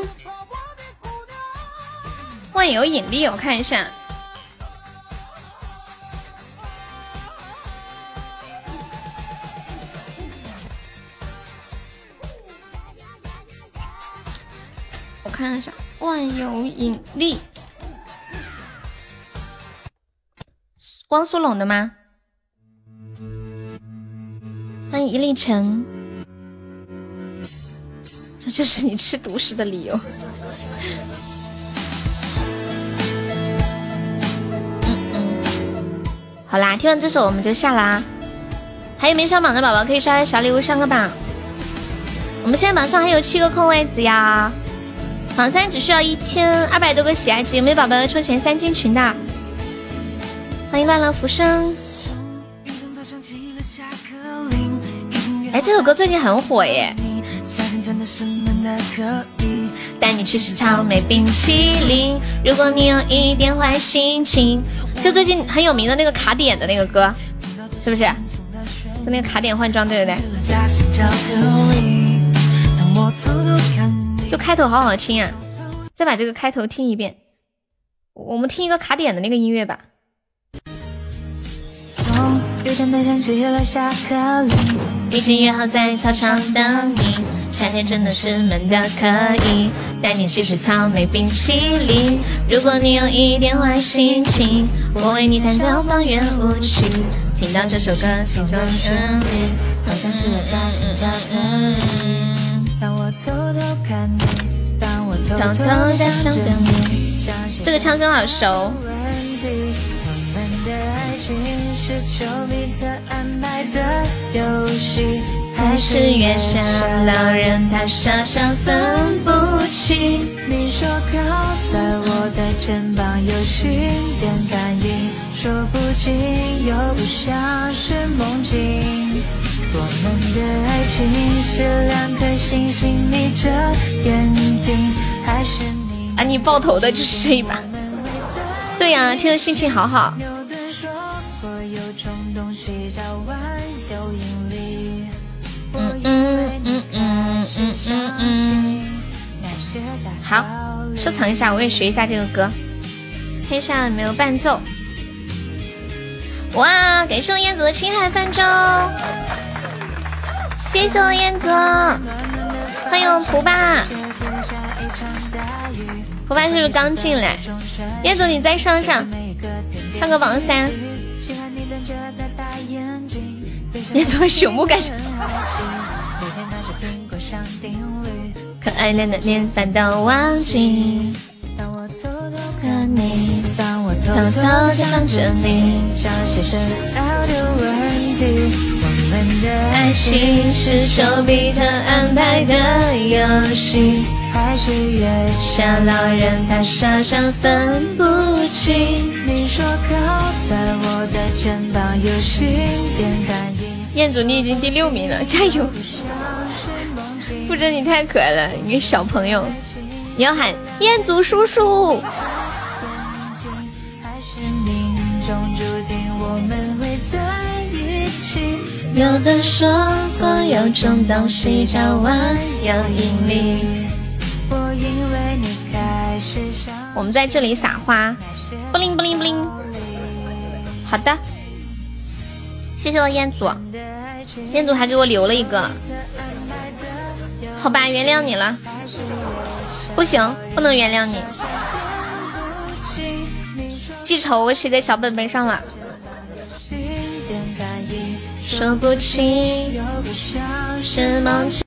万有引力，我看一下。我看一下万有引力，汪苏泷的吗？欢迎一粒尘，这就是你吃独食的理由。好啦，听完这首我们就下啦。还有没上榜的宝宝可以刷小礼物上个榜。我们现在榜上还有7个空位子呀。榜3只需要1200多个喜爱值，有没有宝宝要冲前3进群的？欢迎乱了浮生。哎，这首歌最近很火耶。带你去吃草莓冰淇淋，如果你有一点坏心情，就最近很有名的那个卡点的那个歌，是不是？就那个卡点换装，对不对？就开头好好听啊！再把这个开头听一遍。我们听一个卡点的那个音乐吧。已经约好在操场等你，夏天真的是闷的可以，带你去吃草莓冰淇淋。如果你有一点坏心情，我为你弹奏方圆舞曲。听到这首歌，心中好像是当我偷偷看你，当我偷偷在想着你。这个唱声好熟。是丘比特安排的游戏，还是月下老人他傻傻分不清。你说靠在我的肩膀有心电感应，说不尽又不像是梦境。我们的爱情是2颗星星眯着眼睛，还是你啊？你爆头的就是这一把。对呀、听着心情好好。好，收藏一下，我也学一下这个歌，看一下有没有伴奏。哇，感谢我彦祖的青海泛舟，谢谢我彦祖，欢迎我蒲爸。蒲爸是不是刚进来？彦祖你再上上个榜3。彦祖和朽木干什么？可爱的那年反倒忘记，当我偷偷看你，当我偷偷在想着你，像些深奥的问题。我们的爱情是丘比特安排的游戏，还是月下老人他傻傻分不清。你说靠在我的肩膀有心电感应。彦祖你已经第6名了，加油！不知你太可爱了，你个小朋友，你要喊彦祖叔叔。有的说过有种东西叫万有引力。我们在这里撒花，不灵不灵不灵。好的，谢谢我彦祖，彦祖还给我留了一个。好吧，原谅你了。不行，不能原谅你。记仇我写在小本本上了。说不清是梦境。